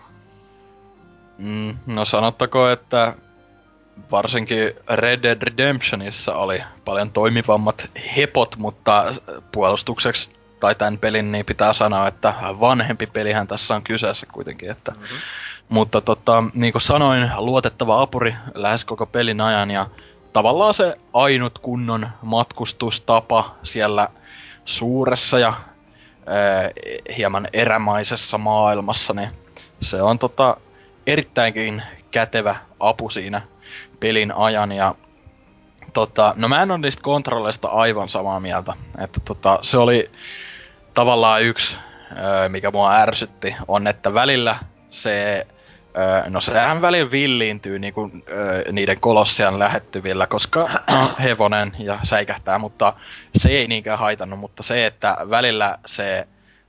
No sanottako, että varsinkin Red Dead Redemptionissa oli paljon toimivammat hepot, mutta puolustukseksi tai tämän pelin niin pitää sanoa, että vanhempi pelihän tässä on kyseessä kuitenkin. Että. Mutta niin kuin sanoin, luotettava apuri lähes koko pelin ajan ja tavallaan se ainut kunnon matkustustapa siellä suuressa ja hieman erämaisessa maailmassa, niin se on erittäinkin kätevä apu siinä pelin ajan ja no mä en ole niistä kontrolleista aivan samaa mieltä, että se oli tavallaan yksi, mikä mua ärsytti, on, että välillä se, no sehän välillä villiintyy niinku, niiden kolossian lähettyvillä, koska hevonen ja säikähtää, mutta se ei niinkään haitannut, mutta se, että välillä se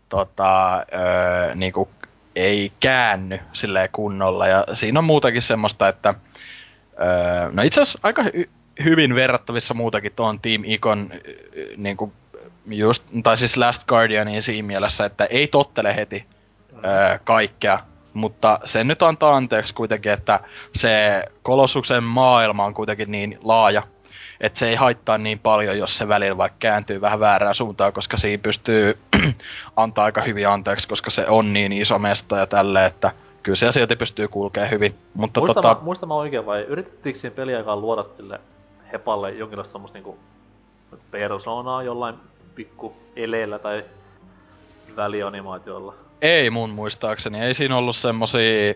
niinku ei käänny silleen kunnolla ja siinä on muutakin semmoista, että no itse asiassa aika hyvin verrattavissa muutakin tuon Team Icon niinku just, tai siis Last Guardianiin siinä mielessä, että ei tottele heti kaikkea, mutta se nyt antaa anteeksi kuitenkin, että se Kolossuksen maailma on kuitenkin niin laaja, että se ei haittaa niin paljon, jos se välillä vaikka kääntyy vähän väärään suuntaan, koska siinä pystyy antaa aika hyvin anteeksi, koska se on niin iso mesta ja tälleen, että kyllä se silti pystyy kulkemaan hyvin. Mutta muistan mä oikein vai yritettiinkö siihen peliaikaan luoda sille hepalle jonkinlaista semmoista niinku persoonaa jollain pikku eleellä tai välianimaatiolla? Ei mun muistaakseni, ei siinä ollut semmosia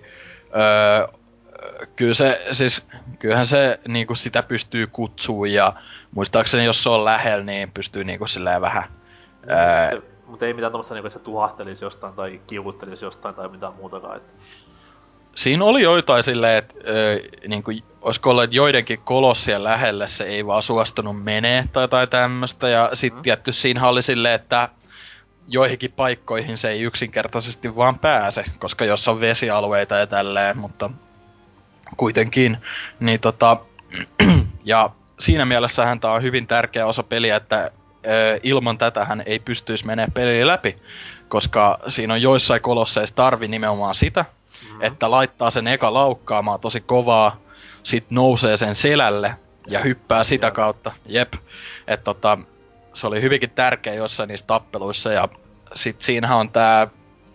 kyllähän se niinku sitä pystyy kutsua ja muistaakseni jos se on lähellä, niin pystyy niinku silleen vähän Mutta ei mitään tommoista niinku, että se tuhahtelisi jostain tai kiuvuttelisi jostain tai mitään muutakaan. Siinä oli joitain silleen, että niinku, olisiko ollut joidenkin kolossien lähelle se ei vaan suostunut menee tai jotain tämmöstä ja sit tietty siinä oli silleen, että joihinkin paikkoihin se ei yksinkertaisesti vaan pääse, koska jos on vesialueita ja tälleen, mutta kuitenkin, niin ja siinä mielessähän tää on hyvin tärkeä osa peliä, että ilman tätähän ei pystyisi menemään peliä läpi, koska siinä on joissain kolosseissa tarvi nimenomaan sitä, että laittaa sen eka laukkaamaan tosi kovaa, sit nousee sen selälle ja hyppää sitä kautta, että se oli hyvinkin tärkeä jossain niissä tappeluissa ja sit siinähän on tää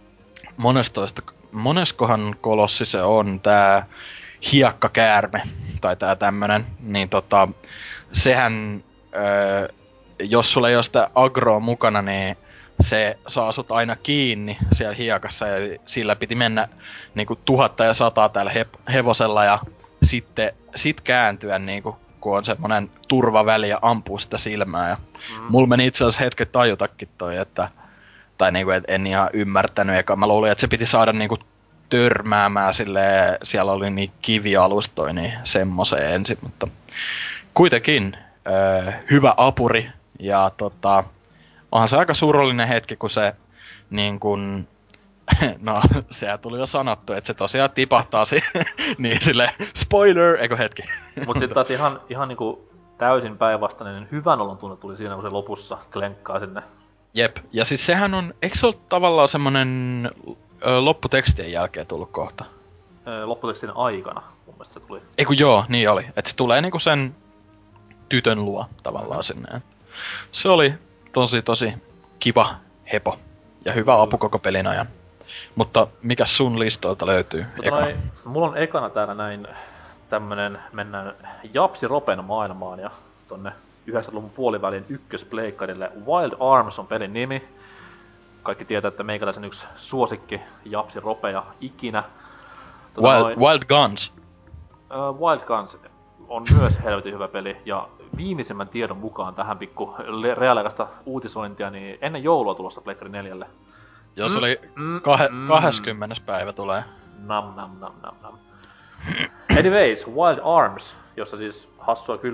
moneskohan kolossi se on tää hiekkakäärme tai tää tämmönen, niin sehän jos sulla ei oo sitä agroa mukana, niin se saa sut aina kiinni siellä hiekassa ja sillä piti mennä niinku 1000 ja 100 täällä hevosella ja sit kääntyä niinku kun on semmonen turvaväli ja ampuu sitä silmää ja mulla meni itse asiassa hetken tajutakin toi, että tai niinku et en ihan ymmärtänyt eka mä luulin, että se piti saada niinku törmäämään silleen, siellä oli niin kivialustoja niin semmoseen ensin, mutta kuitenkin hyvä apuri ja onhan se aika surullinen hetki, kun se niin kun, no sehän tuli jo sanottu, että se tosiaan tipahtaa niin sille spoiler, eikö hetki. Mut sit taas ihan niinku täysin päinvastainen hyvän olon tunne tuli siinä, kun se lopussa klenkkaa sinne. Jep, ja siis sehän on, eikö se ole tavallaan semmonen lopputekstien jälkeen tullut kohta? Lopputekstin aikana mun mielestä se tuli. Eiku joo, niin oli. Että se tulee niinku sen tytön luo tavallaan sinne. Se oli tosi kiva hepo ja hyvä apu koko pelin ajan. Mutta mikä sun listoilta löytyy? Mulla on ekana täällä näin tämmönen, mennään Japsi Ropen maailmaan ja tonne 90-luvun puolivälin ykköspleikkarille. Wild Arms on pelin nimi. Kaikki tietää, että meikäläisen yksi suosikki Japsi Ropeja ikinä. Wild Guns. Wild Guns on myös helvetin hyvä peli ja viimeisimmän tiedon mukaan tähän pikku reaaliaikaista uutisointia, niin ennen joulua tulossa Pleikkari 4:lle. Joo, se oli 20. päivä tulee. Nam. Anyways, Wild Arms, jossa siis hassua kyllä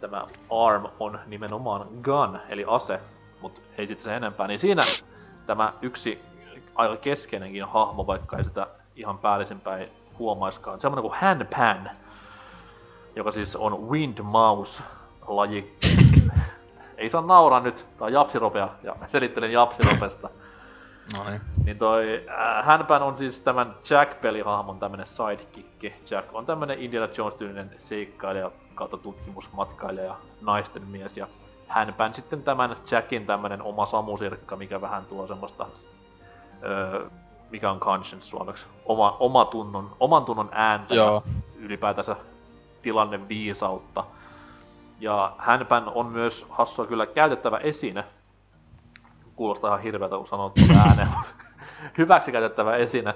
tämä ARM on nimenomaan gun, eli ase, mutta ei sitten se enempää. Niin siinä tämä yksi aika keskinenkin hahmo, vaikka ei sitä ihan päällisinpäin huomaiskaan. Semmoinen kuin Hanpan, joka siis on Windmouse-laji. Ei saa nauraa nyt, tää on Japsiropea, ja selittelen Japsiropesta. Noin. Niin toi Hanpan on siis tämän Jack-pelihahmon tämmönen sidekick. Jack on tämmönen Indiana Jones-tyylinen seikkailija kautta tutkimusmatkailija ja naisten mies. Ja Hanpan sitten tämän Jackin tämmönen oma samusirkka, mikä vähän tuo semmoista... mikä on conscience suomeksi? Oman tunnon ääntä ja ylipäätänsä tilanne viisautta. Ja Hanpan on myös hassua kyllä käytettävä esine. Kuulostaa ihan hirveältä, kun sanoo tuolla ääneen. Hyväksi käytettävä esine.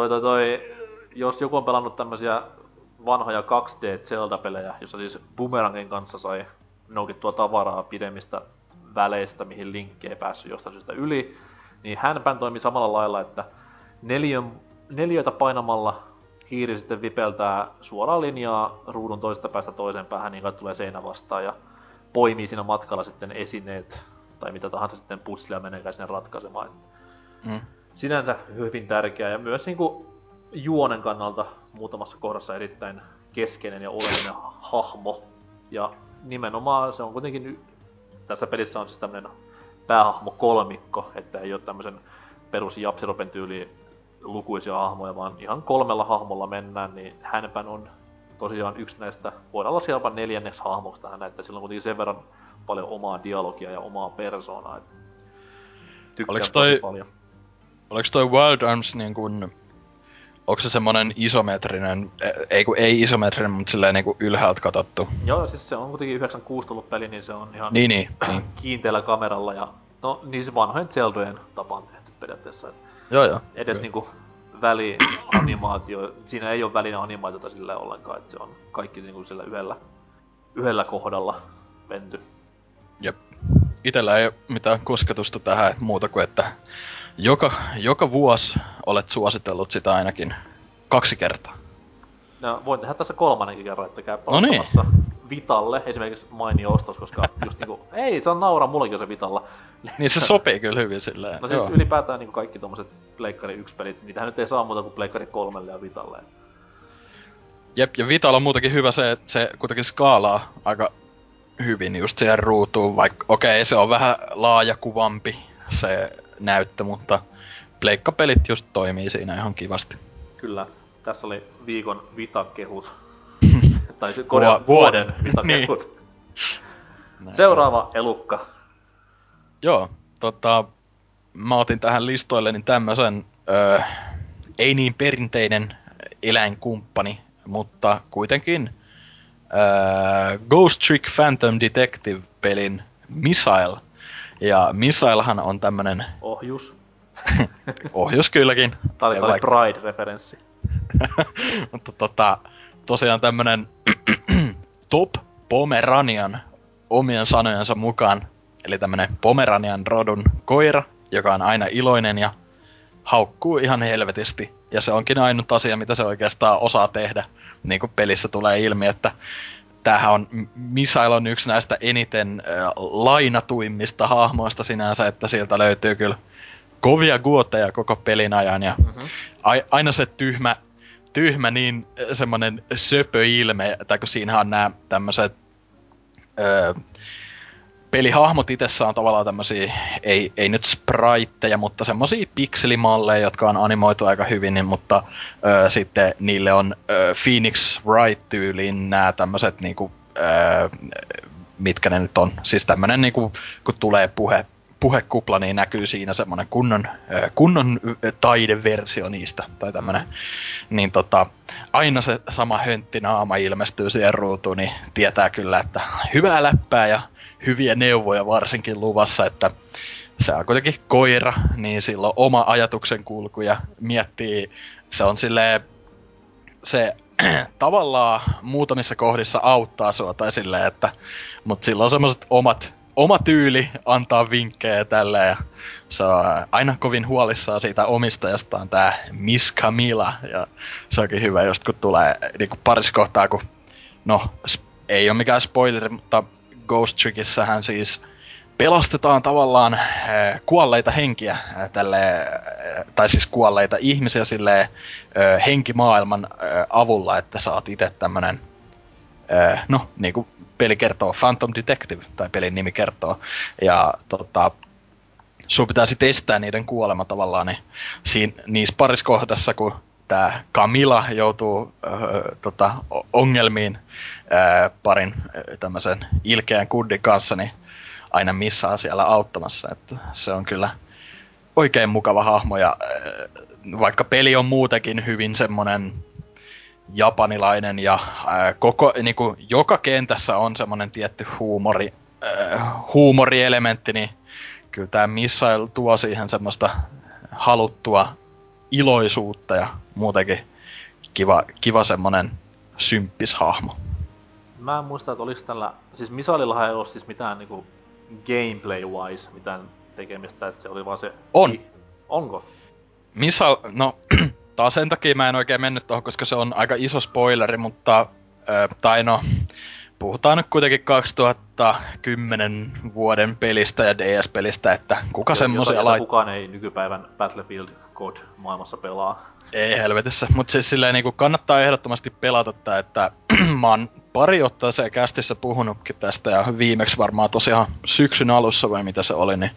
Jos joku on pelannut tämmösiä vanhoja 2D Zelda-pelejä, jossa siis Boomerangin kanssa sai noukittua tavaraa pidemmistä väleistä, mihin Link ei päässyt jostain syystä yli, niin Hanpan toimii samalla lailla, että neliöitä painamalla hiiri sitten vipeltää suoraa linjaa ruudun toisesta päästä toiseen päähän, niin kuin tulee seinä vastaan, ja poimii siinä matkalla sitten esineet, tai mitä tahansa sitten puzzleja meneekään sinne ratkaisemaan. Sinänsä hyvin tärkeä, ja myös niinku juonen kannalta muutamassa kohdassa erittäin keskeinen ja oleellinen hahmo. Ja nimenomaan se on kuitenkin, tässä pelissä on siis tämmönen päähahmo kolmikko, että ei ole tämmösen perus Japsiropen tyyliin lukuisia hahmoja, vaan ihan 3 hahmolla mennään, niin Hanpan on tosiaan yksi näistä, voidaan olla siellä jopa 4. hahmoksi tähän, että sillä on kuitenkin sen verran paljon omaa dialogia ja omaa persoonaa, että tykkään tosi paljon. Oliko toi Wild Arms niin kuin, onko se semmonen isometrinen, ei isometrinen, mutta silleen niinku ylhäältä katsottu? Joo, siis se on kuitenkin 96 tullut peli, niin se on ihan niin. kiinteällä kameralla ja no niin se vanhojen Zeldojen tapaan tehty periaatteessa. Joo. Edes niinku välianimaatio, siinä ei ole välianimaatiota sillä ollenkaan, että se on kaikki niinku sillä yhdellä kohdalla menty. Jep. Itellä ei ole mitään kosketusta tähän muuta kuin, että joka vuosi olet suositellut sitä ainakin 2 kertaa. No, voin tehdä tässä 3. kerran, että käy paustamassa Vitalle, esimerkiksi mainio ostos, koska just niinku, ei, se on nauraa, mullakin on se Vitalla. Niin se sopii kyllä hyvin silleen. No siis ylipäätään niinku kaikki tommoset Pleikkari 1-pelit, niitähän nyt ei saa muuta kuin Pleikkari 3 ja Vitalle. Jep, ja Vitalla on muutenkin hyvä se, että se kuitenkin skaalaa aika hyvin just siihen ruutuun, vaikka okei, se on vähän laajakuvampi se näyttö, mutta pleikkapelit just toimii siinä ihan kivasti. Kyllä, tässä oli viikon Vita-kehut. Tai vuoden Vita-kehut. Niin. Seuraava elukka. Joo, mä otin tähän listoilleni tämmösen ei niin perinteinen eläinkumppani, mutta kuitenkin Ghost Trick Phantom Detective-pelin Missile. Ja Missilehan on tämmönen... Ohjus. Ohjus kylläkin. Tää oli Pride-referenssi. Mutta tosiaan tämmönen Top Pomeranian omien sanojensa mukaan. Eli tämmönen Pomeranian rodun koira, joka on aina iloinen ja haukkuu ihan helvetisti. Ja se onkin ainut asia, mitä se oikeastaan osaa tehdä. Niin kuin pelissä tulee ilmi, että tämähän on, Missile on yksi näistä eniten lainatuimmista hahmoista sinänsä, että sieltä löytyy kyllä kovia guoteja koko pelin ajan. Ja aina se tyhmä niin semmonen söpöilme, tai kun siinähän on nämä tämmöiset pelihahmot itsessään on tavallaan tämmösiä, ei nyt spriteja, mutta semmosia pikselimalleja, jotka on animoitu aika hyvin, niin, mutta sitten niille on Phoenix Wright-tyyliin nää tämmöset niinku, mitkä ne nyt on. Siis tämmönen niinku, kun tulee puhekupla, niin näkyy siinä semmonen kunnon taideversio niistä, tai tämmönen. Niin aina se sama hönttinaama ilmestyy siihen ruutuun, niin tietää kyllä, että hyvää läppää ja hyviä neuvoja varsinkin luvassa, että se on kuitenkin koira, niin sillä on oma ajatuksen kulku ja miettii, se on silleen, se tavallaan muutamissa kohdissa auttaa sua tai silleen, että, mut sillä on semmoset oma tyyli antaa vinkkejä ja tälleen, ja se on aina kovin huolissaan siitä omistajastaan tää Miss Camilla, ja se onkin hyvä just kun tulee niinku paris kohtaa, kun no ei ole mikään spoileri, mutta Ghost Trickissähän siis pelastetaan tavallaan kuolleita henkiä tai siis kuolleita ihmisiä silleen henkimaailman avulla, että saat itse tämmönen, no niinku peli kertoo, Phantom Detective, tai pelin nimi kertoo, ja sun pitää sit estää niiden kuolema tavallaan, niin niissä parissa kohdassa, kun tää Camilla joutuu ongelmiin parin tämmösen ilkeän kuddin kanssa, niin aina missaa siellä auttamassa, että se on kyllä oikein mukava hahmo, ja vaikka peli on muutenkin hyvin semmonen japanilainen ja niinku, joka kentässä on semmonen tietty huumorielementti, niin kyllä tää Missile tuo siihen semmoista haluttua iloisuutta ja muutenkin kiva semmonen symppis hahmo. Mä en muista, että oliks tällä, siis Missilellahan ei oo siis mitään niinku gameplay-wise mitään tekemistä, että se oli vaan se... On! Onko? Missile, no taas sen takia mä en oikein mennyt tohon, koska se on aika iso spoileri, mutta puhutaan nyt kuitenkin 2010 vuoden pelistä ja DS-pelistä, että kuka semmosia laittaa. Kukaan ei nykypäivän Battlefield Code maailmassa pelaa. Ei helvetissä, mutta siis silleen niinku kannattaa ehdottomasti pelata tää, että mä oon pari otteeseen kästissä puhunutkin tästä ja viimeksi varmaan tosiaan syksyn alussa vai mitä se oli, niin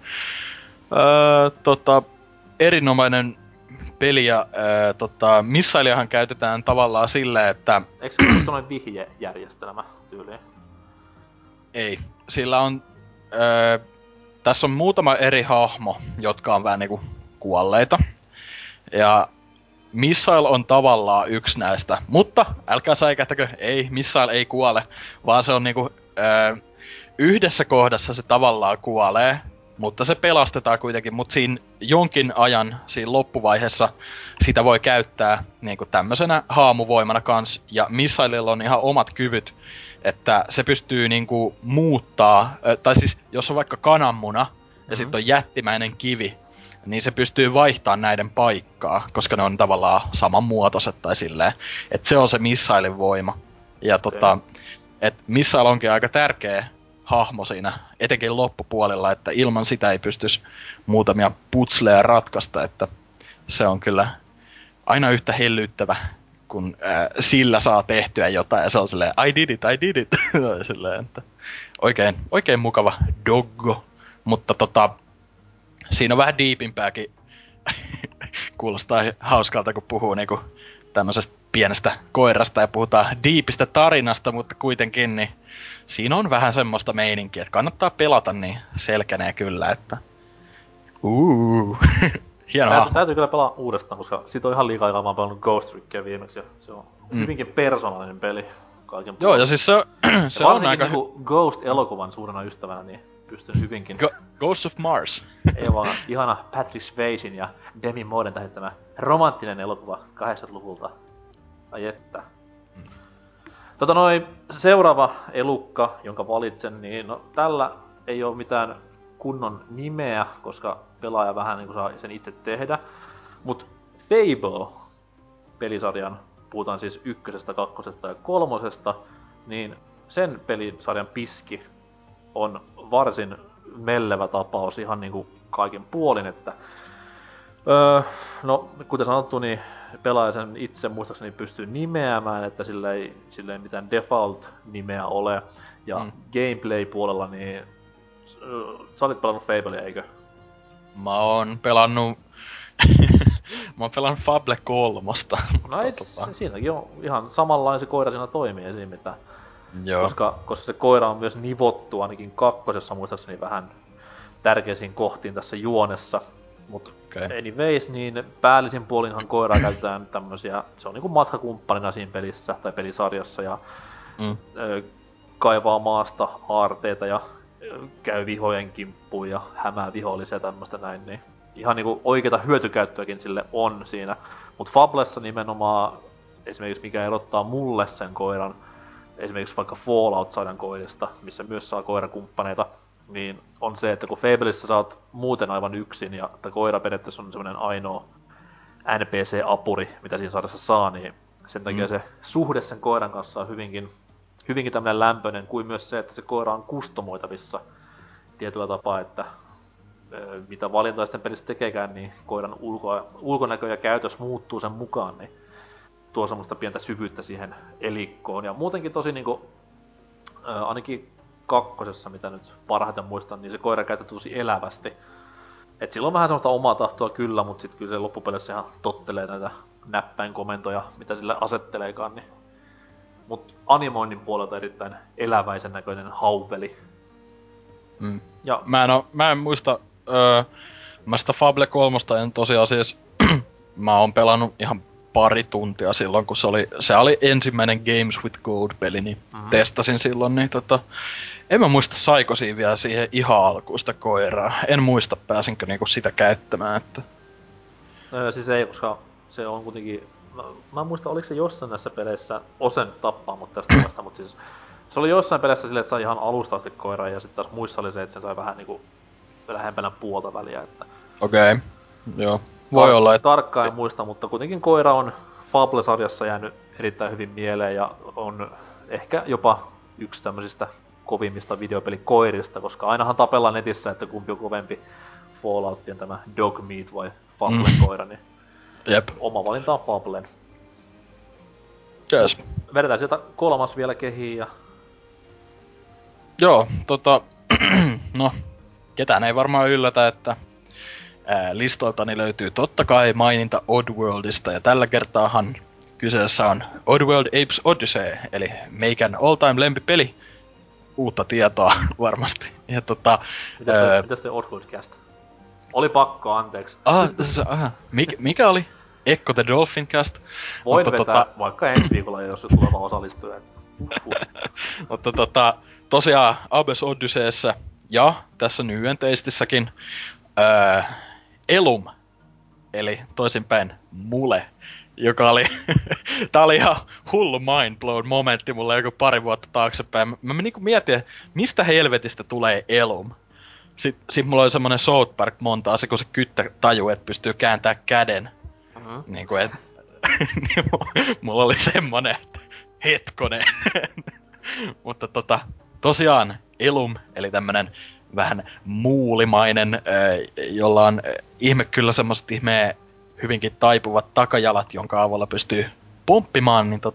erinomainen peli ja Missileahan käytetään tavallaan silleen, että... Eikö se ole tuollainen vihjejärjestelmä tyyliin? Ei. Sillä on... tässä on muutama eri hahmo, jotka on vähän niinku kuolleita. Ja Missile on tavallaan yksi näistä. Mutta älkää säikähtäkö, ei, Missile ei kuole. Vaan se on niinku... yhdessä kohdassa se tavallaan kuolee. Mutta se pelastetaan kuitenkin, mutta siinä jonkin ajan, siinä loppuvaiheessa, sitä voi käyttää niinku tämmösenä haamuvoimana kans. Ja Missilella on ihan omat kyvyt, että se pystyy niinku muuttaa, tai siis jos on vaikka kananmuna, ja sitten on jättimäinen kivi, niin se pystyy vaihtamaan näiden paikkaa, koska ne on tavallaan samanmuotoiset tai silleen. Että se on se Missilen voima. Ja et Missile onkin aika tärkeä hahmo siinä, etenkin loppupuolella, että ilman sitä ei pystyisi muutamia putsleja ratkaista, että se on kyllä aina yhtä hellyttävä, kun sillä saa tehtyä jotain, ja se on silleen, I did it, silleen, että oikein mukava doggo, mutta siinä on vähän diipimpääkin, kuulostaa hauskalta, kun puhuu niinku tämmöisestä pienestä koirasta ja puhutaan diipistä tarinasta, mutta kuitenkin niin siinä on vähän semmoista meininkiä, että kannattaa pelata, niin selkänee kyllä, että hieno hahmo. Täytyy kyllä pelaa uudestaan, koska siitä on ihan liikaa aikaa, mä oon pelannut Ghost Trickia viimeksi, ja se on hyvinkin persoonallinen peli kaiken puolella. Joo, ja siis se on aika... Niinku Ghost-elokuvan suurena ystävänä, niin pystyn hyvinkin... Ghost of Mars. Ei vaan, ihana Patrick Swayzen ja Demi Mooren tähdittämä romanttinen elokuva 80-luvulta. Ai että. Seuraava elukka, jonka valitsen, niin no, tällä ei ole mitään kunnon nimeä, koska pelaaja vähän niin kuin saa sen itse tehdä. Mut Fable-pelisarjan, puhutaan siis 1, 2 ja 3, niin sen pelisarjan piski on varsin mellevä tapaus ihan niinku kaiken puolin, että no, kuten sanottu, niin pelaaja sen itse muistaakseni pystyy nimeämään, että sillä ei mitään default-nimeä ole. Ja gameplay-puolella, niin sä olit pelannut Fablea, eikö? Mä oon pelannut Fable 3. No ei, siinäkin on ihan samanlainen se koira siinä toimii esim. Koska se koira on myös nivottu ainakin 2. muistaakseni vähän tärkeisiin kohtiin tässä juonessa. Mut anyways, niin päällisin puolinhan koiraa käytetään tämmösiä, se on niinku matkakumppanina siinä pelissä tai pelisarjassa ja kaivaa maasta aarteita ja käy vihojen kimppuun ja hämää vihollisia ja tämmöstä näin, niin ihan niinku oikeeta hyötykäyttöäkin sille on siinä. Mut Fablessa nimenomaan esimerkiksi mikä erottaa mulle sen koiran, esimerkiksi vaikka Fallout-sarjan koirista, missä myös saa koirakumppaneita, niin on se, että kun Fableissa sä oot muuten aivan yksin ja koira periaatteessa on semmonen ainoa NPC-apuri, mitä siinä sarjassa saa, niin sen takia se suhde sen koiran kanssa on hyvinkin hyvinkin tämmönen lämpöinen, kuin myös se, että se koira on kustomoitavissa tietyllä tapaa, että mitä valintoja sitten pelissä tekeekään, niin koiran ulkonäkö ja käytös muuttuu sen mukaan, niin tuo semmoista pientä syvyyttä siihen elikkoon. Ja muutenkin tosi niinku, ainakin kakkosessa, mitä nyt parhaiten muistan, niin se koira käytetään tosi elävästi. Et sillä on vähän semmoista omaa tahtoa kyllä, mutta sitten kyllä se loppupeleissä ihan tottelee näitä näppäinkomentoja, mitä sille asetteleekaan. Niin. Mut animoinnin puolelta erittäin eläväisen näköinen hauveli. Ja mä en muista, mä sitä Fable 3 en tosiasiassa, mä oon pelannut ihan pari tuntia silloin, kun se oli ensimmäinen Games with Gold-peli, niin testasin silloin, niin en mä muista saiko siinä vielä siihen ihan alkuun sitä koiraa. En muista pääsinkö niinku sitä käyttämään, että... Siis ei, koska se on kuitenkin... Mä en muista, oliko se jossain näissä peleissä Osen tappaa mut tästä vasta, mut siis... Se oli jossain peleissä silleen, että sai ihan alusta asti koiraa, ja sitten taas muissa oli se, että se sai vähän niinku... lähempänä puolta väliä, että... Okei. Joo. Voi olla, että... Tarkkaan en muista, mutta kuitenkin koira on Fable-sarjassa jäänyt erittäin hyvin mieleen, ja on ehkä jopa yksi tämmöisistä kovimmista videopelikoirista, koska ainahan tapellaan netissä, että kumpi on kovempi, Falloutien tämä Dogmeat vai Fablen koira, niin Jep. oma valinta on Fablen. Yes. Vedetään sieltä kolmas vielä kehiin ja... Joo, no, ketään ei varmaan yllätä, että listoiltani löytyy totta kai maininta Oddworldista, ja tällä kertaahan kyseessä on Oddworld Apes Odyssey, eli meikän all-time lempipeli. Uutta tietoa varmasti. Ja Mitäs te Oddworld-cast? Oli pakko, anteeksi. Mikä oli? Echo the Dolphin cast? Voin vetää vaikka ensi viikolla, jos tuleva osallistuja. Mutta tosiaan Abyss Odysseyssä ja tässä New Tastissäkin Elum, eli toisinpäin Mule, joka oli, tää oli ihan hullu mindblown momentti mulle joku pari vuotta taaksepäin. Mä niinku mietin, mistä helvetistä tulee Elum. Sitten mulla oli semmonen South Park montaasi, kun se kyttä tajuu, että pystyy kääntämään käden. Niinku et, niin mulla oli semmonen, että hetkonen. Mutta tosiaan Elum, eli tämmönen vähän muulimainen, jolla on ihme kyllä semmoset ihmeen hyvinkin taipuvat takajalat, jonka avulla pystyy pomppimaan, niin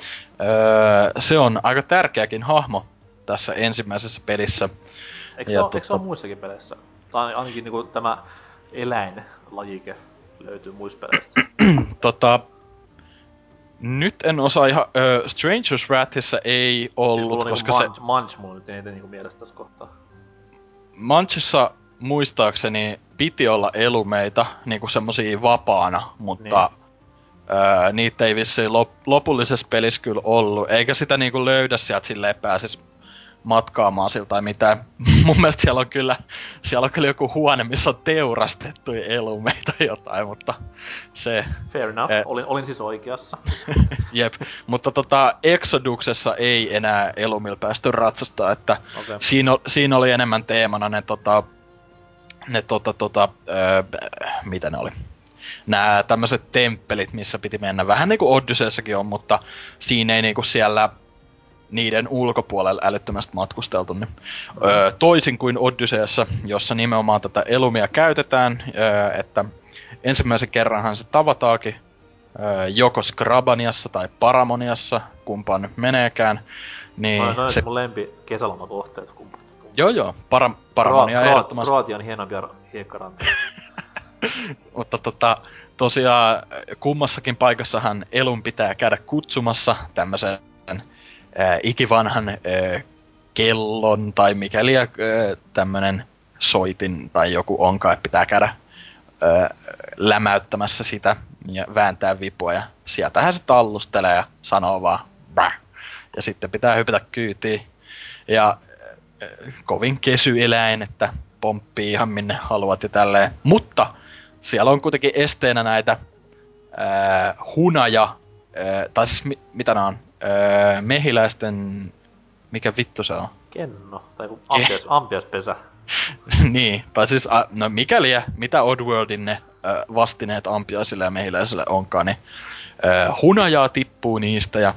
se on aika tärkeäkin hahmo tässä ensimmäisessä pelissä. Eikö se ole muissakin peleissä? Tai ainakin niinku tämä eläinlajike löytyy muissa peleissä. Nyt en osaa ihan... Stranger's Wrathissa ei ollut, koska niinku Munch mulla nyt ei niinku mielestä tässä kohtaa. Munchissa muistaakseni piti olla elumeita, niinku semmosia vapaana, mutta niitä ei vissiin lopullisessa pelissä kyllä ollut. Eikä sitä niinku löydä sieltä silleen pääsis matkaamaan siltä tai mitään. Mun mielestä siellä on kyllä joku huone, missä on teurastettuja elumeita jotain, mutta se... Fair enough, olin siis oikeassa. Jep, mutta Exoduksessa ei enää elumilla päästy ratsastaa, että siinä oli enemmän teemana mitä ne oli? Nää tämmöset temppelit, missä piti mennä. Vähän niinku Odysseyssakin on, mutta siinä ei niinku siellä niiden ulkopuolella älyttömästi matkusteltu. Niin. Toisin kuin Odysseyssa, jossa nimenomaan tätä elumia käytetään, että ensimmäisen kerranhan se tavataakin joko Skrabaniassa tai Paramoniassa, kumpaan nyt meneekään. Niin no, se mun lempi kesälomakohteet kumpaan. Joo, Paramonia ehdottomasti. Kroatian hienompia hiekkarantoja. Mutta tosiaan kummassakin paikassahan elun pitää käydä kutsumassa tämmösen ikivanhan kellon tai mikäli tämmönen soitin tai joku onkaan, että pitää käydä lämäyttämässä sitä ja vääntää vipua ja sieltähän se tallustelee ja sanoo vaan bäh. Ja sitten pitää hypätä kyytiin. Ja kovin kesyeläin, että pomppii ihan minne haluat ja tälleen. Mutta siellä on kuitenkin esteenä näitä hunaja, tai siis mitä nää on? Mehiläisten... Mikä vittu se on? Kenno, tai joku ampiaspesä. Niin, tai siis, no mikäli mitä Oddworldin ne vastineet ampiaisille ja mehiläisille onkaan, niin hunajaa tippuu niistä ja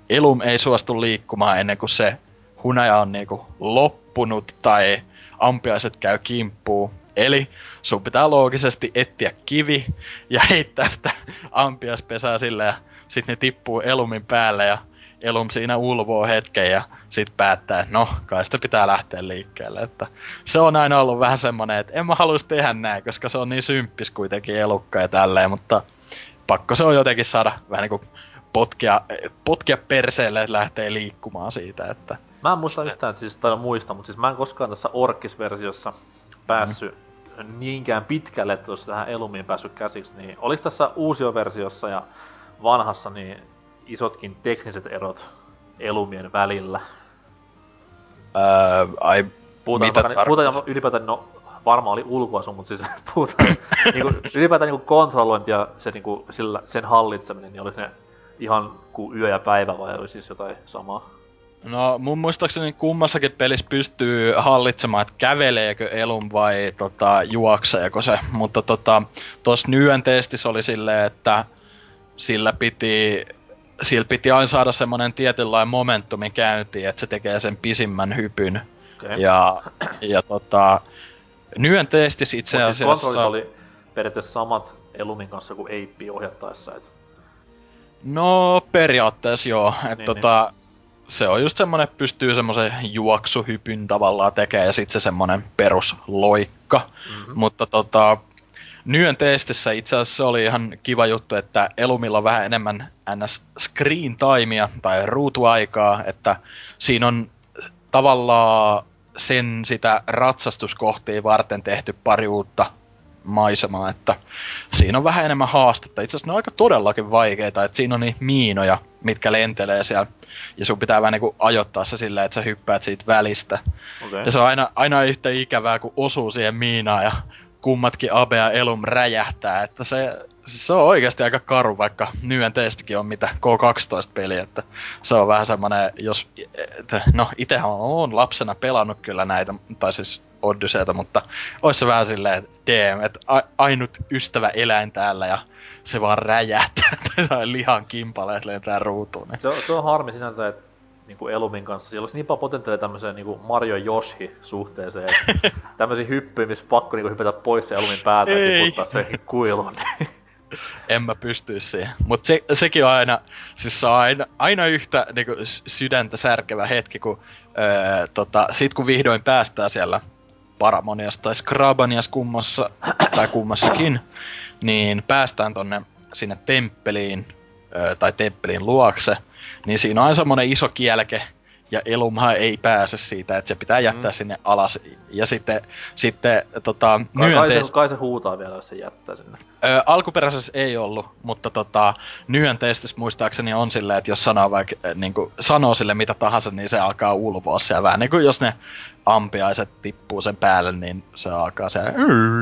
Elum ei suostu liikkumaan ennen kuin se hunaja on niinku loppunut tai ampiaiset käy kimppuun. Eli sun pitää loogisesti etsiä kivi ja heittää sitä ampiaispesää sille ja sit ne tippuu Elumin päälle ja Elum siinä ulvoo hetken ja sit päättää, että no, kai sitä pitää lähteä liikkeelle. Että se on aina ollut vähän semmonen, että en mä haluais tehdä näin, koska se on niin symppis kuitenkin elukka ja tälleen, mutta pakko se on jotenkin saada vähän niinku potkia perseelle, että lähtee liikkumaan siitä, että... Mä en muista yhtään, muista, mutta siis mä en koskaan tässä Orkkis-versiossa päässyt niinkään pitkälle, että olisi tähän Elumiin päässyt käsiksi, niin oliko tässä uusioversiossa ja vanhassa niin isotkin tekniset erot Elumien välillä? Puhutaan ylipäätään, no varmaan oli ulkoasu, mutta siis puhutaan niinku, ylipäätään niinku kontrollointi ja se, niinku, sen hallitseminen, niin oliko ne ihan kuin yö ja päivä vai oli siis jotain samaa? No mun muistaakseni kummassakin pelissä pystyy hallitsemaan, että käveleekö Elum vai juokseeko se, mutta tossa Nyen testissä oli silleen, että sillä piti aina saada semmonen tietynlainen momentumi käyntiin, että se tekee sen pisimmän hypyn. Okay. Ja Nyen testissä itse asiassa... Mutta siis kontrollit oli periaatteessa samat Elumin kanssa kuin Apea ohjattaessa, et... No periaatteessa joo, että niin. Se on just semmonen, että pystyy semmosen juoksuhypyn tavallaan tekemään ja sit se semmonen perusloikka. Mm-hmm. Mutta Nyen testissä itse asiassa oli ihan kiva juttu, että Elumilla on vähän enemmän ns. Screen timea tai ruutuaikaa, että siinä on tavallaan sitä ratsastuskohtia varten tehty pari uutta maisemaa, että siinä on vähän enemmän haastetta. Itse asiassa ne on aika todellakin vaikeita, että siinä on niitä miinoja, mitkä lentelee siellä, ja sun pitää vähän niinku ajoittaa se silleen, että sä hyppäät siitä välistä. Okay. Ja se on aina yhtä ikävää, kun osuu siihen miinaan, ja kummatkin Abe ja Elum räjähtää, että se on oikeasti aika karu, vaikka Nyen testikin on mitä K12-peli, että se on vähän semmonen, no itehän on lapsena pelannut kyllä näitä, tai siis Odysseyta, mutta ois se vähän silleen, että damn, että ainut ystävä eläin täällä ja se vaan räjähtää, tai saa lihan kimpaleet lentää ruutuun. Niin. Se on harmi sinänsä, että niinku Elumin kanssa siellä olisi niin paljon potentiaalia tämmöiseen niinku Mario Yoshi-suhteeseen, että tämmöisiä hyppyjä, missä pakko niinku hypätä pois se Elumin päältä ja tiputtaa se kuiluun. En mä pystyis siihen. Mut sekin on aina, siis se on aina yhtä niinku sydäntä särkevä hetki, kun sit kun vihdoin päästään siellä Paramoniassa tai Skrabanias kummassakin, niin päästään sinne temppeliin, tai temppelin luokse, niin siinä on semmonen iso kielke, ja Elumhan ei pääse siitä, että se pitää jättää sinne alas. Ja sitten kai se huutaa vielä, jos se jättää sinne. Alkuperäisessä ei ollut, mutta Nyen testissä muistaakseni on silleen, että jos sanoo sille mitä tahansa, niin se alkaa ulvoa siellä. Vähän niin kuin jos ne ampiaiset tippuu sen päälle, niin se alkaa se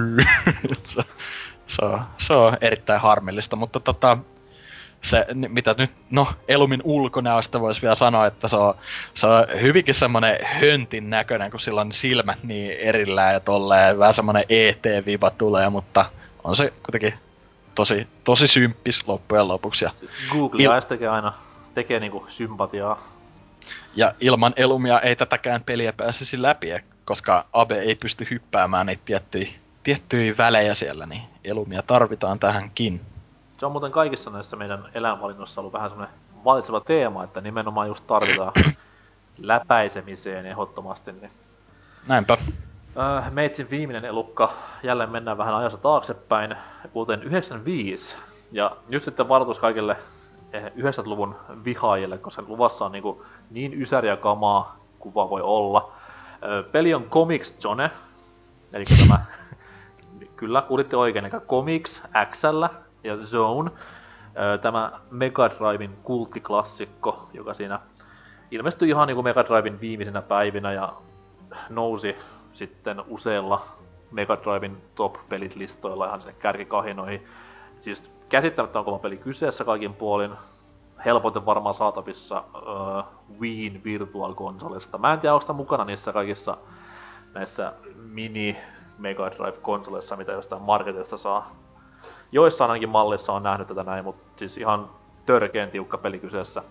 se on erittäin harmillista, mutta se, mitä nyt, no, Elumin ulkonäöstä voisi vielä sanoa, että se on hyvinkin semmonen höntin näköinen, kun sillä on silmät niin erillään ja tolleen, vähän semmonen ET-viba tulee, mutta on se kuitenkin tosi symppis loppujen lopuksi. Google tekee niinku sympatiaa. Ja ilman Elumia ei tätäkään peliä pääsisi läpi, koska Abe ei pysty hyppäämään niitä tiettyjä välejä siellä, niin Elumia tarvitaan tähänkin. Se on muuten kaikissa näissä meidän eläinvalinnoissa ollut vähän semmoinen valitseva teema, että nimenomaan just tarvitaan läpäisemiseen ehdottomasti. Niin. Näinpä. Meitsin viimeinen elukka, jälleen mennään vähän ajassa taaksepäin, vuoteen 95. Ja nyt sitten varoitus kaikille 90-luvun vihaajille, koska luvassa on niin ysäriä kamaa kuin vaan voi olla. Peli on Comics Zone, eli tämä, kyllä kuulitte oikein, eli Comics X:llä ja Zone, tämä Mega Driven kulttiklassikko, joka siinä ilmestyi ihan niinku Mega Driven viimeisinä päivinä ja nousi sitten useilla Mega Driven top-pelit listoilla ihan sinne kärkikahinoihin. Siis käsittämättä on kova peli kyseessä kaikin puolin. Helpoiten varmaan saatavissa Wiin Virtual Consolesta. Mä en tiedä, onko sitä mukana niissä kaikissa näissä mini Mega Drive-konsoleissa, mitä jostain marketista saa. Joissain ainakin mallissa on nähnyt tätä näin, mutta siis ihan törkeen tiukka peli kyseessä.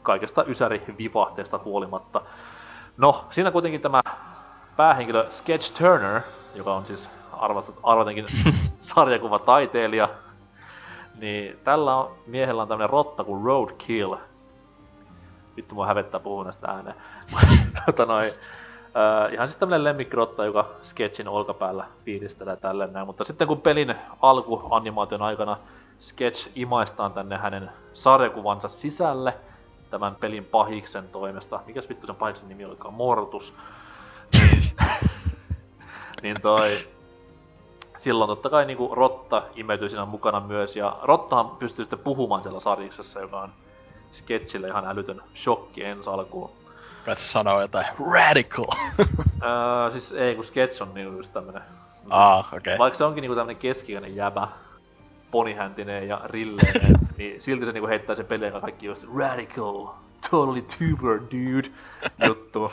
kaikesta ysäri-vivahteesta huolimatta. No, siinä kuitenkin tämä päähenkilö Sketch Turner, joka on siis arvatenkin sarjakuvataiteilija, niin tällä miehellä on tämmönen rotta kuin Roadkill. Vittu mua hävettää puhua näistä ääneen. Ihan siis tämmönen lemmikkirotta, joka Sketchin olkapäällä fiilistelee tälleen näin. Mutta sitten kun pelin alkuanimaation aikana Sketch imaistaan tänne hänen sarjakuvansa sisälle tämän pelin pahiksen toimesta. Mikäs vittu sen pahiksen nimi olikaan? Mortus. Silloin totta kai niinku rotta imeytyy siinä mukana myös. Ja rottahan pystyy sitten puhumaan siellä sarjiksessa, joka on Sketchille ihan älytön shokki ensi alkuun. Kai se sanoo jotain radical. Siis ei, kun Sketch on niinku just tämmönen. Okei. Vaikka se onkin niinku tämmönen keskikäinen jäbä, ponihäntinen ja rilleinen, niin silti se niinku heittää sen pelin ja kaikki just radical, totally tuber dude juttu.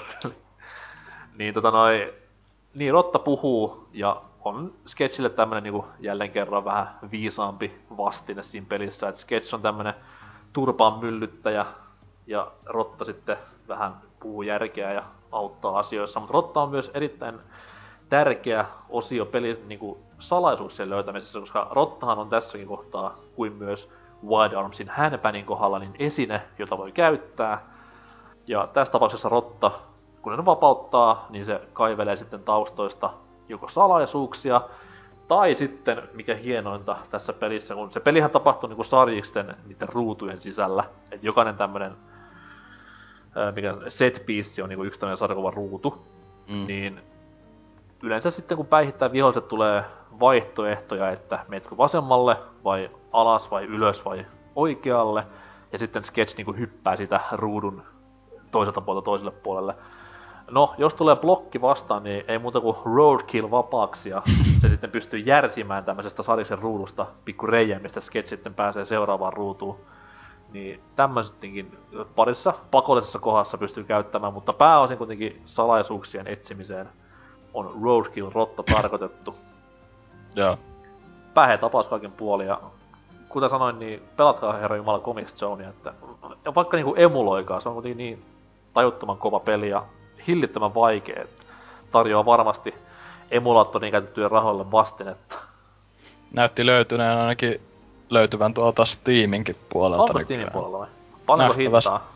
Niin rotta puhuu ja on Sketchille tämmönen niinku jälleen kerran vähän viisaampi vastine siinä pelissä, että Sketch on tämmönen turpaan myllyttäjä ja rotta sitten vähän puhuu järkeä ja auttaa asioissa, mutta rotta on myös erittäin tärkeä osio pelin niinku salaisuuksien löytämisessä, koska rottahan on tässäkin kohtaa kuin myös Wild Armsin hänpänin kohdalla niin esine, jota voi käyttää. Ja tässä tapauksessa rotta, kun ne vapauttaa, niin se kaivelee sitten taustoista joko salaisuuksia, tai sitten, mikä hienointa tässä pelissä, kun se pelihän tapahtuu niinku sarjiksen niiden ruutujen sisällä, että jokainen tämmönen mikä set piece on niinku yksi tämmönen sarjakuvan ruutu, niin yleensä sitten kun päihittää viholliset tulee vaihtoehtoja, että meetkö vasemmalle vai alas vai ylös vai oikealle, ja sitten Sketch niinku hyppää sitä ruudun toiselta puolelta toiselle puolelle. No, jos tulee blokki vastaan, niin ei muuta kuin roadkill vapaaksi, ja se sitten pystyy järsimään tämmöisestä sariksen ruudusta pikku reijän, mistä Sketch sitten pääsee seuraavaan ruutuun. Niin tämmöisetkin parissa pakollisessa kohdassa pystyy käyttämään, mutta pääosin kuitenkin salaisuuksien etsimiseen on roadkill rotta tarkoitettu. Joo. Pähe tapaus kaiken puolin, ja kuten sanoin, niin pelatkaa herra jumala Comic Zonea, että ja vaikka niinku emuloikaa, se on kuitenkin niin tajuttoman kova peli ja hillittömän vaikea, että tarjoaa varmasti emulaattoriin käytettyjen rahoille vastinetta. Näytti löytyneen ainakin löytyvän tuolta Steaminkin puolelta. Onko Steamin puolella vai? Paljonko hintaa?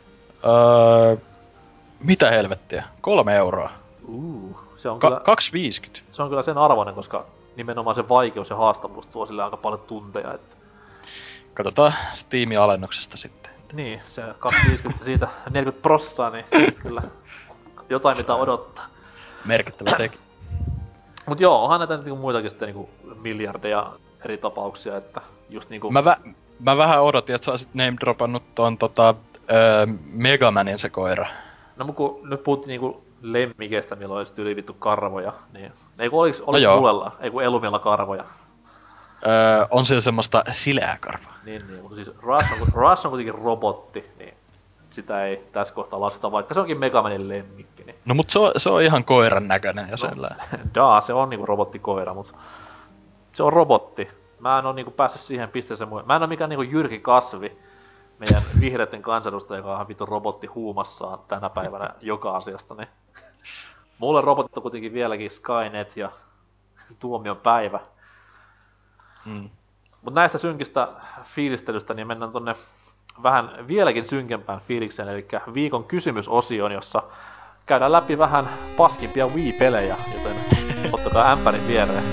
Mitä helvettiä? 3 euroa. Se on kyllä 2,50. Se on kyllä sen arvoinen, koska nimenomaan se vaikeus ja haastavuus tuo sille aika paljon tunteja, että Katsotaan Steamin alennuksesta sitten. niin, se 2,50 siitä 40%, niin kyllä jotain mitä odottaa. Merkittävä teki. Mut joo, onhan näitä niinku muitakin sitten niinku miljardeja eri tapauksia, että just niinku Mä vähän odotin, että sä olisit name dropannut ton Megamanin se koira. no kun nyt puhuttiin niinku lemmikeistä, milloin olisi tyyli vittu karvoja, niin ei kun oliks Mulella, ei kun Elumilla karvoja. On siellä semmoista sileää karvaa. Niin, mutta siis Rush on kuitenkin robotti, niin sitä ei tässä kohtaa lasketa, vaikka se onkin Megamanin lemmikki. Niin. No mut se on ihan koiran näköinen ja sellainen. Se on niinku robottikoira, mut se on robotti. Mä en oo niinku päässyt siihen pisteeseen mä en oo mikään niinku Jyrki Kasvi, meidän vihreitten kansanedustaja, joka on vittu robotti huumassaan tänä päivänä joka asiasta, niin mulle robotit on kuitenkin vieläkin Skynet ja Tuomion päivä. Mut näistä synkistä fiilistelystä niin mennään tonne vähän vieläkin synkempään fiilikseen, eli viikon kysymysosioon, jossa käydään läpi vähän paskimpia Wii-pelejä, joten ottakaa ämpärin viereen.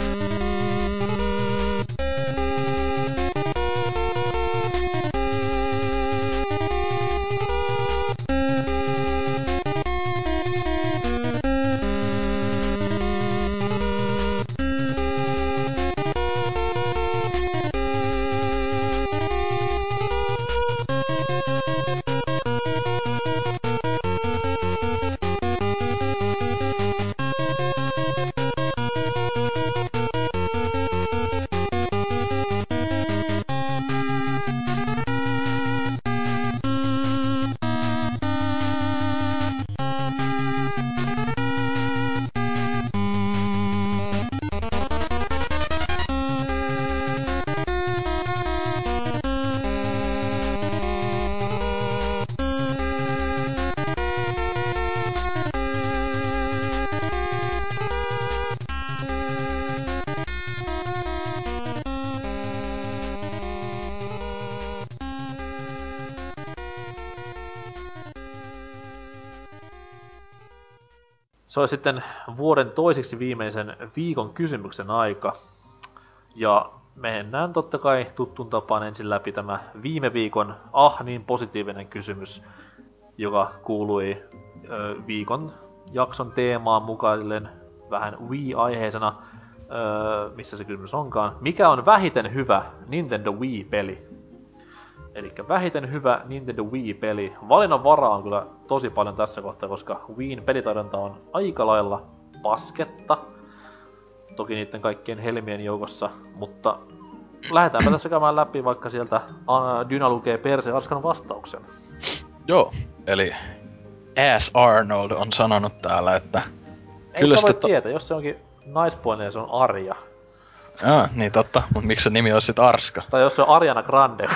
Se on sitten vuoden toiseksi viimeisen viikon kysymyksen aika. Ja mennään totta kai tuttuun tapaan ensin läpi tämä viime viikon niin positiivinen kysymys, joka kuului viikon jakson teemaan mukaillen vähän Wii-aiheisena, missä se kysymys onkaan. Mikä on vähiten hyvä Nintendo Wii-peli? Elikkä vähiten hyvä Nintendo Wii-peli. Valinnan varaa on kyllä tosi paljon tässä kohtaa, koska Wiin pelitaidonta on aika lailla pasketta. Toki niiden kaikkien helmien joukossa, mutta lähdetäänpä tässä käymään läpi, vaikka sieltä Dyna lukee Perse Arskan vastauksen. Joo, eli Ass Arnold on sanonut täällä, että... Ei kyllä sitä voi tietää, jos se onkin naispuolinen ja se on Arja. Niin totta, mutta miksi se nimi olisi sit Arska? Tai jos se on Ariana Grande.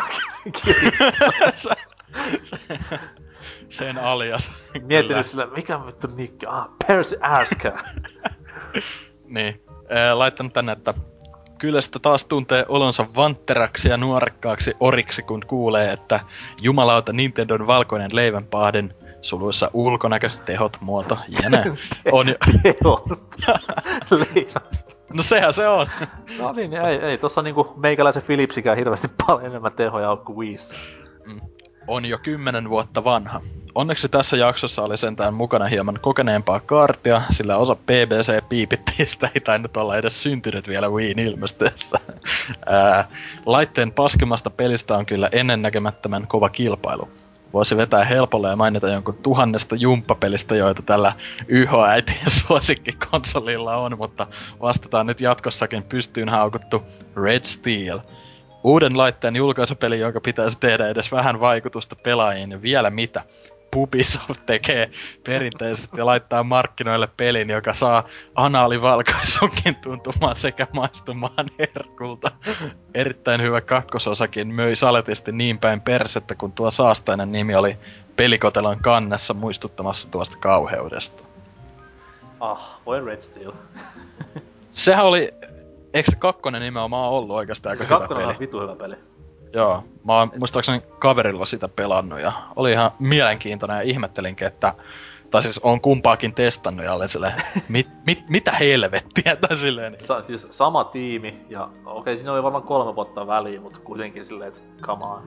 Sen alias. Miettinyt sillä, mikä vittu nikki? Percy Arska. Niin. Laittanut tänne, että kyllä sitä taas tuntee olonsa vantteraksi ja nuorekkaaksi oriksi, kun kuulee, että jumalauta Nintendon valkoinen leivänpahden suluissa ulkonäkö, tehot, muoto, jne. On jo... Tehot. Leivän. No sehän se on. No niin, ei tossa niinku meikäläisen Philipsikään hirveästi paljon enemmän tehoja ole kuin Wiissä. On jo 10 vuotta vanha. Onneksi tässä jaksossa oli sentään mukana hieman kokeneempaa kaartia, sillä osa BBC-piipitteistä ei tainnut olla edes syntynyt vielä Wiin ilmestyessä. Laitteen paskemmasta pelistä on kyllä ennennäkemättömän kova kilpailu. Voisi vetää helpolla ja mainita jonkun 1000 jumppapelistä, joita tällä YH-äitien suosikkikonsolilla on, mutta vastataan nyt jatkossakin pystyyn haukuttu Red Steel. Uuden laitteen julkaisupeli, jonka pitäisi tehdä edes vähän vaikutusta pelaajiin, ja vielä mitä. Ubisoft tekee perinteisesti ja laittaa markkinoille pelin, joka saa anaalivalkaisunkin tuntumaan sekä maistumaan herkulta. Erittäin hyvä kakkososakin möi saletisti niin päin persettä, kun tuo saastainen nimi oli pelikotelon kannessa muistuttamassa tuosta kauheudesta. Voi Red Steel. Sehän oli... Eikö se kakkonen nimenomaan ollut oikeastaan aika hyvä peli? Se kakkonen on vitu hyvä peli. Joo, mä oon muistaakseni kaverilla sitä pelannut ja oli ihan mielenkiintoinen ja ihmettelinkin, että... Tai siis on kumpaakin testannut ja olen silleen, mitä helvettiä tai silleen. Siis sama tiimi ja okei, siinä oli varmaan 3 vuotta väliin, mutta kuitenkin silleen, että come on.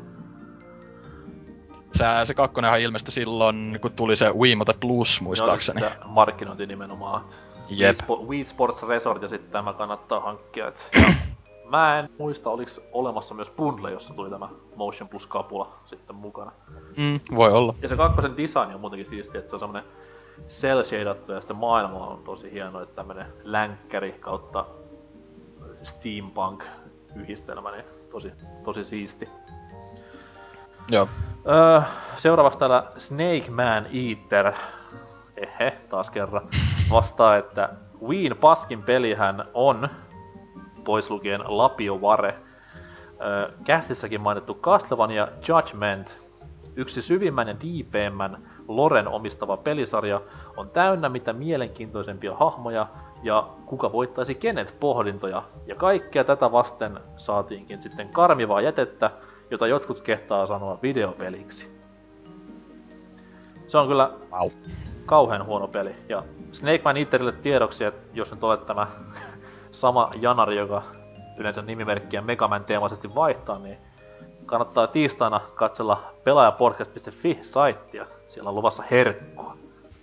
Se kakkonenhan ilmestyi silloin, kun tuli se Wiimote Plus muistaakseni. Joo, siis markkinointi nimenomaan. Jep. Wii Sports Resort ja sitten tämä kannattaa hankkia. Mä en muista, oliks olemassa myös bundle, jossa tuli tämä Motion Plus kapula sitten mukana. Voi olla. Ja se kakkosen design on muutenkin siistiä, että se on semmonen cel-shadattu ja sitten maailma on tosi hieno, että tämmönen länkkäri kautta steampunk-yhdistelmä, niin tosi siisti. Joo. Seuraavaksi täällä Snake Man Eater, taas kerran, vastaa, että Wiin paskin pelihän on, pois lukien Lapiovare, kästissäkin mainittu Castlevania Judgment, yksi syvimmän ja diipeimmän loren omistava pelisarja, on täynnä mitä mielenkiintoisempia hahmoja ja kuka voittaisi kenet pohdintoja, ja kaikkea tätä vasten saatiinkin sitten karmivaa jätettä, jota jotkut kehtaa sanoa videopeliksi. Se on kyllä kauhean huono peli, ja Snake Man Eaterille tiedoksi, että jos nyt olet tämä sama janari, joka yleensä nimimerkkiä Mega Man teemaisesti vaihtaa, niin kannattaa tiistaina katsella pelaajapodcast.fi-saittia. Siellä on luvassa herkkua.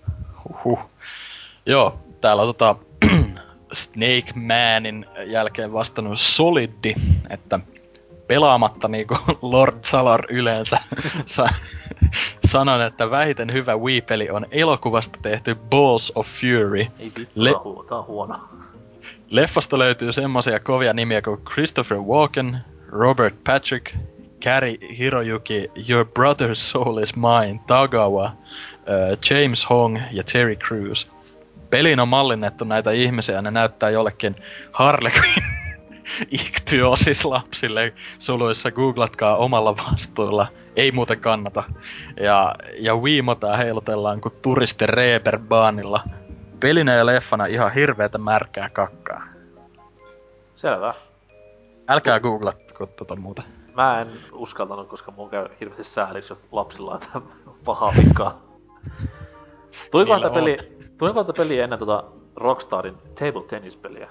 Joo, täällä on Snake Manin jälkeen vastannut Solidi, että pelaamatta niinku Lord Salor yleensä sanon, että vähiten hyvä Wii-peli on elokuvasta tehty Balls of Fury. Ei vittu, tää on huono. Leffasta löytyy semmosia kovia nimiä kuin Christopher Walken, Robert Patrick, Kari Hiroyuki, Your Brother's Soul is Mine, Tagawa, James Hong ja Terry Crews. Peliin on mallinnettu näitä ihmisiä ja ne näyttää jollekin Harlequin iktyosis-lapsille. Suluissa googlatkaa omalla vastuulla. Ei muuten kannata. Ja Wiimotaa heilutellaan kuin turisti Reeperbaanilla. Pelinä ja leffana ihan hirveetä märkää kakkaa. Selvä. Älkää googlatko muuta. Mä en uskaltanut, koska mun käy hirveästi sääliksi, jos lapsilla on pahaa vikaa. Tulikohan tää peli Tuliko tätä peliä ennen Rockstarin Table Tennis-peliä?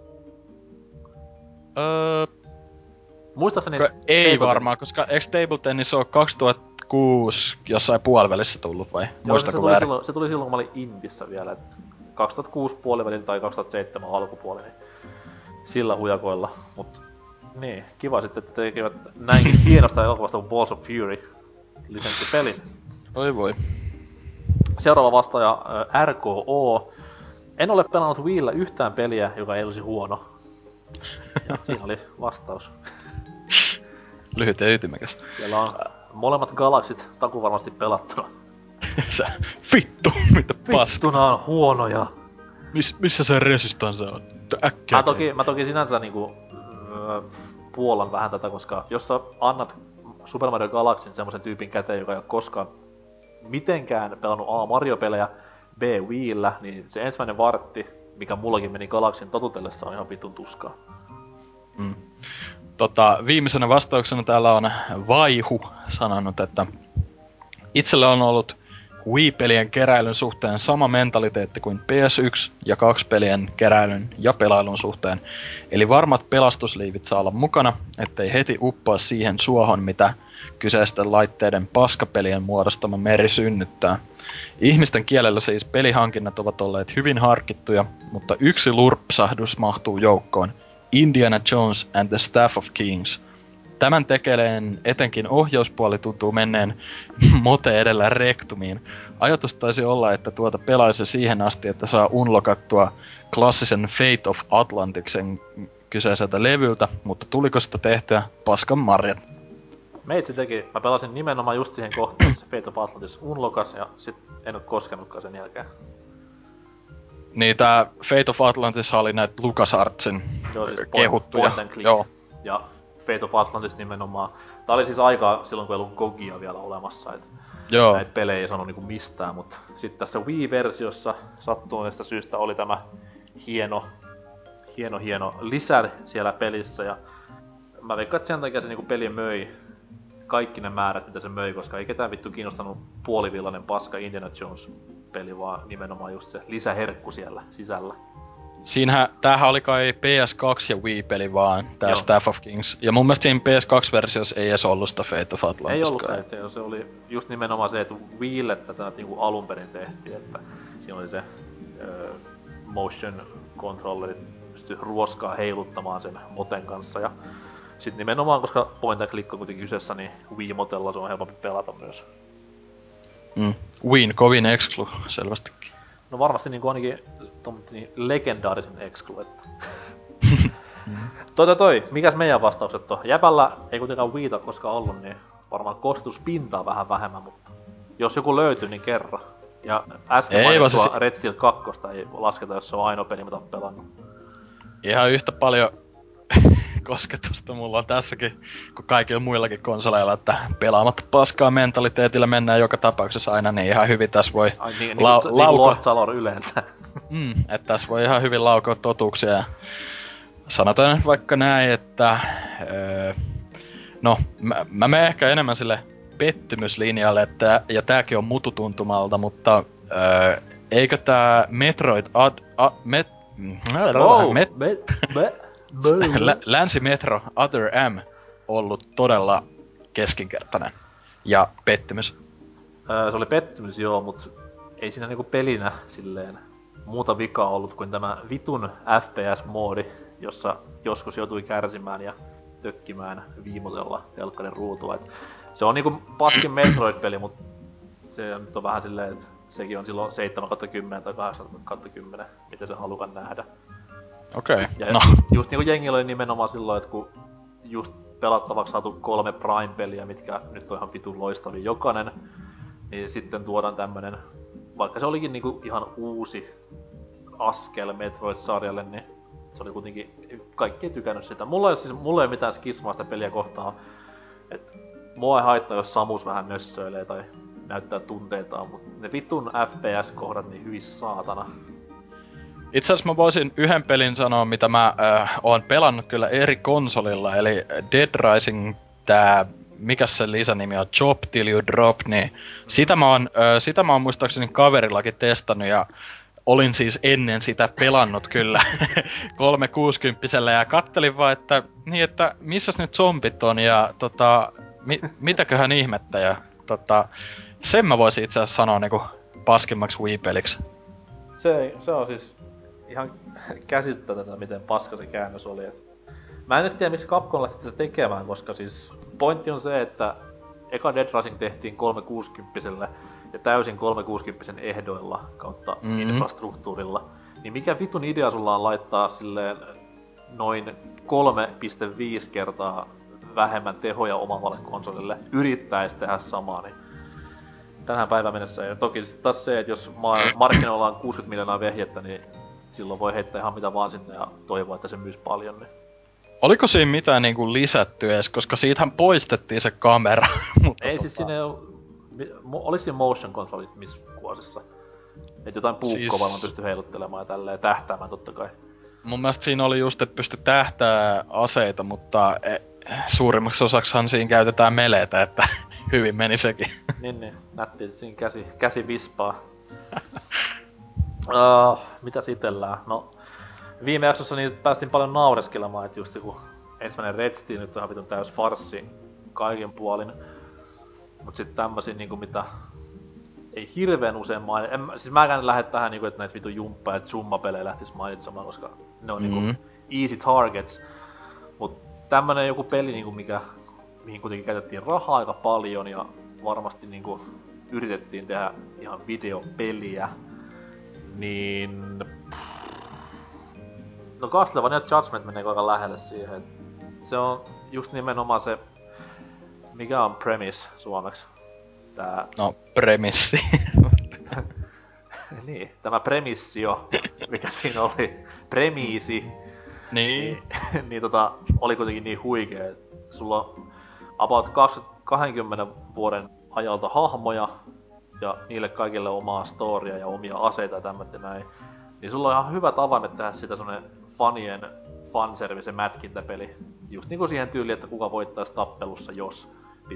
Muistaakseni... Ei varmaan, koska eikö Table Tennis ole 2006 jossain puolivälissä tullut vai? Muistako väärin? Se tuli silloin, kun mä olin Indissä vielä, että 2006 puolivälillä tai 2007 alkupuoli, niin sillä hujakoilla. Mut niin, kiva sitten, että tekevät näinkin hienosta elokuvasta kuin Balls of Fury lisenssipelin. Oi voi. Seuraava vastaaja RKO. En ole pelannut Wiillä yhtään peliä, joka ei olisi huono. Ja siinä oli vastaus. Lyhyt ja ytimekäs. Siellä on molemmat galaksit takuvarmasti pelattuna. Sä, vittu, mitä paska. Vittuna on huonoja. Missä se resistanssi on? Äkkiä. Mä toki sinänsä niinku puolan vähän tätä, koska jos sä annat Super Mario Galaxyn semmosen tyypin käteen, joka ei oo koskaan mitenkään pelannut A Mario-pelejä, B Wiillä, niin se ensimmäinen vartti, mikä mullakin meni Galaxyn totutellessa, on ihan vitun tuskaa. Viimeisenä vastauksena täällä on Vaihu sanonut, että itsellä on ollut Wii-pelien keräilyn suhteen sama mentaliteetti kuin PS1 ja 2-pelien keräilyn ja pelailun suhteen. Eli varmat pelastusliivit saa olla mukana, ettei heti uppoa siihen suohon, mitä kyseisten laitteiden paskapelien muodostama meri synnyttää. Ihmisten kielellä siis pelihankinnat ovat olleet hyvin harkittuja, mutta yksi lurpsahdus mahtuu joukkoon. Indiana Jones and the Staff of Kings. Tämän tekeleen etenkin ohjauspuoli tuntuu menneen mote edellä rektumiin. Ajatus taisi olla, että tuota pelaisi siihen asti, että saa unlockattua klassisen Fate of Atlanticsen kyseiseltä levyltä, mutta tuliko sitä tehtyä paskan marjat? Meitsi teki, mä pelasin nimenomaan just siihen kohtaan, että se Fate of Atlantis unlockas ja sit en oo koskenutkaan sen jälkeen. Niin tää Fate of Atlantis oli näitä LucasArtsin kehuttuja. Joo. Ja Fate of Atlantis nimenomaan. Tää oli siis aikaa silloin, kun ei ollut Gogia vielä olemassa, et näitä pelejä ei sanonut niinku mistään, mut sit tässä Wii-versiossa sattuneesta syystä oli tämä hieno lisä siellä pelissä, ja mä veikkaan, että sen takia se niinku peli möi kaikki ne määrät, mitä se möi, koska ei ketään vittu kiinnostanut puolivillainen paska Indiana Jones peli, vaan nimenomaan just se lisäherkku siellä sisällä. Tämähän oli kai PS2 ja Wii-peli vaan, tää Joo. Staff of Kings. Ja mun mielestä siinä PS2-versiossa ei edes ollut sitä Fate of Atlantis. Ei ollutkaan, se oli just nimenomaan se, että Wiille tätä niinku alun perin tehtiin, että siinä oli se motion controllerit pystyi ruoskaa heiluttamaan sen moten kanssa, ja sit nimenomaan, koska point and click on kuitenkin kyseessä, niin Wii-motella se on helpompi pelata myös. Wiin kovin exclu, selvästikin. No varmasti niinku ainakin niin legendaarisen exclu, että... mikäs meidän vastaukset on? Jäpällä ei kuitenkaan Wiita koskaan ollut, niin varmaan kosketuspintaa vähän vähemmän, mutta jos joku löytyy, niin kerro. Ja äsken mainittua Red Steel 2 ei lasketa, jos se on ainoa peli, mitä on pelannut. Ihan yhtä paljon kosketusta mulla on tässäkin, kuin kaikilla muillakin konsoleilla, että pelaamatta paskaa mentaliteetillä mennään joka tapauksessa aina, niin ihan hyvin tässä voi niin Lord Salor yleensä. Että tässä voi ihan hyvin laukoa totuuksia. Ja sanotaan vaikka näin, että no, mä menen ehkä enemmän sille pettymyslinjalle, että, ja tääkin on mututuntumalta, mutta eikö tää Metroid Länsimetro Other M ollut todella keskinkertainen ja pettymys? Se oli pettymys, joo, mut ei siinä niinku pelinä silleen muuta vikaa ollut kuin tämä vitun FPS-moodi, jossa joskus joutui kärsimään ja tökkimään viimotella telkkarin ruutua. Et se on niinku paskin Metroid-peli, mut se nyt on vähän silleen, että sekin on silloin 7/10 tai 8/10, miten se haluan nähdä. Okei, ja just niinku jengillä oli nimenomaan silloin, että kun just pelattavaksi saatu 3 Prime-peliä, mitkä nyt on ihan vitun loistavia jokainen, niin sitten tuodaan tämmönen, vaikka se olikin niinku ihan uusi askel Metroid-sarjalle, niin se oli kuitenkin, kaikki ei tykännyt sitä. Mulla ei mitään skismaa sitä peliä kohtaan, et mua ei haittaa, jos Samus vähän nössöilee tai näyttää tunteitaan, mutta ne vitun FPS-kohdat niin hyvin saatana. Itse asiassa mä voisin yhden pelin sanoa, mitä mä oon pelannut kyllä eri konsolilla, eli Dead Rising, tää, mikäs se lisänimi on, Chop Till You Drop, niin sitä mä oon muistaakseni kaverillakin testannut, ja olin siis ennen sitä pelannut kyllä 360 ja kattelin vaan, että missäs nyt zombit on ja mitäköhän ihmettä ja sen mä voisin itse asiassa sanoa niinku paskimmaksi Wii-peliksi. Se on siis ihan käsittämätöntä, miten paska se käännös oli. Mä en edes tiedä, miksi Capcom lähti tätä tekemään, koska siis pointti on se, että eka Dead Rising tehtiin 360 ja täysin 360 ehdoilla kautta infrastruktuurilla. Niin mikä vitun idea sulla on laittaa silleen noin 3,5 kertaa vähemmän tehoja omavalle konsolille yrittäis tehdä samaa, niin tänään päivän mennessä. Ja toki sit taas se, että jos markkinoilla on 60 miljoonaa vehjettä, niin silloin voi heittää ihan mitä vaan sinne ja toivoa, että se myys paljon. Niin. Oliko siinä mitään niinku lisätty edes, koska siitähän poistettiin se kamera. Mutta ei siis siinä oliko siinä motion controlit missä kuosissa? Et jotain puukkoa varmaan pystyi heiluttelemaan ja tälleen tähtäämään totta kai. Mun mielestä siinä oli just, että pystyi tähtää aseita, mutta suurimmaksi osaksahan siinä käytetään meleitä, että hyvin meni sekin. Niin, nätti siinä käsi vispaa. Mitä itellään? No, viime jaksossa niin päästiin paljon naureskelemaan, että just joku ensimmäinen Red Steel nyt on ihan vitun täys farssi kaiken puolin. Mut sit tämmösiä niinku mitä ei hirveen usein siis mäkään lähde tähän niinku, että näitä vitun jumppa- ja zumma-pelejä lähtis mainitsemaan, koska ne on niinku easy targets. Mut tämmönen joku peli niinku mihin kuitenkin käytettiin rahaa aika paljon ja varmasti niinku yritettiin tehdä ihan videopeliä, niin no Castlevania Judgment menee aika lähelle siihen. Se on just nimenomaan se, mikä on premise suomeksi? Tää... No, premissi. niin, tämä premissio, mikä siinä oli, premiisi, niin oli kuitenkin niin huikea, että sulla on about 20 vuoden ajalta hahmoja, ja niille kaikille omaa storia ja omia aseita ja tämmöitä näin. Niin sulla on ihan hyvät avaimet tehdä sitä semmonen fanien fanservice mätkintäpeli. Just niinku siihen tyyliin, että kuka voittaisi tappelussa jos...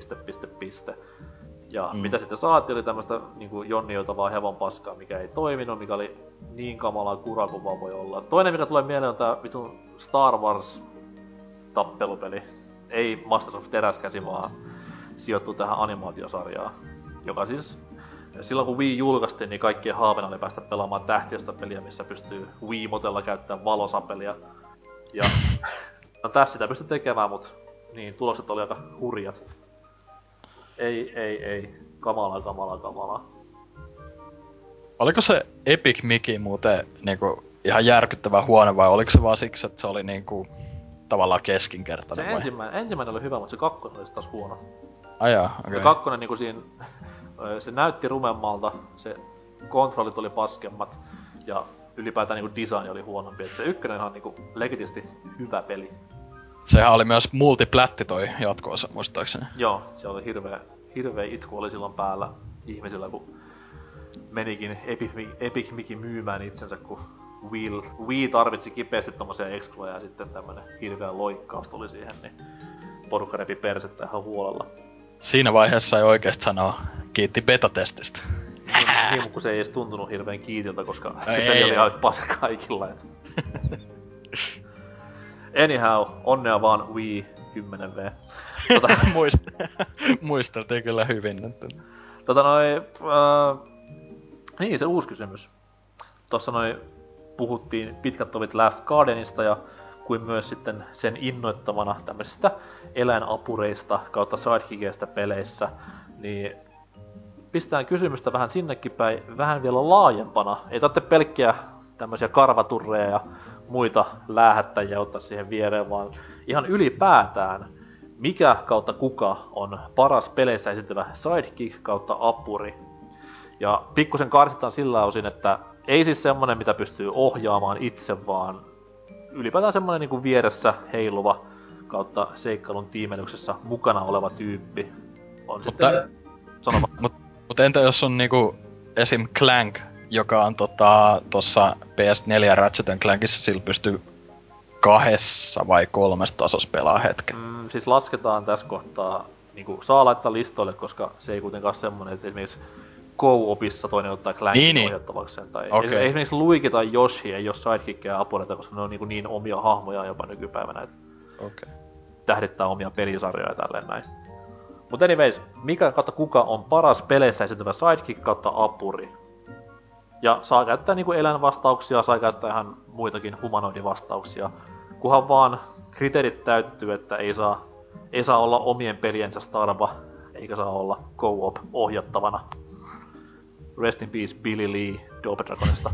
Ja mitä sitten saatiin oli tämmöstä niinku jonnijoitavaa hevon paskaa, mikä ei toiminut, mikä oli niin kamalaa kuraa kuin vaan voi olla. Toinen mikä tulee mieleen on tää vitun Star Wars tappelupeli. Ei Masters of Teräskäsi, vaan sijoittuu tähän animaatiosarjaan. Joka siis silloin kun Wii julkaistiin, niin kaikkien haaveena oli päästä pelaamaan tähtiöstä peliä, missä pystyy Wii-motella käyttämään valosapelia. Ja no tässä sitä pystyi tekemään, mut niin, tulokset oli aika hurjat. Ei. Kamalaa. Oliko se Epic Mickey muuten niinku ihan järkyttävän huono vai oliko se vaan siksi, että se oli niinku tavallaan keskinkertainen se vai? ensimmäinen oli hyvä, mutta se kakkonen oli taas huono. Ajaa, okei. Se kakkonen niinku siinä, se näytti rumemmalta, se kontrollit oli paskemmat ja ylipäätään niinku design oli huonompi. Et se ykkönen on niinku legitisti hyvä peli. Sehän oli myös multiplätti toi jatko-osa, muistaakseni. Joo, se oli hirveä itku oli silloin päällä ihmisillä, kun menikin Epic Mickey myymään itsensä, kun Wii tarvitsi kipeästi tommosia excluja ja sitten tämmönen hirveä loikkaus tuli siihen, niin porukka repi persettä ihan huolella. Siinä vaiheessa ei oikeesti sanoa kiitti betatestistä. Niin, kun se ei edes tuntunut hirveen kiitiltä, koska se peli oli ihan paska kaikilla. Anyhow, onnea vaan Wii 10V. Muisteltiin kyllä hyvin. Että... niin, se uusi kysymys. Tossa puhuttiin pitkät tovit Last Guardianista ja kuin myös sitten sen innoittamana tämmöisistä eläinapureista kautta sidekickeistä peleissä, niin pistään kysymystä vähän sinnekin päin, vähän vielä laajempana. Ei tarvitse pelkkiä tämmöisiä karvaturreja ja muita läähättäjiä ottaa siihen viereen, vaan ihan ylipäätään, mikä kautta kuka on paras peleissä esiintyvä sidekick kautta apuri. Ja pikkusen karsitaan sillä osin, että ei siis semmonen, mitä pystyy ohjaamaan itse, vaan ylipäätään semmonen niinku vieressä heiluva kautta seikkailun tiimellyksessä mukana oleva tyyppi. On sitten... Mutta entä jos on niinku esim. Clank, joka on tossa PS4 Ratchet & Clankissa, sillä pystyy 2 vai 3 tasossa pelaa hetken. Siis lasketaan tässä kohtaa, niinku saa laittaa listoille, koska se ei kuitenkaan semmonen, että esimerkiksi co-opissa toinen ottaa Clankin Niin. ohjattavakseen. Tai Okei. esimerkiksi Luigi tai Yoshi ei oo sidekickkejä apureita, koska ne on niin omia hahmoja jopa nykypäivänä, että Okei. tähdittää omia pelisarjoja ja tälleen näin. Mut anyways, mikä kautta kuka on paras peleissä esiintyvä sidekick kautta apuri? Ja saa käyttää niinku eläinvastauksia, saa käyttää ihan muitakin humanoidivastauksia. Kunhan vaan kriteerit täyttyy, että ei saa olla omien peliensä starva, eikä saa olla co-op ohjattavana. Rest in peace Billy Lee Double Dragonista.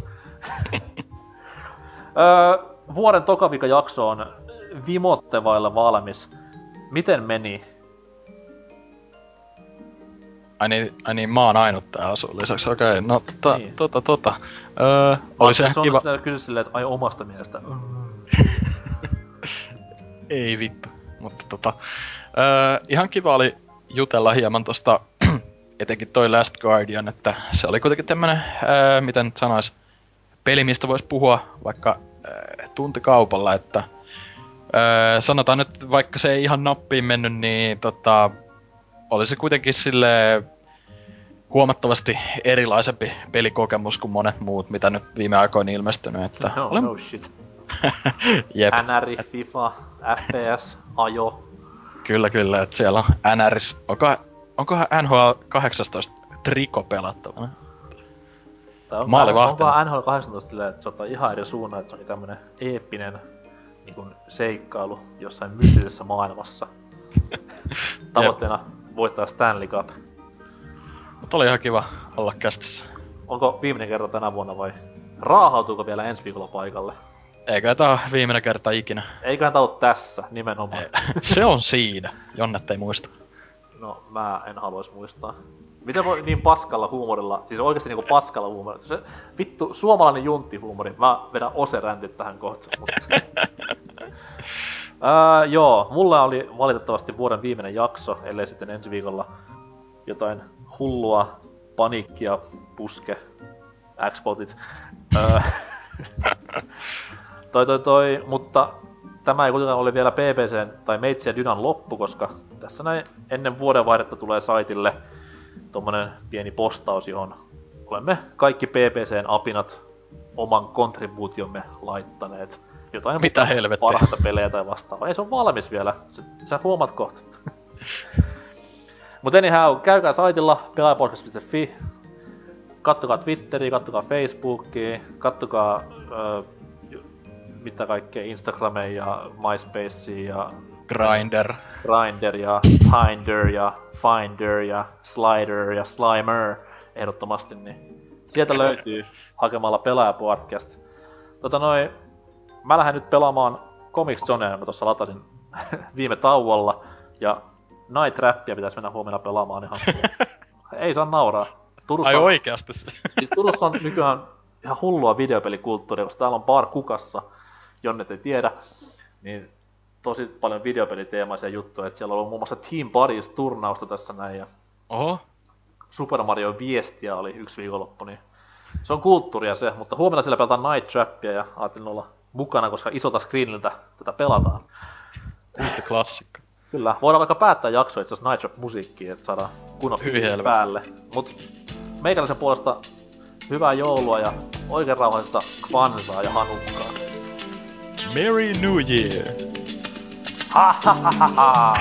Vuoden tokaviikko-jakso on vimottevailla valmis. Miten meni? Ai niin, mä oon ainut tää asuu lisäksi. Okei, no Niin. oli se kiva. Se on kysyä silleen, että ai omasta mielestä. Ei vittu. Mutta ihan kiva oli jutella hieman tosta, etenkin toi Last Guardian, että se oli kuitenkin tämmönen, miten nyt sanois, peli, mistä vois puhua vaikka tuntikaupalla, että sanotaan nyt, vaikka se ei ihan nappiin mennyt, niin oli se kuitenkin silleen huomattavasti erilaisempi pelikokemus kuin monet muut, mitä nyt viime aikoina ilmestynyt, että... No shit. Jep. NR, FIFA, FPS, ajo. Kyllä, että siellä on NRS... Onkohan NHL 18 triko pelattavana? Maalivahtina. Onko NHL 18 silleen, että se ottaa ihan eri suunnan, että se on tämmönen eeppinen niin kuin seikkailu jossain mystisessä maailmassa. Tavoitteena voittaa Stanley Cup. Mutta oli ihan kiva olla kästissä. Onko viimeinen kerta tänä vuonna vai raahautuuko vielä ensi viikolla paikalle? Eikä tää ole viimeinen kerta ikinä. Eiköhän tää oo tässä, nimenomaan. Se on siinä, Jonnet ei muista. No, mä en haluais muistaa. Miten voi niin paskalla huumorilla, siis oikeesti niinku paskalla huumorilla. Se vittu suomalainen junttihuumori, mä vedän oseräntit tähän kohtaan. Joo, mulla oli valitettavasti vuoden viimeinen jakso, ellei sitten ensi viikolla jotain hullua paniikkia puske Xbotit. Mutta tämä ei kuitenkaan ole vielä PPCn tai Meitsi ja Dynan loppu, koska tässä näin ennen vuodenvaihdetta tulee saitille tommonen pieni postaus, johon olemme kaikki PPCn apinat oman kontribuutiomme laittaneet. Jotain mitä helvettiä? Parhaita pelejä tai vastaavaa. Ei se on valmis vielä. Sä huomaat kohta. Mut anyhow, käykää saitilla pelaajapodcast.fi. Kattokaa Twitteriä, kattokaa Facebookia, kattokaa mitä kaikkea Instagramia ja MySpacea ja Grindr ja Tinder ja Finder ja Slider ja Slimer ehdottomasti, niin sieltä löytyy hakemalla Pelaajapodcast. Mä lähden nyt pelaamaan Comics Zonea, mä tossa latasin viime tauolla, ja Night Trappia pitäis mennä huomenna pelaamaan ihan. Ei saa nauraa. Ai oikeasti? Siis Turussa on nykyään ihan hullua videopelikulttuuria, koska täällä on Bar Kukassa, Jonnet ei tiedä, niin tosi paljon videopeliteemaisia juttuja, että siellä on ollut muun muassa Team Buddies-turnausta tässä näin, ja Oho. Super Mario viestiä oli yksi viikonloppu, niin se on kulttuuria se, mutta huomenna siellä pelataan Night Trappia, ja ajattelin olla mukana, koska isolta screeniltä tätä pelataan. Klassikko. Kyllä, voidaan vaikka päättää jakso itse asiassa Night Trap-musiikkiin, että saadaan kunnon fiilis päälle. Mut meikäläisen puolesta hyvää joulua ja oikein rauhallista Kwanzaa ja Hanukkaa. Merry New Year! Ha ha ha ha ha!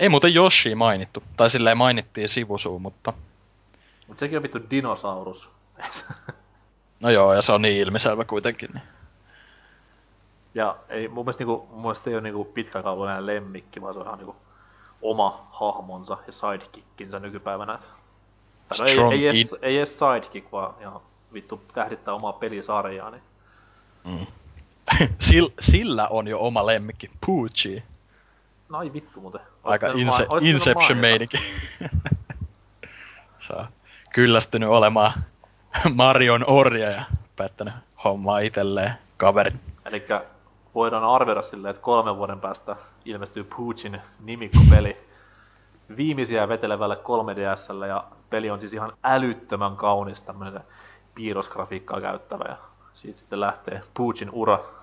Ei muuten Yoshi mainittu. Tai silleen mainittiin sivusuu, mutta... Mut sekin on vittu dinosaurus. No joo, ja se on niin ilmiselvä kuitenkin. Niin. Ja ei, mun mielestä se ei ole niinku pitkäkaulainen lemmikki, vaan se on ihan niinku oma hahmonsa ja sidekickinsä nykypäivänä. No ei edes sidekick, vaan ihan vittu tähdittää omaa pelisarjaa. Niin. Mm. Sillä on jo oma lemmikki, Poochie. No ai vittu muuten. Aika Inception-meininki. Se on kyllästynyt olemaan Marion orja ja päättänyt hommaa itselleen kaverin. Elikkä voidaan arvioida silleen, että 3 vuoden päästä ilmestyy Poochien nimikkopeli viimeisiä vetelevälle 3DS:lle ja peli on siis ihan älyttömän kaunis tämmönen piirrosgrafiikkaa käyttävä ja siitä sitten lähtee Poochien ura